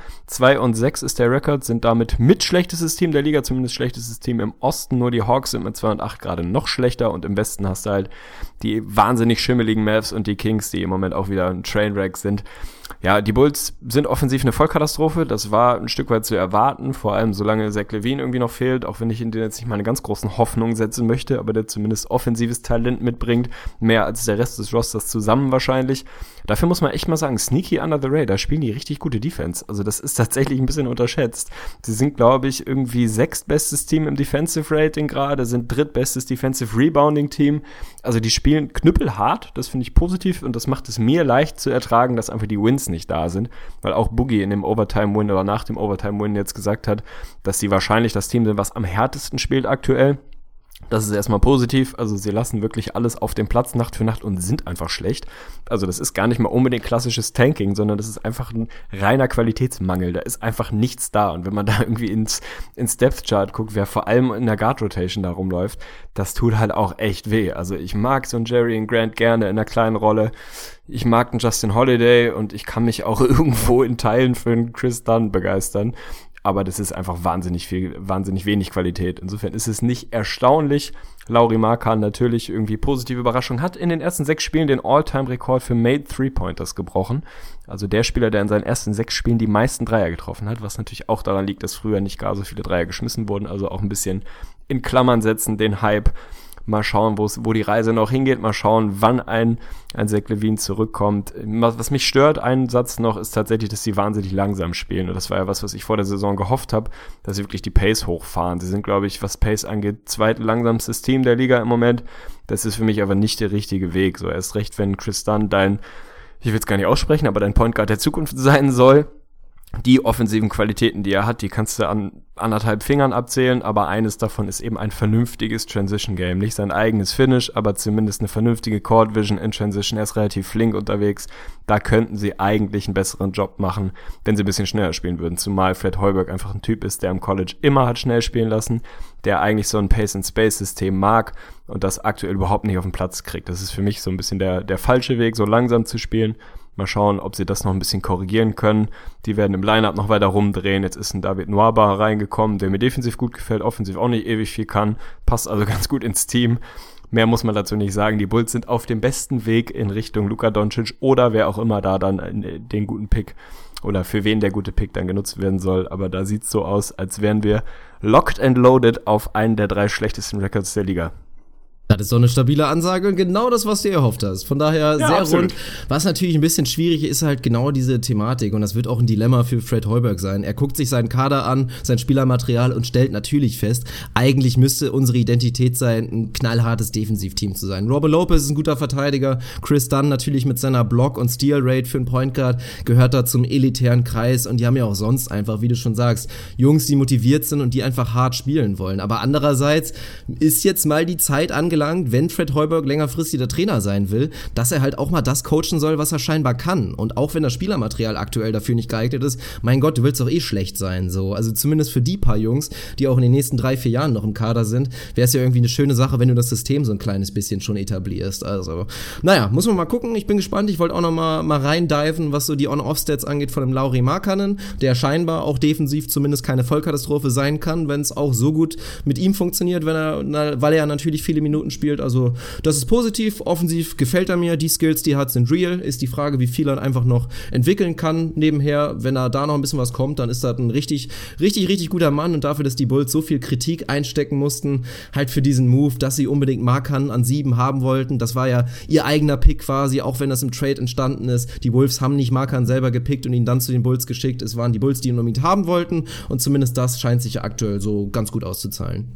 2-6 ist der Rekord, sind damit mit schlechtestes Team der Liga, zumindest schlechtestes Team im Osten, nur die Hawks sind mit 2-8 gerade noch schlechter und im Westen hast du halt die wahnsinnig schimmeligen Mavs und die Kings, die im Moment auch wieder ein Trainwreck sind. Ja, die Bulls sind offensiv eine Vollkatastrophe. Das war ein Stück weit zu erwarten, vor allem solange Zach LaVine irgendwie noch fehlt, auch wenn ich in den jetzt nicht meine ganz großen Hoffnungen setzen möchte, aber der zumindest offensives Talent mitbringt, mehr als der Rest des Rosters zusammen wahrscheinlich. Dafür muss man echt mal sagen, sneaky under the radar, spielen die richtig gute Defense. Also das ist tatsächlich ein bisschen unterschätzt. Sie sind, glaube ich, irgendwie 6. bestes Team im Defensive Rating gerade, sind 3. bestes Defensive Rebounding Team. Also die spielen knüppelhart, das finde ich positiv und das macht es mir leicht zu ertragen, dass einfach die Wins nicht da sind, weil auch Boogie in dem Overtime-Win oder nach dem Overtime-Win jetzt gesagt hat, dass sie wahrscheinlich das Team sind, was am härtesten spielt aktuell. Das ist erstmal positiv, also sie lassen wirklich alles auf dem Platz Nacht für Nacht und sind einfach schlecht. Also das ist gar nicht mal unbedingt klassisches Tanking, sondern das ist einfach ein reiner Qualitätsmangel. Da ist einfach nichts da und wenn man da irgendwie ins Depth-Chart guckt, wer vor allem in der Guard-Rotation da rumläuft, das tut halt auch echt weh. Also ich mag so einen Jerry Grant gerne in einer kleinen Rolle. Ich mag einen Justin Holiday und ich kann mich auch irgendwo in Teilen für einen Chris Dunn begeistern. Aber das ist einfach wahnsinnig wenig Qualität. Insofern ist es nicht erstaunlich. Lauri Markkanen natürlich irgendwie positive Überraschung, hat in den ersten 6 Spielen den All-Time-Rekord für Made Three-Pointers gebrochen. Also der Spieler, der in seinen ersten 6 Spielen die meisten Dreier getroffen hat, was natürlich auch daran liegt, dass früher nicht gar so viele Dreier geschmissen wurden. Also auch ein bisschen in Klammern setzen, den Hype. Mal schauen, wo die Reise noch hingeht. Mal schauen, wann ein Zach LaVine zurückkommt. Was mich stört, ein Satz noch, ist tatsächlich, dass sie wahnsinnig langsam spielen. Und das war ja was ich vor der Saison gehofft habe, dass sie wirklich die Pace hochfahren. Sie sind, glaube ich, was Pace angeht, zweitlangsamstes Team der Liga im Moment. Das ist für mich aber nicht der richtige Weg. So erst recht, wenn Chris Dunn ich will es gar nicht aussprechen, aber dein Point Guard der Zukunft sein soll. Die offensiven Qualitäten, die er hat, die kannst du an 1,5 Fingern abzählen, aber eines davon ist eben ein vernünftiges Transition-Game. Nicht sein eigenes Finish, aber zumindest eine vernünftige Court-Vision in Transition. Er ist relativ flink unterwegs. Da könnten sie eigentlich einen besseren Job machen, wenn sie ein bisschen schneller spielen würden. Zumal Fred Hoiberg einfach ein Typ ist, der im College immer hat schnell spielen lassen, der eigentlich so ein Pace-and-Space-System mag und das aktuell überhaupt nicht auf den Platz kriegt. Das ist für mich so ein bisschen der falsche Weg, so langsam zu spielen. Mal schauen, ob sie das noch ein bisschen korrigieren können. Die werden im Line-Up noch weiter rumdrehen. Jetzt ist ein David Nwaba reingekommen, der mir defensiv gut gefällt, offensiv auch nicht ewig viel kann. Passt also ganz gut ins Team. Mehr muss man dazu nicht sagen. Die Bulls sind auf dem besten Weg in Richtung Luka Doncic oder wer auch immer da dann den guten Pick oder für wen der gute Pick dann genutzt werden soll. Aber da sieht's so aus, als wären wir locked and loaded auf einen der 3 schlechtesten Records der Liga. Das ist doch eine stabile Ansage und genau das, was du erhofft hast. Von daher ja, sehr absolut. rund. Was natürlich ein bisschen schwierig ist, halt genau diese Thematik und das wird auch ein Dilemma für Fred Hoiberg sein. Er guckt sich seinen Kader an, sein Spielermaterial und stellt natürlich fest, eigentlich müsste unsere Identität sein, ein knallhartes Defensivteam zu sein. Robert Lopez ist ein guter Verteidiger, Chris Dunn natürlich mit seiner Block- und Steal-Rate für einen Point Guard gehört da zum elitären Kreis und die haben ja auch sonst einfach, wie du schon sagst, Jungs, die motiviert sind und die einfach hart spielen wollen. Aber andererseits ist jetzt mal die Zeit angelangt, wenn Fred Hoiberg längerfristig der Trainer sein will, dass er halt auch mal das coachen soll, was er scheinbar kann. Und auch wenn das Spielermaterial aktuell dafür nicht geeignet ist, mein Gott, du willst doch eh schlecht sein. So. Also zumindest für die paar Jungs, die auch in den nächsten 3-4 Jahren noch im Kader sind, wäre es ja irgendwie eine schöne Sache, wenn du das System so ein kleines bisschen schon etablierst. Also, naja, muss man mal gucken. Ich bin gespannt. Ich wollte auch noch mal reindiven, was so die On-Off-Stats angeht von dem Lauri Markkanen, der scheinbar auch defensiv zumindest keine Vollkatastrophe sein kann, wenn es auch so gut mit ihm funktioniert, weil er natürlich viele Minuten spielt, also das ist positiv, offensiv gefällt er mir, die Skills, die er hat, sind real, ist die Frage, wie viel er einfach noch entwickeln kann nebenher, wenn er da noch ein bisschen was kommt, dann ist das ein richtig guter Mann und dafür, dass die Bulls so viel Kritik einstecken mussten, halt für diesen Move, dass sie unbedingt Markkanen an 7 haben wollten, das war ja ihr eigener Pick quasi, auch wenn das im Trade entstanden ist, die Wolves haben nicht Markkanen selber gepickt und ihn dann zu den Bulls geschickt, es waren die Bulls, die ihn unbedingt haben wollten und zumindest das scheint sich ja aktuell so ganz gut auszuzahlen.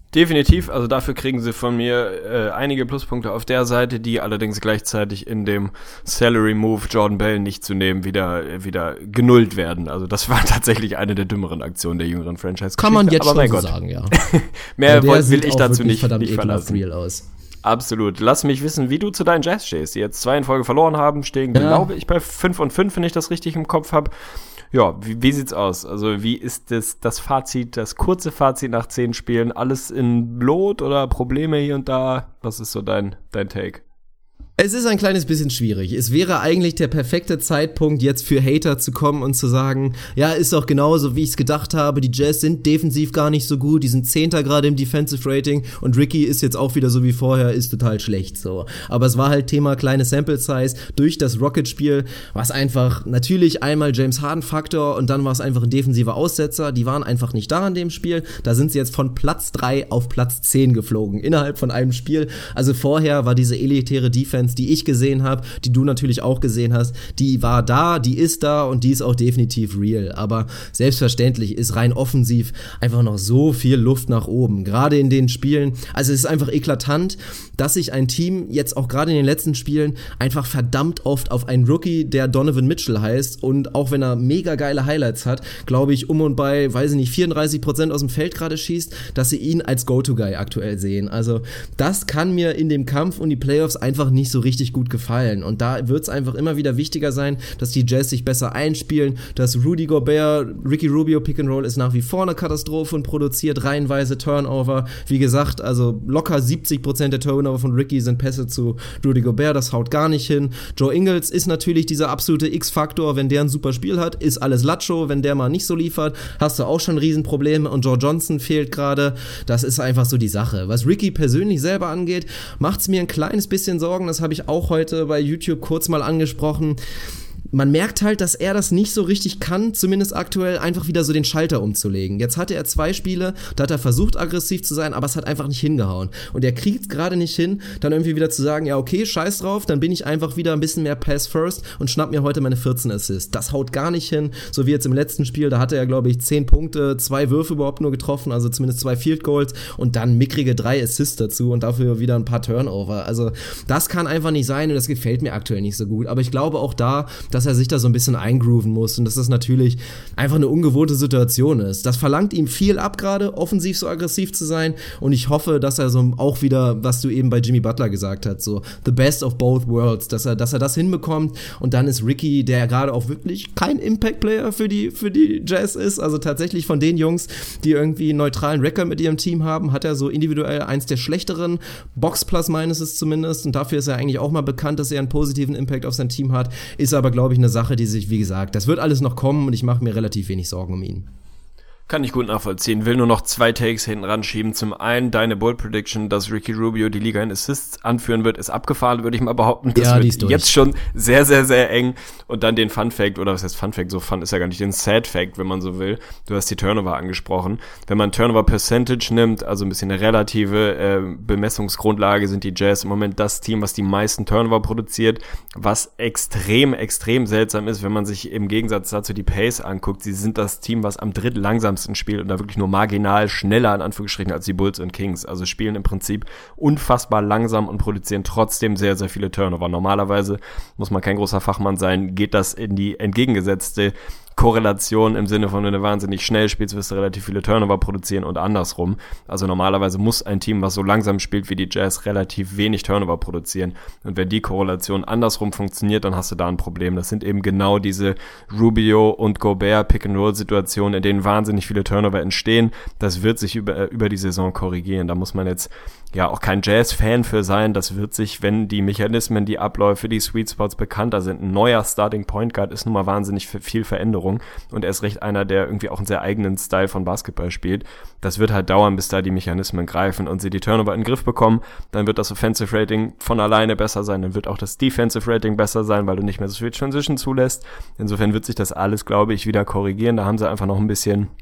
Definitiv, also dafür kriegen sie von mir einige Pluspunkte auf der Seite, die allerdings gleichzeitig in dem Salary Move Jordan Bell nicht zu nehmen wieder genullt werden. Also das war tatsächlich eine der dümmeren Aktionen der jüngeren Franchise-Geschichte. Kann man jetzt aber schon so sagen, ja. Mehr will ich dazu nicht verlassen. Real aus. Absolut. Lass mich wissen, wie du zu deinen Jazz stehst, die jetzt 2 in Folge verloren haben, stehen, glaube ich, bei 5-5, wenn ich das richtig im Kopf habe. Ja, wie sieht's aus? Also wie ist das Fazit, das kurze Fazit nach 10 Spielen? Alles in Blut oder Probleme hier und da? Was ist so dein Take? Es ist ein kleines bisschen schwierig. Es wäre eigentlich der perfekte Zeitpunkt, jetzt für Hater zu kommen und zu sagen, ja, ist doch genauso, wie ich es gedacht habe. Die Jazz sind defensiv gar nicht so gut. Die sind 10. gerade im Defensive Rating und Ricky ist jetzt auch wieder so wie vorher, ist total schlecht so. Aber es war halt Thema kleine Sample Size durch das Rocket-Spiel, was einfach natürlich einmal James Harden-Faktor und dann war es einfach ein defensiver Aussetzer. Die waren einfach nicht da in dem Spiel. Da sind sie jetzt von Platz 3 auf Platz 10 geflogen innerhalb von einem Spiel. Also vorher war diese elitäre Defense, die ich gesehen habe, die du natürlich auch gesehen hast, die war da, die ist da und die ist auch definitiv real. Aber selbstverständlich ist rein offensiv einfach noch so viel Luft nach oben, gerade in den Spielen. Also es ist einfach eklatant, dass sich ein Team jetzt auch gerade in den letzten Spielen einfach verdammt oft auf einen Rookie, der Donovan Mitchell heißt und auch wenn er mega geile Highlights hat, glaube ich, um und bei, weiß ich nicht, 34% aus dem Feld gerade schießt, dass sie ihn als Go-To-Guy aktuell sehen. Also das kann mir in dem Kampf um die Playoffs einfach nicht so richtig gut gefallen. Und da wird es einfach immer wieder wichtiger sein, dass die Jazz sich besser einspielen, dass Rudy Gobert, Ricky Rubio Pick and Roll ist nach wie vor eine Katastrophe und produziert reihenweise Turnover. Wie gesagt, also locker 70% der Turnover von Ricky sind Pässe zu Rudy Gobert, das haut gar nicht hin. Joe Ingles ist natürlich dieser absolute X-Faktor, wenn der ein super Spiel hat, ist alles Latscho, wenn der mal nicht so liefert, hast du auch schon Riesenprobleme und Joe Johnson fehlt gerade. Das ist einfach so die Sache. Was Ricky persönlich selber angeht, macht es mir ein kleines bisschen Sorgen, das habe ich auch heute bei YouTube kurz mal angesprochen. Man merkt halt, dass er das nicht so richtig kann, zumindest aktuell einfach wieder so den Schalter umzulegen. Jetzt hatte er 2 Spiele, da hat er versucht aggressiv zu sein, aber es hat einfach nicht hingehauen. Und er kriegt gerade nicht hin, dann irgendwie wieder zu sagen, ja okay, scheiß drauf, dann bin ich einfach wieder ein bisschen mehr Pass First und schnapp mir heute meine 14 Assists. Das haut gar nicht hin, so wie jetzt im letzten Spiel, da hatte er glaube ich 10 Punkte, 2 Würfe überhaupt nur getroffen, also zumindest 2 Field Goals und dann mickrige 3 Assists dazu und dafür wieder ein paar Turnover. Also das kann einfach nicht sein und das gefällt mir aktuell nicht so gut. Aber ich glaube auch da, dass er sich da so ein bisschen eingrooven muss und dass das natürlich einfach eine ungewohnte Situation ist. Das verlangt ihm viel ab gerade, offensiv so aggressiv zu sein und ich hoffe, dass er so auch wieder, was du eben bei Jimmy Butler gesagt hast, so the best of both worlds, dass er das hinbekommt und dann ist Ricky, der gerade auch wirklich kein Impact-Player für die Jazz ist, also tatsächlich von den Jungs, die irgendwie einen neutralen Record mit ihrem Team haben, hat er so individuell eins der schlechteren Box-Plus-Minuses zumindest und dafür ist er eigentlich auch mal bekannt, dass er einen positiven Impact auf sein Team hat, ist aber, glaube ich, eine Sache, die sich, wie gesagt, das wird alles noch kommen und ich mache mir relativ wenig Sorgen um ihn. Kann ich gut nachvollziehen. Will nur noch 2 Takes hinten ranschieben. Zum einen, deine Bold Prediction, dass Ricky Rubio die Liga in Assists anführen wird, ist abgefahren, würde ich mal behaupten. Das wird jetzt schon sehr, sehr, sehr eng. Und dann den Fun Fact, oder was heißt Fun Fact? So Fun ist ja gar nicht, den Sad Fact, wenn man so will. Du hast die Turnover angesprochen. Wenn man Turnover Percentage nimmt, also ein bisschen eine relative Bemessungsgrundlage, sind die Jazz im Moment das Team, was die meisten Turnover produziert, was extrem, extrem seltsam ist, wenn man sich im Gegensatz dazu die Pace anguckt. Sie sind das Team, was am drittlangsamsten spielt und da wirklich nur marginal schneller in Anführungsstrichen als die Bulls und Kings. Also spielen im Prinzip unfassbar langsam und produzieren trotzdem sehr, sehr viele Turnover. Normalerweise, muss man kein großer Fachmann sein, geht das in die entgegengesetzte Korrelation im Sinne von, wenn du wahnsinnig schnell spielst, wirst du relativ viele Turnover produzieren und andersrum. Also normalerweise muss ein Team, was so langsam spielt wie die Jazz, relativ wenig Turnover produzieren. Und wenn die Korrelation andersrum funktioniert, dann hast du da ein Problem. Das sind eben genau diese Rubio und Gobert Pick-and-Roll-Situationen, in denen wahnsinnig viele Turnover entstehen. Das wird sich über die Saison korrigieren. Da muss man jetzt ja auch kein Jazz-Fan für sein. Das wird sich, wenn die Mechanismen, die Abläufe, die Sweet Spots bekannter sind. Ein neuer Starting Point Guard ist nun mal wahnsinnig viel Veränderung und er ist recht einer, der irgendwie auch einen sehr eigenen Style von Basketball spielt. Das wird halt dauern, bis da die Mechanismen greifen und sie die Turnover in den Griff bekommen. Dann wird das Offensive Rating von alleine besser sein. Dann wird auch das Defensive Rating besser sein, weil du nicht mehr so viel Transition zulässt. Insofern wird sich das alles, glaube ich, wieder korrigieren. Da haben sie einfach noch ein bisschen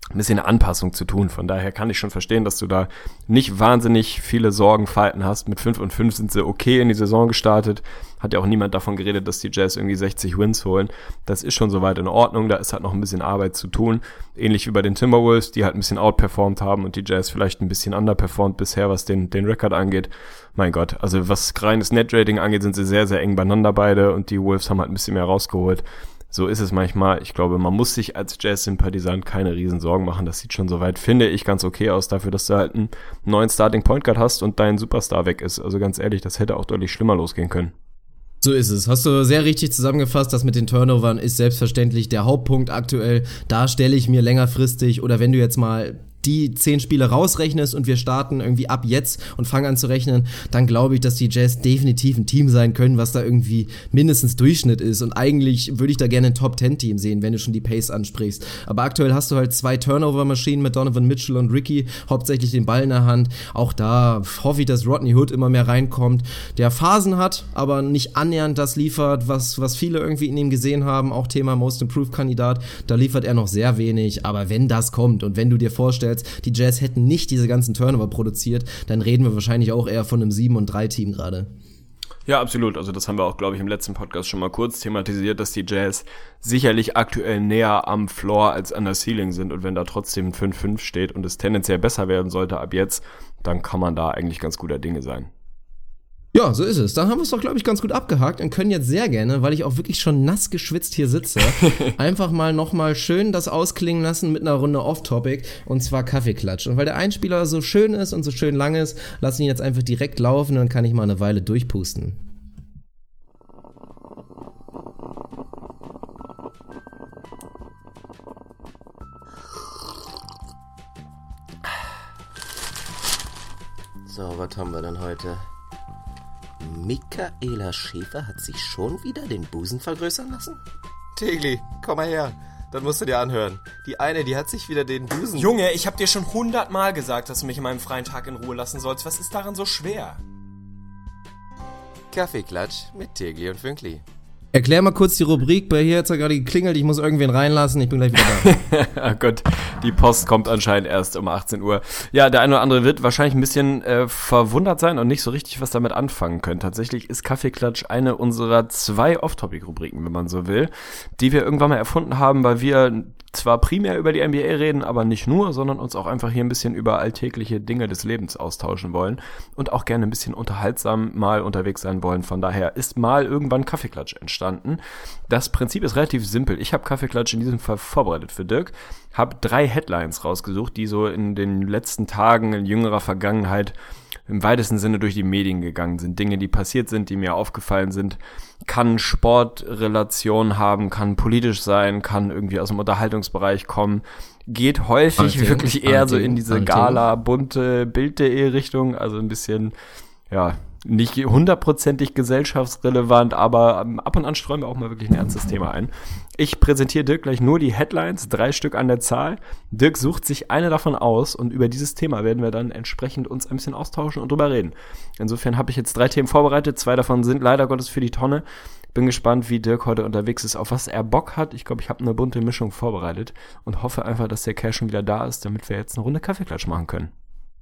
ein bisschen eine Anpassung zu tun. Von daher kann ich schon verstehen, dass du da nicht wahnsinnig viele Sorgenfalten hast. Mit 5-5 sind sie okay in die Saison gestartet. Hat ja auch niemand davon geredet, dass die Jazz irgendwie 60 Wins holen. Das ist schon soweit in Ordnung. Da ist halt noch ein bisschen Arbeit zu tun. Ähnlich wie bei den Timberwolves, die halt ein bisschen outperformed haben und die Jazz vielleicht ein bisschen underperformed bisher, was den Rekord angeht. Mein Gott, also was reines Net-Rating angeht, sind sie sehr, sehr eng beieinander beide und die Wolves haben halt ein bisschen mehr rausgeholt. So ist es manchmal. Ich glaube, man muss sich als Jazz-Sympathisant keine riesen Sorgen machen. Das sieht schon soweit, finde ich, ganz okay aus dafür, dass du halt einen neuen Starting Point Guard hast und dein Superstar weg ist. Also ganz ehrlich, das hätte auch deutlich schlimmer losgehen können. So ist es. Hast du sehr richtig zusammengefasst. Das mit den Turnovern ist selbstverständlich der Hauptpunkt aktuell. Da stelle ich mir längerfristig, oder wenn du jetzt mal die 10 Spiele rausrechnest und wir starten irgendwie ab jetzt und fangen an zu rechnen, dann glaube ich, dass die Jazz definitiv ein Team sein können, was da irgendwie mindestens Durchschnitt ist. Und eigentlich würde ich da gerne ein Top-10-Team sehen, wenn du schon die Pace ansprichst. Aber aktuell hast du halt 2 Turnover-Maschinen mit Donovan Mitchell und Ricky, hauptsächlich den Ball in der Hand. Auch da hoffe ich, dass Rodney Hood immer mehr reinkommt, der Phasen hat, aber nicht annähernd das liefert, was viele irgendwie in ihm gesehen haben. Auch Thema Most Improved-Kandidat, da liefert er noch sehr wenig. Aber wenn das kommt und wenn du dir vorstellst, die Jazz hätten nicht diese ganzen Turnover produziert, dann reden wir wahrscheinlich auch eher von einem 7-3-Team gerade. Ja, absolut. Also das haben wir auch, glaube ich, im letzten Podcast schon mal kurz thematisiert, dass die Jazz sicherlich aktuell näher am Floor als an der Ceiling sind. Und wenn da trotzdem 5-5 steht und es tendenziell besser werden sollte ab jetzt, dann kann man da eigentlich ganz guter Dinge sein. Ja, so ist es. Dann haben wir es doch, glaube ich, ganz gut abgehakt und können jetzt sehr gerne, weil ich auch wirklich schon nass geschwitzt hier sitze, einfach mal nochmal schön das ausklingen lassen mit einer Runde Off-Topic, und zwar Kaffeeklatsch. Und weil der Einspieler so schön ist und so schön lang ist, lasse ich ihn jetzt einfach direkt laufen, dann kann ich mal eine Weile durchpusten. So, was haben wir denn heute? Michaela Schäfer hat sich schon wieder den Busen vergrößern lassen? Tegli, komm mal her. Dann musst du dir anhören. Die eine, die hat sich wieder den Busen... Junge, ich hab dir schon 100-mal gesagt, dass du mich in meinem freien Tag in Ruhe lassen sollst. Was ist daran so schwer? Kaffeeklatsch mit Tegli und Fünkli. Erklär mal kurz die Rubrik, bei hier hat's ja gerade geklingelt, ich muss irgendwen reinlassen, ich bin gleich wieder da. Oh Gott, die Post kommt anscheinend erst um 18 Uhr. Ja, der eine oder andere wird wahrscheinlich ein bisschen verwundert sein und nicht so richtig was damit anfangen können. Tatsächlich ist Kaffeeklatsch eine unserer 2 Off-Topic-Rubriken, wenn man so will, die wir irgendwann mal erfunden haben, weil wir zwar primär über die NBA reden, aber nicht nur, sondern uns auch einfach hier ein bisschen über alltägliche Dinge des Lebens austauschen wollen und auch gerne ein bisschen unterhaltsam mal unterwegs sein wollen. Von daher ist mal irgendwann Kaffeeklatsch entstanden. Das Prinzip ist relativ simpel. Ich habe Kaffeeklatsch in diesem Fall vorbereitet für Dirk, habe 3 Headlines rausgesucht, die so in den letzten Tagen in jüngerer Vergangenheit im weitesten Sinne durch die Medien gegangen sind. Dinge, die passiert sind, die mir aufgefallen sind. Kann Sportrelation haben, kann politisch sein, kann irgendwie aus dem Unterhaltungsbereich kommen. Geht häufig wirklich eher so in diese Gala, bunte Bild.de-Richtung, also ein bisschen, ja, nicht 100%ig gesellschaftsrelevant, aber ab und an streuen wir auch mal wirklich ein ernstes Thema ein. Ich präsentiere Dirk gleich nur die Headlines, 3 Stück an der Zahl. Dirk sucht sich eine davon aus und über dieses Thema werden wir dann entsprechend uns ein bisschen austauschen und drüber reden. Insofern habe ich jetzt 3 Themen vorbereitet, 2 davon sind leider Gottes für die Tonne. Bin gespannt, wie Dirk heute unterwegs ist, auf was er Bock hat. Ich glaube, ich habe eine bunte Mischung vorbereitet und hoffe einfach, dass der Kerl schon wieder da ist, damit wir jetzt eine Runde Kaffeeklatsch machen können.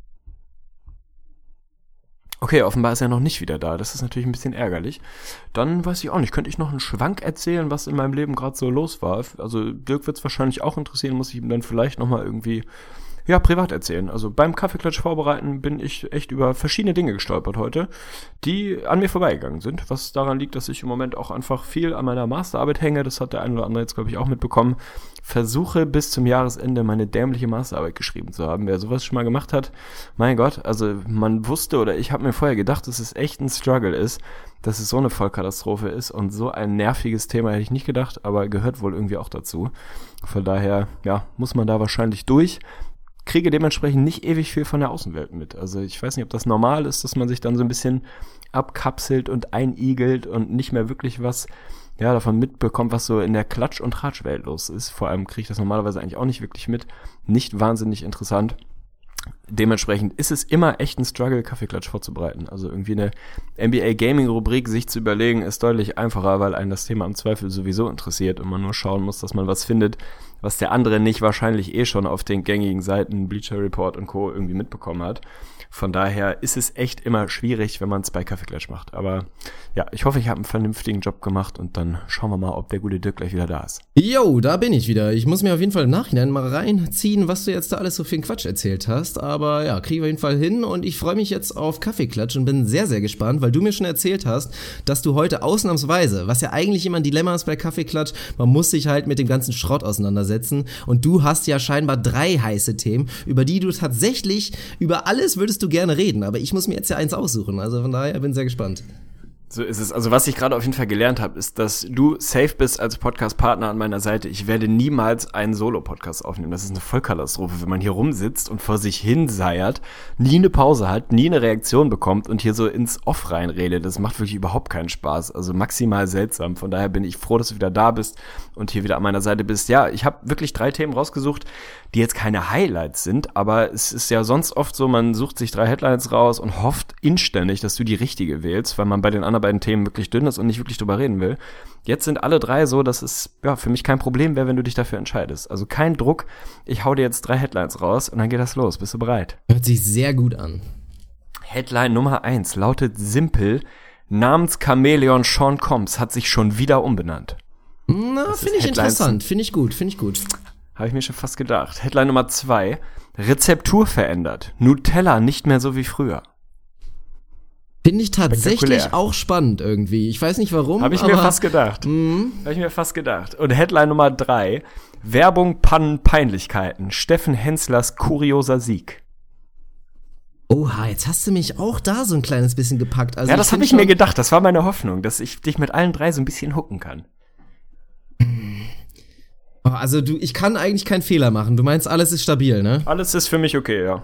Okay, offenbar ist er noch nicht wieder da. Das ist natürlich ein bisschen ärgerlich. Dann weiß ich auch nicht, könnte ich noch einen Schwank erzählen, was in meinem Leben gerade so los war? Also Dirk wird es wahrscheinlich auch interessieren, muss ich ihm dann vielleicht nochmal irgendwie privat erzählen. Also beim Kaffeeklatsch vorbereiten bin ich echt über verschiedene Dinge gestolpert heute, die an mir vorbeigegangen sind. Was daran liegt, dass ich im Moment auch einfach viel an meiner Masterarbeit hänge. Das hat der eine oder andere jetzt, glaube ich, auch mitbekommen. Versuche bis zum Jahresende meine dämliche Masterarbeit geschrieben zu haben. Wer sowas schon mal gemacht hat, mein Gott, also man wusste oder ich habe mir vorher gedacht, dass es echt ein Struggle ist, dass es so eine Vollkatastrophe ist und so ein nerviges Thema hätte ich nicht gedacht, aber gehört wohl irgendwie auch dazu. Von daher, muss man da wahrscheinlich durch. Kriege dementsprechend nicht ewig viel von der Außenwelt mit. Also ich weiß nicht, ob das normal ist, dass man sich dann so ein bisschen abkapselt und einigelt und nicht mehr wirklich was davon mitbekommt, was so in der Klatsch- und Tratschwelt los ist. Vor allem kriege ich das normalerweise eigentlich auch nicht wirklich mit. Nicht wahnsinnig interessant. Dementsprechend ist es immer echt ein Struggle, Kaffeeklatsch vorzubereiten. Also irgendwie eine NBA-Gaming-Rubrik sich zu überlegen, ist deutlich einfacher, weil einen das Thema im Zweifel sowieso interessiert und man nur schauen muss, dass man was findet, was der andere nicht wahrscheinlich schon auf den gängigen Seiten Bleacher Report und Co. irgendwie mitbekommen hat. Von daher ist es echt immer schwierig, wenn man es bei Kaffeeklatsch macht. Aber ja, ich hoffe, ich habe einen vernünftigen Job gemacht und dann schauen wir mal, ob der gute Dirk gleich wieder da ist. Jo, da bin ich wieder. Ich muss mir auf jeden Fall im Nachhinein mal reinziehen, was du jetzt da alles so für einen Quatsch erzählt hast. Aber ja, kriegen wir auf jeden Fall hin und ich freue mich jetzt auf Kaffeeklatsch und bin sehr, sehr gespannt, weil du mir schon erzählt hast, dass du heute ausnahmsweise, was ja eigentlich immer ein Dilemma ist bei Kaffeeklatsch, man muss sich halt mit dem ganzen Schrott auseinandersetzen und du hast ja scheinbar 3 heiße Themen, über die du tatsächlich, über alles würdest du gerne reden, aber ich muss mir jetzt ja eins aussuchen, also von daher bin ich sehr gespannt. So ist es. Also was ich gerade auf jeden Fall gelernt habe, ist, dass du safe bist als Podcast-Partner an meiner Seite. Ich werde niemals einen Solo-Podcast aufnehmen. Das ist eine Vollkatastrophe, wenn man hier rumsitzt und vor sich hin seiert, nie eine Pause hat, nie eine Reaktion bekommt und hier so ins Off reinredet. Das macht wirklich überhaupt keinen Spaß. Also maximal seltsam. Von daher bin ich froh, dass du wieder da bist und hier wieder an meiner Seite bist. Ja, ich habe wirklich 3 Themen rausgesucht, die jetzt keine Highlights sind, aber es ist ja sonst oft so, man sucht sich 3 Headlines raus und hofft inständig, dass du die richtige wählst, weil man bei den anderen beiden Themen wirklich dünn ist und nicht wirklich drüber reden will. Jetzt sind alle 3 so, dass es ja für mich kein Problem wäre, wenn du dich dafür entscheidest. Also kein Druck, ich hau dir jetzt 3 Headlines raus und dann geht das los. Bist du bereit? Hört sich sehr gut an. Headline Nummer 1 lautet simpel: Namens-Chamäleon Sean Combs hat sich schon wieder umbenannt. Na, finde ich interessant, finde ich gut. Habe ich mir schon fast gedacht. Headline Nummer 2: Rezeptur verändert. Nutella nicht mehr so wie früher. Finde ich tatsächlich auch spannend irgendwie. Ich weiß nicht warum. Habe ich mir fast gedacht. Und Headline Nummer 3: Werbung, Pannen, Peinlichkeiten. Steffen Henslers kurioser Sieg. Oha, jetzt hast du mich auch da so ein kleines bisschen gepackt. Also ja, das habe ich mir gedacht. Das war meine Hoffnung, dass ich dich mit allen 3 so ein bisschen hooken kann. Also ich kann eigentlich keinen Fehler machen. Du meinst, alles ist stabil, ne? Alles ist für mich okay, ja.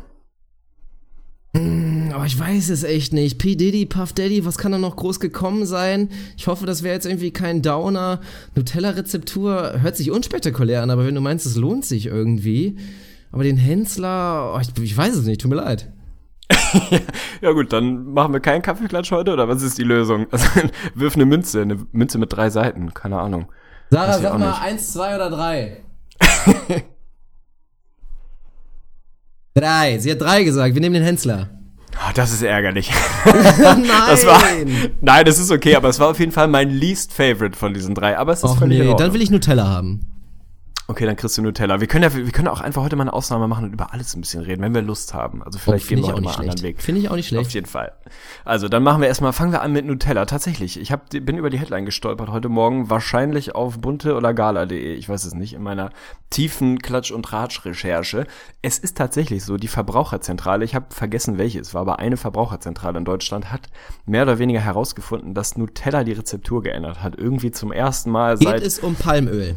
Aber ich weiß es echt nicht. P. Diddy, Puff Daddy, was kann da noch groß gekommen sein? Ich hoffe, das wäre jetzt irgendwie kein Downer. Nutella-Rezeptur hört sich unspektakulär an, aber wenn du meinst, es lohnt sich irgendwie. Aber den Hensler, ich weiß es nicht, tut mir leid. Ja gut, dann machen wir keinen Kaffeeklatsch heute, oder was ist die Lösung? Also, wirf eine Münze mit 3 Seiten, keine Ahnung. Sarah, sag mal 1, 2 oder 3? 3. Sie hat 3 gesagt. Wir nehmen den Hensler. Oh, das ist ärgerlich. Nein! Nein, das ist okay, aber es war auf jeden Fall mein least favorite von diesen 3. Aber es ist völlig in Ordnung. Dann will ich Nutella haben. Okay, dann kriegst du Nutella. Wir können auch einfach heute mal eine Ausnahme machen und über alles ein bisschen reden, wenn wir Lust haben. Also vielleicht gehen wir heute mal einen anderen Weg. Finde ich auch nicht schlecht. Auf jeden Fall. Also dann fangen wir an mit Nutella. Tatsächlich, ich bin über die Headline gestolpert heute Morgen, wahrscheinlich auf bunte oder gala.de, ich weiß es nicht, in meiner tiefen Klatsch- und Ratsch-Recherche. Es ist tatsächlich so, die Verbraucherzentrale, ich habe vergessen welche es war, aber eine Verbraucherzentrale in Deutschland hat mehr oder weniger herausgefunden, dass Nutella die Rezeptur geändert hat. Irgendwie zum ersten Mal Geht es um Palmöl?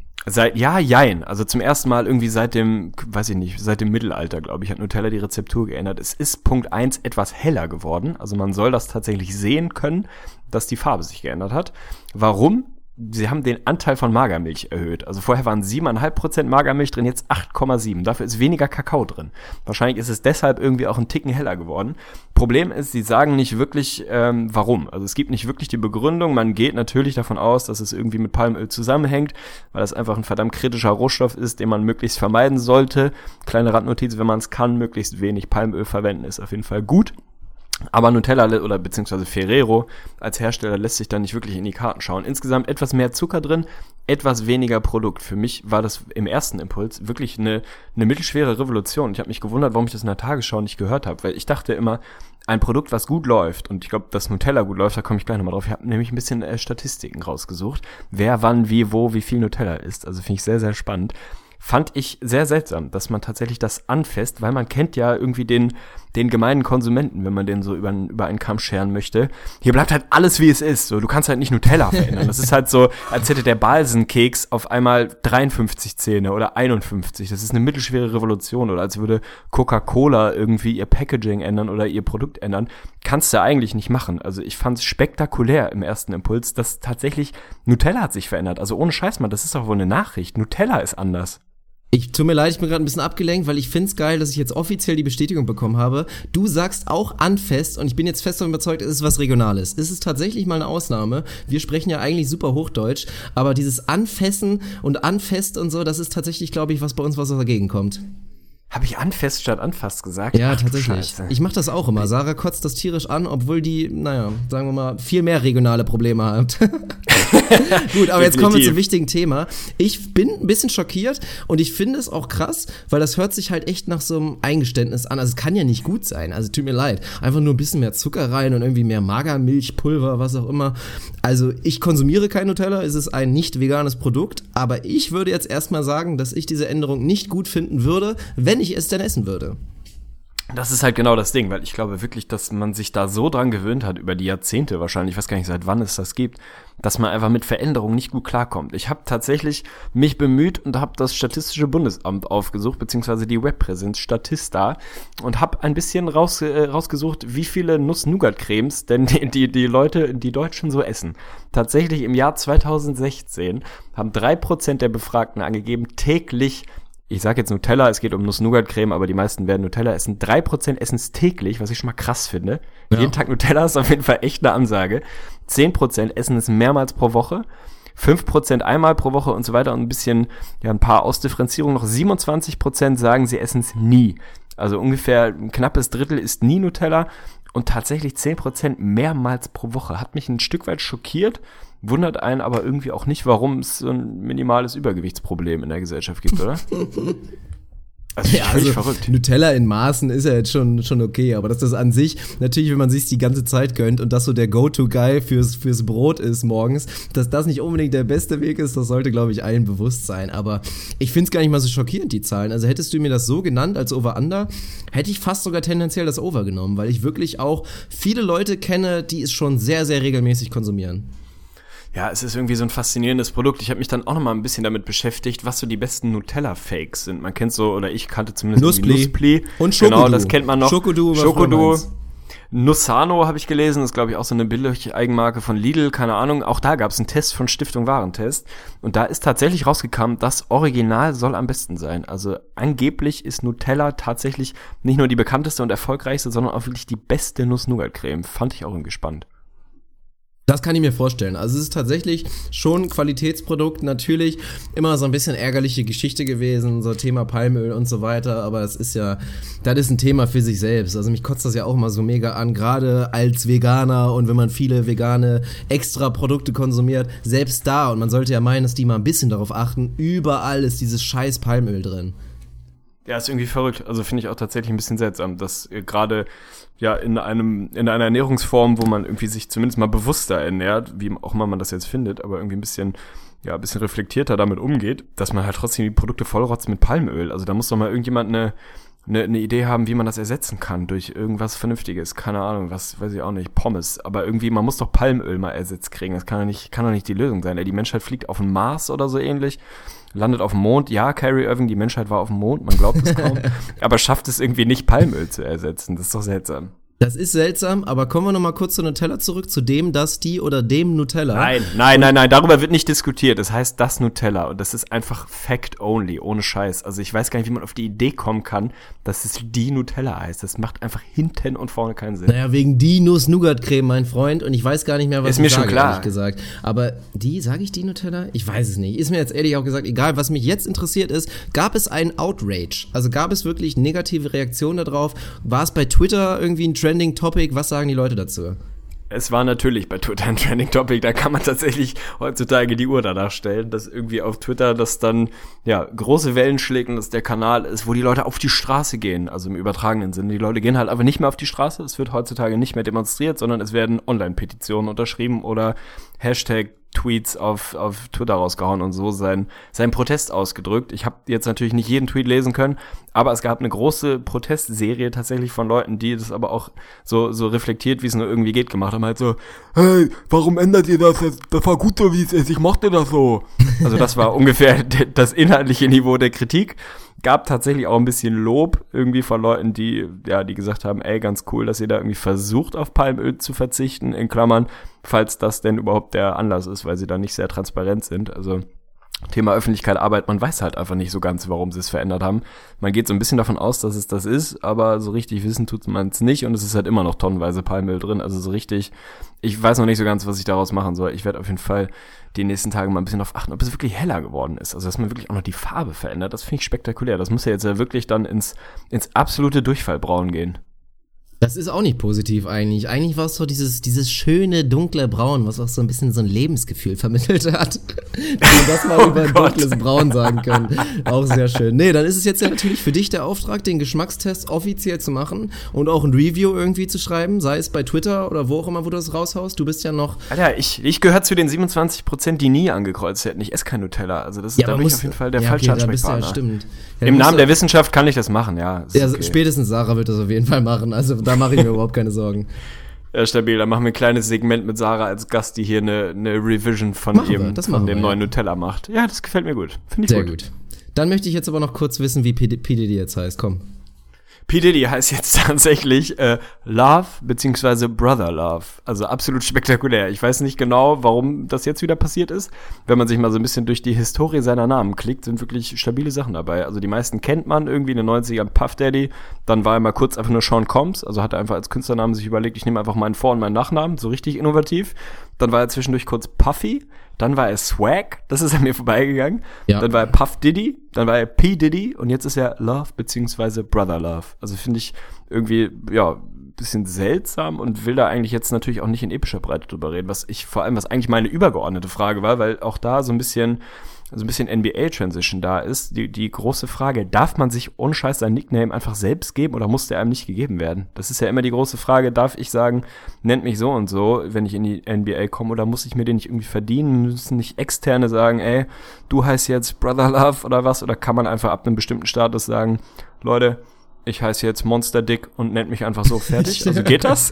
Also zum ersten Mal irgendwie seit dem Mittelalter, glaube ich, hat Nutella die Rezeptur geändert. Es ist Punkt 1 etwas heller geworden. Also man soll das tatsächlich sehen können, dass die Farbe sich geändert hat. Warum? Sie haben den Anteil von Magermilch erhöht. Also vorher waren 7,5% Magermilch drin, jetzt 8,7%. Dafür ist weniger Kakao drin. Wahrscheinlich ist es deshalb irgendwie auch ein Ticken heller geworden. Problem ist, sie sagen nicht wirklich, warum. Also es gibt nicht wirklich die Begründung. Man geht natürlich davon aus, dass es irgendwie mit Palmöl zusammenhängt, weil das einfach ein verdammt kritischer Rohstoff ist, den man möglichst vermeiden sollte. Kleine Randnotiz, wenn man es kann, möglichst wenig Palmöl verwenden, ist auf jeden Fall gut. Aber Nutella oder beziehungsweise Ferrero als Hersteller lässt sich da nicht wirklich in die Karten schauen. Insgesamt etwas mehr Zucker drin, etwas weniger Produkt. Für mich war das im ersten Impuls wirklich eine mittelschwere Revolution. Ich habe mich gewundert, warum ich das in der Tagesschau nicht gehört habe, weil ich dachte immer, ein Produkt, was gut läuft, und ich glaube, dass Nutella gut läuft, da komme ich gleich nochmal drauf. Ich habe nämlich ein bisschen Statistiken rausgesucht, wer wann, wie, wo, wie viel Nutella isst. Also finde ich sehr, sehr spannend. Fand ich sehr seltsam, dass man tatsächlich das anfasst, weil man kennt ja irgendwie den gemeinen Konsumenten, wenn man den so über einen Kamm scheren möchte. Hier bleibt halt alles, wie es ist. So, du kannst halt nicht Nutella verändern. Das ist halt so, als hätte der Balsenkeks auf einmal 53 Zähne oder 51. Das ist eine mittelschwere Revolution. Oder als würde Coca-Cola irgendwie ihr Packaging ändern oder ihr Produkt ändern. Kannst du eigentlich nicht machen. Also ich fand es spektakulär im ersten Impuls, dass tatsächlich Nutella hat sich verändert. Also ohne Scheiß, Mann, das ist doch wohl eine Nachricht. Nutella ist anders. Tut mir leid, ich bin gerade ein bisschen abgelenkt, weil ich find's geil, dass ich jetzt offiziell die Bestätigung bekommen habe. Du sagst auch Anfest und ich bin jetzt fest davon überzeugt, es ist was Regionales. Es ist tatsächlich mal eine Ausnahme. Wir sprechen ja eigentlich super Hochdeutsch, aber dieses Anfessen und Anfest und so, das ist tatsächlich, glaube ich, was bei uns was dagegen kommt. Habe ich Anfest statt Anfasst gesagt? Ja, Ach, tatsächlich. Scheiße. Ich mache das auch immer. Sarah kotzt das tierisch an, obwohl die, naja, sagen wir mal, viel mehr regionale Probleme hat. Gut, aber jetzt kommen wir zum wichtigen Thema. Ich bin ein bisschen schockiert und ich finde es auch krass, weil das hört sich halt echt nach so einem Eingeständnis an. Also es kann ja nicht gut sein, also tut mir leid. Einfach nur ein bisschen mehr Zucker rein und irgendwie mehr Magermilchpulver, was auch immer. Also ich konsumiere kein Nutella, es ist ein nicht veganes Produkt, aber ich würde jetzt erstmal sagen, dass ich diese Änderung nicht gut finden würde, wenn ich es denn essen würde. Das ist halt genau das Ding, weil ich glaube wirklich, dass man sich da so dran gewöhnt hat, über die Jahrzehnte wahrscheinlich, ich weiß gar nicht, seit wann es das gibt, dass man einfach mit Veränderungen nicht gut klarkommt. Ich habe tatsächlich mich bemüht und habe das Statistische Bundesamt aufgesucht, beziehungsweise die Webpräsenz Statista, und habe ein bisschen rausgesucht, wie viele Nuss-Nougat-Cremes denn die Deutschen so essen. Tatsächlich im Jahr 2016 haben 3% der Befragten angegeben, täglich, ich sage jetzt Nutella, es geht um Nuss-Nougat-Creme, aber die meisten werden Nutella essen. 3% essen es täglich, was ich schon mal krass finde. Ja. Jeden Tag Nutella ist auf jeden Fall echt eine Ansage. 10% essen es mehrmals pro Woche. 5% einmal pro Woche und so weiter und ein paar Ausdifferenzierungen noch. 27% sagen, sie essen es nie. Also ungefähr ein knappes Drittel isst nie Nutella und tatsächlich 10% mehrmals pro Woche. Hat mich ein Stück weit schockiert. Wundert einen aber irgendwie auch nicht, warum es so ein minimales Übergewichtsproblem in der Gesellschaft gibt, oder? Also ja, also verrückt. Nutella in Maßen ist ja jetzt schon okay, aber dass das an sich, natürlich, wenn man sich die ganze Zeit gönnt und das so der Go-To-Guy fürs Brot ist morgens, dass das nicht unbedingt der beste Weg ist, das sollte, glaube ich, allen bewusst sein. Aber ich finde es gar nicht mal so schockierend, die Zahlen. Also hättest du mir das so genannt als Over-Under, hätte ich fast sogar tendenziell das Over genommen, weil ich wirklich auch viele Leute kenne, die es schon sehr, sehr regelmäßig konsumieren. Ja, es ist irgendwie so ein faszinierendes Produkt. Ich habe mich dann auch noch mal ein bisschen damit beschäftigt, was so die besten Nutella-Fakes sind. Man kennt so, oder ich kannte zumindest Nusspli. Und Schokodu. Genau, das kennt man noch. Schokodu. Nussano habe ich gelesen, das ist, glaube ich, auch so eine billige Eigenmarke von Lidl, keine Ahnung. Auch da gab es einen Test von Stiftung Warentest. Und da ist tatsächlich rausgekommen, das Original soll am besten sein. Also angeblich ist Nutella tatsächlich nicht nur die bekannteste und erfolgreichste, sondern auch wirklich die beste Nuss-Nougat-Creme. Fand ich auch irgendwie spannend. Das kann ich mir vorstellen. Also es ist tatsächlich schon ein Qualitätsprodukt, natürlich immer so ein bisschen ärgerliche Geschichte gewesen, so Thema Palmöl und so weiter, aber das ist ein Thema für sich selbst. Also mich kotzt das ja auch immer so mega an, gerade als Veganer und wenn man viele vegane extra Produkte konsumiert, selbst da, und man sollte ja meinen, dass die mal ein bisschen darauf achten, überall ist dieses scheiß Palmöl drin. Ja, ist irgendwie verrückt. Also finde ich auch tatsächlich ein bisschen seltsam, dass gerade ja in einer Ernährungsform, wo man irgendwie sich zumindest mal bewusster ernährt, wie auch immer man das jetzt findet, aber irgendwie ein bisschen reflektierter damit umgeht, dass man halt trotzdem die Produkte vollrotzt mit Palmöl. Also da muss doch mal irgendjemand eine Idee haben, wie man das ersetzen kann durch irgendwas Vernünftiges. Keine Ahnung, was weiß ich auch nicht, Pommes. Aber irgendwie, man muss doch Palmöl mal ersetzt kriegen. Das kann doch nicht die Lösung sein. Die Menschheit fliegt auf den Mars oder so ähnlich, landet auf dem Mond. Ja, Kyrie Irving, die Menschheit war auf dem Mond, man glaubt es kaum. Aber schafft es irgendwie nicht, Palmöl zu ersetzen. Das ist doch seltsam. Das ist seltsam, aber kommen wir nochmal kurz zu Nutella zurück, zu dem, das, die oder dem Nutella. Nein, darüber wird nicht diskutiert. Das heißt das Nutella und das ist einfach Fact only, ohne Scheiß. Also ich weiß gar nicht, wie man auf die Idee kommen kann, dass es die Nutella heißt. Das macht einfach hinten und vorne keinen Sinn. Naja, wegen die Nuss-Nougat-Creme, mein Freund, und ich weiß gar nicht mehr, was ist mir ich schon sage, klar. Ehrlich gesagt. Aber sage ich die Nutella? Ich weiß es nicht. Ist mir jetzt ehrlich auch gesagt egal. Was mich jetzt interessiert ist, gab es einen Outrage? Also gab es wirklich negative Reaktionen darauf? War es bei Twitter irgendwie ein Trending-Topic? Was sagen die Leute dazu? Es war natürlich bei Twitter ein Trending-Topic, da kann man tatsächlich heutzutage die Uhr danach stellen, dass irgendwie auf Twitter das dann große Wellen schlägt und dass der Kanal ist, wo die Leute auf die Straße gehen, also im übertragenen Sinne. Die Leute gehen halt aber nicht mehr auf die Straße, es wird heutzutage nicht mehr demonstriert, sondern es werden Online-Petitionen unterschrieben oder Hashtag-Tweets auf Twitter rausgehauen und so seinen Protest ausgedrückt. Ich habe jetzt natürlich nicht jeden Tweet lesen können, aber es gab eine große Protestserie tatsächlich von Leuten, die das aber auch so reflektiert, wie es nur irgendwie geht, gemacht haben. Halt so, hey, warum ändert ihr das jetzt? Das war gut so, wie es ist. Ich mochte das so. Also das war ungefähr das inhaltliche Niveau der Kritik. Gab tatsächlich auch ein bisschen Lob irgendwie von Leuten, die gesagt haben, ey, ganz cool, dass ihr da irgendwie versucht, auf Palmöl zu verzichten, in Klammern, falls das denn überhaupt der Anlass ist, weil sie da nicht sehr transparent sind. Also Thema Öffentlichkeit, Arbeit, man weiß halt einfach nicht so ganz, warum sie es verändert haben. Man geht so ein bisschen davon aus, dass es das ist, aber so richtig wissen tut man es nicht und es ist halt immer noch tonnenweise Palmöl drin, also so richtig, ich weiß noch nicht so ganz, was ich daraus machen soll. Ich werde auf jeden Fall die nächsten Tage mal ein bisschen darauf achten, ob es wirklich heller geworden ist, also dass man wirklich auch noch die Farbe verändert, das finde ich spektakulär. Das muss ja jetzt ja wirklich dann ins absolute Durchfallbraun gehen. Das ist auch nicht positiv eigentlich. Eigentlich war es so dieses schöne, dunkle Braun, was auch so ein bisschen so ein Lebensgefühl vermittelt hat. Wenn man das mal über ein dunkles Braun sagen können. Auch sehr schön. Nee, dann ist es jetzt ja natürlich für dich der Auftrag, den Geschmackstest offiziell zu machen und auch ein Review irgendwie zu schreiben, sei es bei Twitter oder wo auch immer, wo du das raushaust. Du bist ja noch... Alter, ich gehöre zu den 27%, die nie angekreuzt hätten. Ich esse kein Nutella. Also das ist da bin ich auf jeden Fall der falsche Ansprechpartner. Ja, stimmt. Ja, im Namen der Wissenschaft kann ich das machen, ja. Ja, okay. Spätestens Sarah wird das auf jeden Fall machen. Also da mache ich mir überhaupt keine Sorgen. Ja, stabil. Dann machen wir ein kleines Segment mit Sarah als Gast, die hier eine Revision von dem neuen Nutella macht. Ja, das gefällt mir gut. Finde ich sehr gut. Dann möchte ich jetzt aber noch kurz wissen, wie P. Diddy jetzt heißt. Komm. P. Diddy heißt jetzt tatsächlich Love bzw. Brother Love. Also absolut spektakulär. Ich weiß nicht genau, warum das jetzt wieder passiert ist. Wenn man sich mal so ein bisschen durch die Historie seiner Namen klickt, sind wirklich stabile Sachen dabei. Also die meisten kennt man irgendwie in den 90ern Puff Daddy. Dann war er mal kurz einfach nur Sean Combs. Also hat er einfach als Künstlernamen sich überlegt, ich nehme einfach meinen Vor- und meinen Nachnamen. So richtig innovativ. Dann war er zwischendurch kurz Puffy. Dann war er Swag, das ist an mir vorbeigegangen. Ja. Dann war er Puff Diddy, dann war er P. Diddy und jetzt ist er Love bzw. Brother Love. Also finde ich irgendwie, ja, ein bisschen seltsam und will da eigentlich jetzt natürlich auch nicht in epischer Breite drüber reden, was eigentlich meine übergeordnete Frage war, weil auch da so ein bisschen NBA-Transition da ist. Die große Frage, darf man sich ohne Scheiß seinen Nickname einfach selbst geben oder muss der einem nicht gegeben werden? Das ist ja immer die große Frage, darf ich sagen, nennt mich so und so, wenn ich in die NBA komme, oder muss ich mir den nicht irgendwie verdienen? Müssen nicht Externe sagen, ey, du heißt jetzt Brother Love oder was? Oder kann man einfach ab einem bestimmten Status sagen, Leute, ich heiße jetzt Monster Dick und nennt mich einfach so, fertig? Also geht das?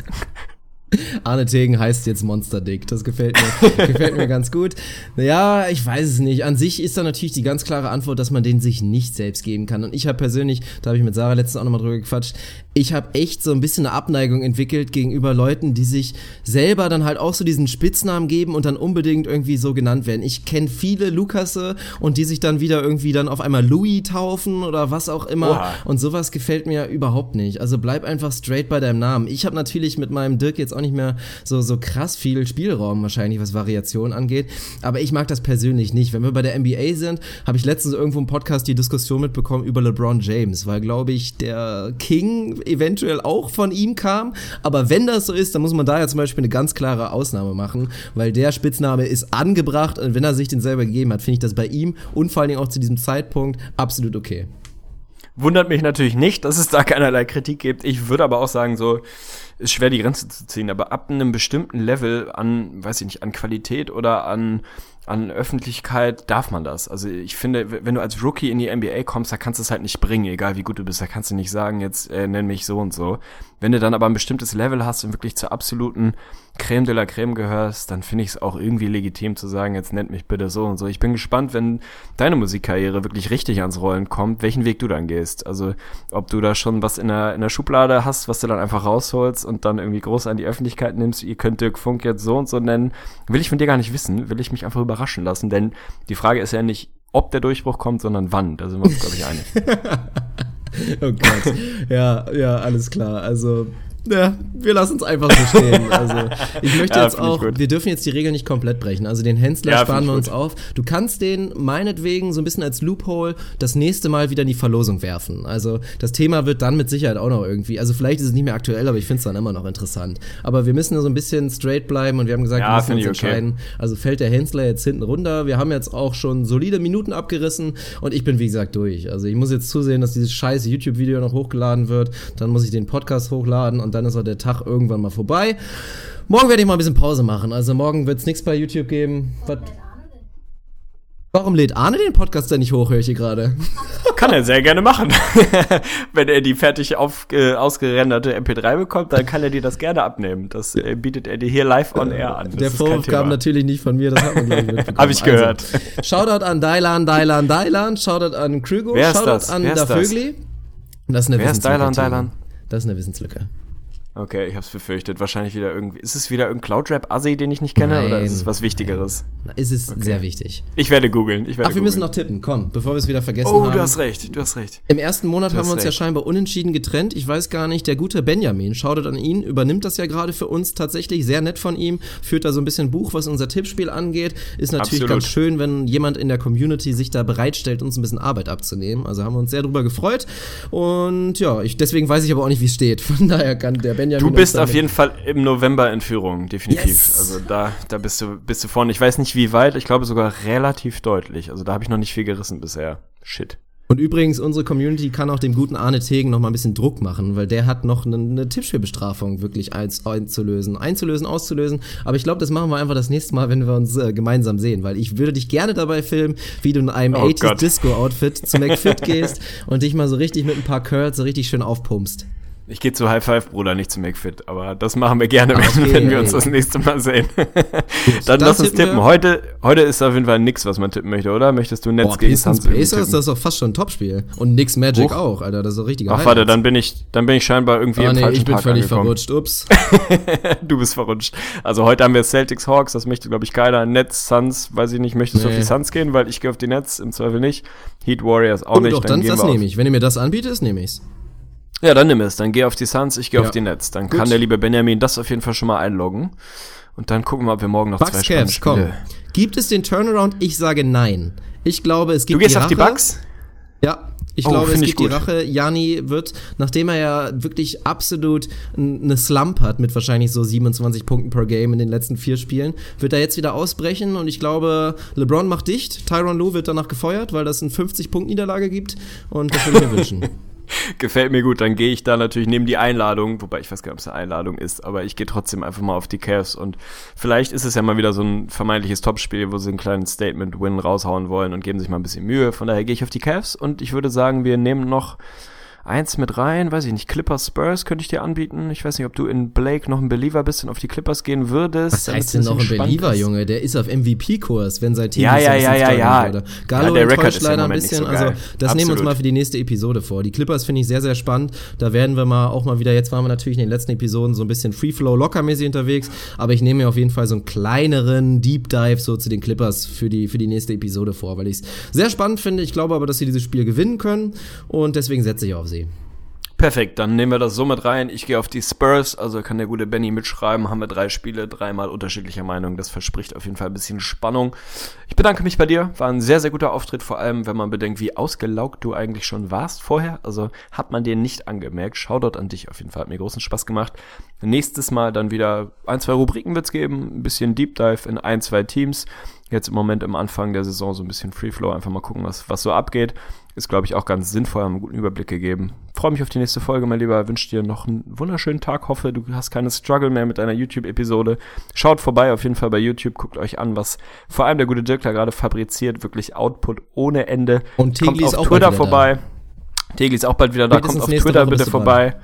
Arne Tegen heißt jetzt Monster Dick. Das gefällt mir ganz gut. Naja, ich weiß es nicht. An sich ist da natürlich die ganz klare Antwort, dass man den sich nicht selbst geben kann. Und ich habe persönlich, da habe ich mit Sarah letztens auch nochmal drüber gequatscht, ich habe echt so ein bisschen eine Abneigung entwickelt gegenüber Leuten, die sich selber dann halt auch so diesen Spitznamen geben und dann unbedingt irgendwie so genannt werden. Ich kenne viele Lukasse und die sich dann wieder irgendwie dann auf einmal Louis taufen oder was auch immer. Oha. Und sowas gefällt mir überhaupt nicht. Also bleib einfach straight bei deinem Namen. Ich habe natürlich mit meinem Dirk jetzt auch nicht mehr so krass viel Spielraum wahrscheinlich, was Variationen angeht, aber ich mag das persönlich nicht. Wenn wir bei der NBA sind, habe ich letztens irgendwo im Podcast die Diskussion mitbekommen über LeBron James, weil, glaube ich, der King eventuell auch von ihm kam, aber wenn das so ist, dann muss man da ja zum Beispiel eine ganz klare Ausnahme machen, weil der Spitzname ist angebracht und wenn er sich den selber gegeben hat, finde ich das bei ihm und vor allen Dingen auch zu diesem Zeitpunkt absolut okay. Wundert mich natürlich nicht, dass es da keinerlei Kritik gibt. Ich würde aber auch sagen, so ist schwer die Grenze zu ziehen, aber ab einem bestimmten Level an, weiß ich nicht, an Qualität oder an Öffentlichkeit darf man das. Also ich finde, wenn du als Rookie in die NBA kommst, da kannst du es halt nicht bringen, egal wie gut du bist. Da kannst du nicht sagen, jetzt nenn mich so und so. Wenn du dann aber ein bestimmtes Level hast und wirklich zur absoluten Creme de la Creme gehörst, dann finde ich es auch irgendwie legitim zu sagen, jetzt nennt mich bitte so und so. Ich bin gespannt, wenn deine Musikkarriere wirklich richtig ans Rollen kommt, welchen Weg du dann gehst. Also ob du da schon was in der Schublade hast, was du dann einfach rausholst und dann irgendwie groß an die Öffentlichkeit nimmst, ihr könnt Dirk Funk jetzt so und so nennen, will ich von dir gar nicht wissen, will ich mich einfach überraschen lassen, denn die Frage ist ja nicht, ob der Durchbruch kommt, sondern wann. Da sind wir uns, glaube ich, einig. Oh Gott. Ja, alles klar. Also, ja, wir lassen uns einfach so stehen. Also, ich möchte jetzt auch, wir dürfen jetzt die Regeln nicht komplett brechen. Also, den Hensler sparen wir uns auf. Du kannst den meinetwegen so ein bisschen als Loophole das nächste Mal wieder in die Verlosung werfen. Also, das Thema wird dann mit Sicherheit auch noch irgendwie, also vielleicht ist es nicht mehr aktuell, aber ich finde es dann immer noch interessant. Aber wir müssen ja so ein bisschen straight bleiben und wir haben gesagt, wir müssen uns entscheiden. Okay. Also, fällt der Hensler jetzt hinten runter. Wir haben jetzt auch schon solide Minuten abgerissen und ich bin, wie gesagt, durch. Also, ich muss jetzt zusehen, dass dieses scheiß YouTube-Video noch hochgeladen wird. Dann muss ich den Podcast hochladen und dann ist auch der Tag irgendwann mal vorbei. Morgen werde ich mal ein bisschen Pause machen. Also morgen wird es nichts bei YouTube geben. Warum lädt Arne den Podcast denn nicht hoch, höre ich hier gerade? Kann er sehr gerne machen. Wenn er die fertig ausgerenderte MP3 bekommt, dann kann er dir das gerne abnehmen. Das bietet er dir hier live on air an. Das der Vorwurf kam natürlich nicht von mir, das hat man, glaube ich, mitbekommen. Hab ich gehört. Also, Shoutout an Dylan, Shoutout an Krügo, Shoutout an Da Vögli. Das ist eine Wissenslücke. Wer ist Dylan? Das ist eine Wissenslücke. Okay, ich hab's befürchtet. Wahrscheinlich wieder irgendwie. Ist es wieder irgendein Cloud-Rap-Assi, den ich nicht kenne? Nein. Oder ist es was Wichtigeres? Es ist sehr wichtig. Ich werde googeln. Wir müssen noch tippen. Komm, bevor wir es wieder vergessen haben. Oh, du hast recht. Im ersten Monat haben wir uns ja scheinbar unentschieden getrennt. Ich weiß gar nicht, der gute Benjamin, Shoutout an ihn, übernimmt das ja gerade für uns tatsächlich. Sehr nett von ihm. Führt da so ein bisschen Buch, was unser Tippspiel angeht. Ist natürlich ganz schön, wenn jemand in der Community sich da bereitstellt, uns ein bisschen Arbeit abzunehmen. Also haben wir uns sehr drüber gefreut. Und ja, deswegen weiß ich aber auch nicht, wie es steht. Von daher kann der Benjamin... Du bist auf jeden Fall im November in Führung, definitiv. Yes. Also da bist du vorne. Ich weiß nicht, wie weit. Ich glaube sogar relativ deutlich. Also da habe ich noch nicht viel gerissen bisher. Shit. Und übrigens, unsere Community kann auch dem guten Arne Tegen noch mal ein bisschen Druck machen, weil der hat noch eine Tippspielbestrafung wirklich auszulösen. Aber ich glaube, das machen wir einfach das nächste Mal, wenn wir uns gemeinsam sehen, weil ich würde dich gerne dabei filmen, wie du in einem 80s Disco-Outfit zu McFit gehst und dich mal so richtig mit ein paar Curls so richtig schön aufpumpst. Ich gehe zu High Five, Bruder, nicht zu McFit, aber das machen wir gerne, wenn wir uns das nächste Mal sehen. Dann lass uns tippen. Heute ist auf jeden Fall nix, was man tippen möchte, oder? Möchtest du Nets gegen Suns tippen? Pacers, das ist doch fast schon ein Topspiel. Und Knicks Magic auch, Alter, das ist doch richtiger Highlights. Warte, dann bin ich scheinbar irgendwie im falschen Park ich bin völlig angekommen. verrutscht, ups. Du bist verrutscht. Also heute haben wir Celtics Hawks, das möchte, glaube ich, keiner. Nets, Suns, weiß ich nicht, möchtest du auf die Suns gehen? Weil ich gehe auf die Nets, im Zweifel nicht. Heat Warriors auch nicht. Doch, dann das nehme ich. Wenn ihr mir das anbietet, nehme ich's. Ja, dann nimm es. Dann geh auf die Suns, ich gehe auf die Nets. Dann kann der liebe Benjamin das auf jeden Fall schon mal einloggen. Und dann gucken wir, ob wir morgen noch 2 spannende Spiele... Komm. Gibt es den Turnaround? Ich sage nein. Ich glaube, es gibt die Rache. Du gehst auf die Bucks? Ja, ich glaube, es gibt die Rache. Gianni wird, nachdem er ja wirklich absolut eine Slump hat mit wahrscheinlich so 27 Punkten per Game in den letzten 4 Spielen, wird er jetzt wieder ausbrechen und ich glaube, LeBron macht dicht. Tyronn Lue wird danach gefeuert, weil das eine 50-Punkt-Niederlage gibt und das würde ich mir wünschen. Gefällt mir gut, dann gehe ich da natürlich neben die Einladung, wobei ich weiß gar nicht, ob es eine Einladung ist, aber ich gehe trotzdem einfach mal auf die Cavs und vielleicht ist es ja mal wieder so ein vermeintliches Topspiel, wo sie einen kleinen Statement-Win raushauen wollen und geben sich mal ein bisschen Mühe, von daher gehe ich auf die Cavs und ich würde sagen, wir nehmen noch eins mit rein, weiß ich nicht, Clippers Spurs könnte ich dir anbieten. Ich weiß nicht, ob du in Blake noch ein Believer bist und auf die Clippers gehen würdest. Was heißt denn noch ein Believer, Junge? Der ist auf MVP-Kurs, wenn sein Team ja. würde. Gallo der enttäuscht leider ein bisschen, so also das nehmen wir uns mal für die nächste Episode vor. Die Clippers finde ich sehr, sehr spannend. Da werden wir mal auch mal wieder, jetzt waren wir natürlich in den letzten Episoden so ein bisschen Free-Flow, lockermäßig unterwegs, aber ich nehme mir auf jeden Fall so einen kleineren Deep Dive so zu den Clippers für die nächste Episode vor, weil ich es sehr spannend finde. Ich glaube aber, dass sie dieses Spiel gewinnen können und deswegen setze ich auf sie. Perfekt, dann nehmen wir das so mit rein. Ich gehe auf die Spurs, also kann der gute Benny mitschreiben. Haben wir 3 Spiele, 3-mal unterschiedlicher Meinung. Das verspricht auf jeden Fall ein bisschen Spannung. Ich bedanke mich bei dir. War ein sehr, sehr guter Auftritt, vor allem, wenn man bedenkt, wie ausgelaugt du eigentlich schon warst vorher. Also hat man dir nicht angemerkt. Shoutout an dich auf jeden Fall. Hat mir großen Spaß gemacht. Nächstes Mal dann wieder 1, 2 Rubriken wird's geben. Ein bisschen Deep Dive in 1, 2 Teams. Jetzt im Moment am Anfang der Saison so ein bisschen Free Flow. Einfach mal gucken, was so abgeht. Ist, glaube ich, auch ganz sinnvoll, haben einen guten Überblick gegeben. Freue mich auf die nächste Folge, mein Lieber. Wünsche dir noch einen wunderschönen Tag. Hoffe, du hast keine Struggle mehr mit deiner YouTube-Episode. Schaut vorbei auf jeden Fall bei YouTube. Guckt euch an, was vor allem der gute Dirk da gerade fabriziert. Wirklich Output ohne Ende. Und Tegli ist auch Twitter vorbei. Tegli ist auch bald wieder da. Kommt auf Twitter bitte vorbei.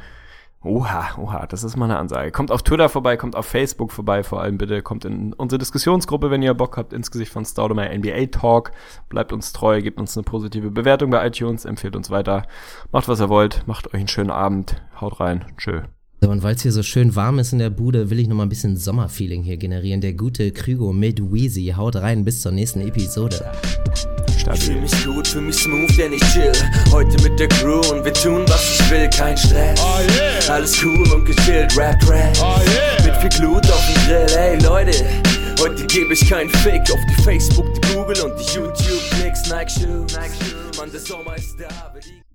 Oha, das ist mal eine Ansage. Kommt auf Twitter vorbei, kommt auf Facebook vorbei, vor allem bitte kommt in unsere Diskussionsgruppe, wenn ihr Bock habt, ins Gesicht von Staudemeyer NBA Talk. Bleibt uns treu, gebt uns eine positive Bewertung bei iTunes, empfehlt uns weiter. Macht, was ihr wollt, macht euch einen schönen Abend, haut rein, tschö. So, und weil es hier so schön warm ist in der Bude, will ich noch mal ein bisschen Sommerfeeling hier generieren. Der gute Krügo mit Weezy haut rein bis zur nächsten Episode. Ich fühl mich gut, fühl mich smooth, denn ich chill heute mit der Crew und wir tun, was ich will, kein Stress. Alles cool und gechillt, Rap. Mit viel Glut auf dem Grill, ey Leute, heute gebe ich keinen Fick auf die Facebook, die Google und die YouTube-Klicks, Nike-Shoe. Mann, der Sommer ist da.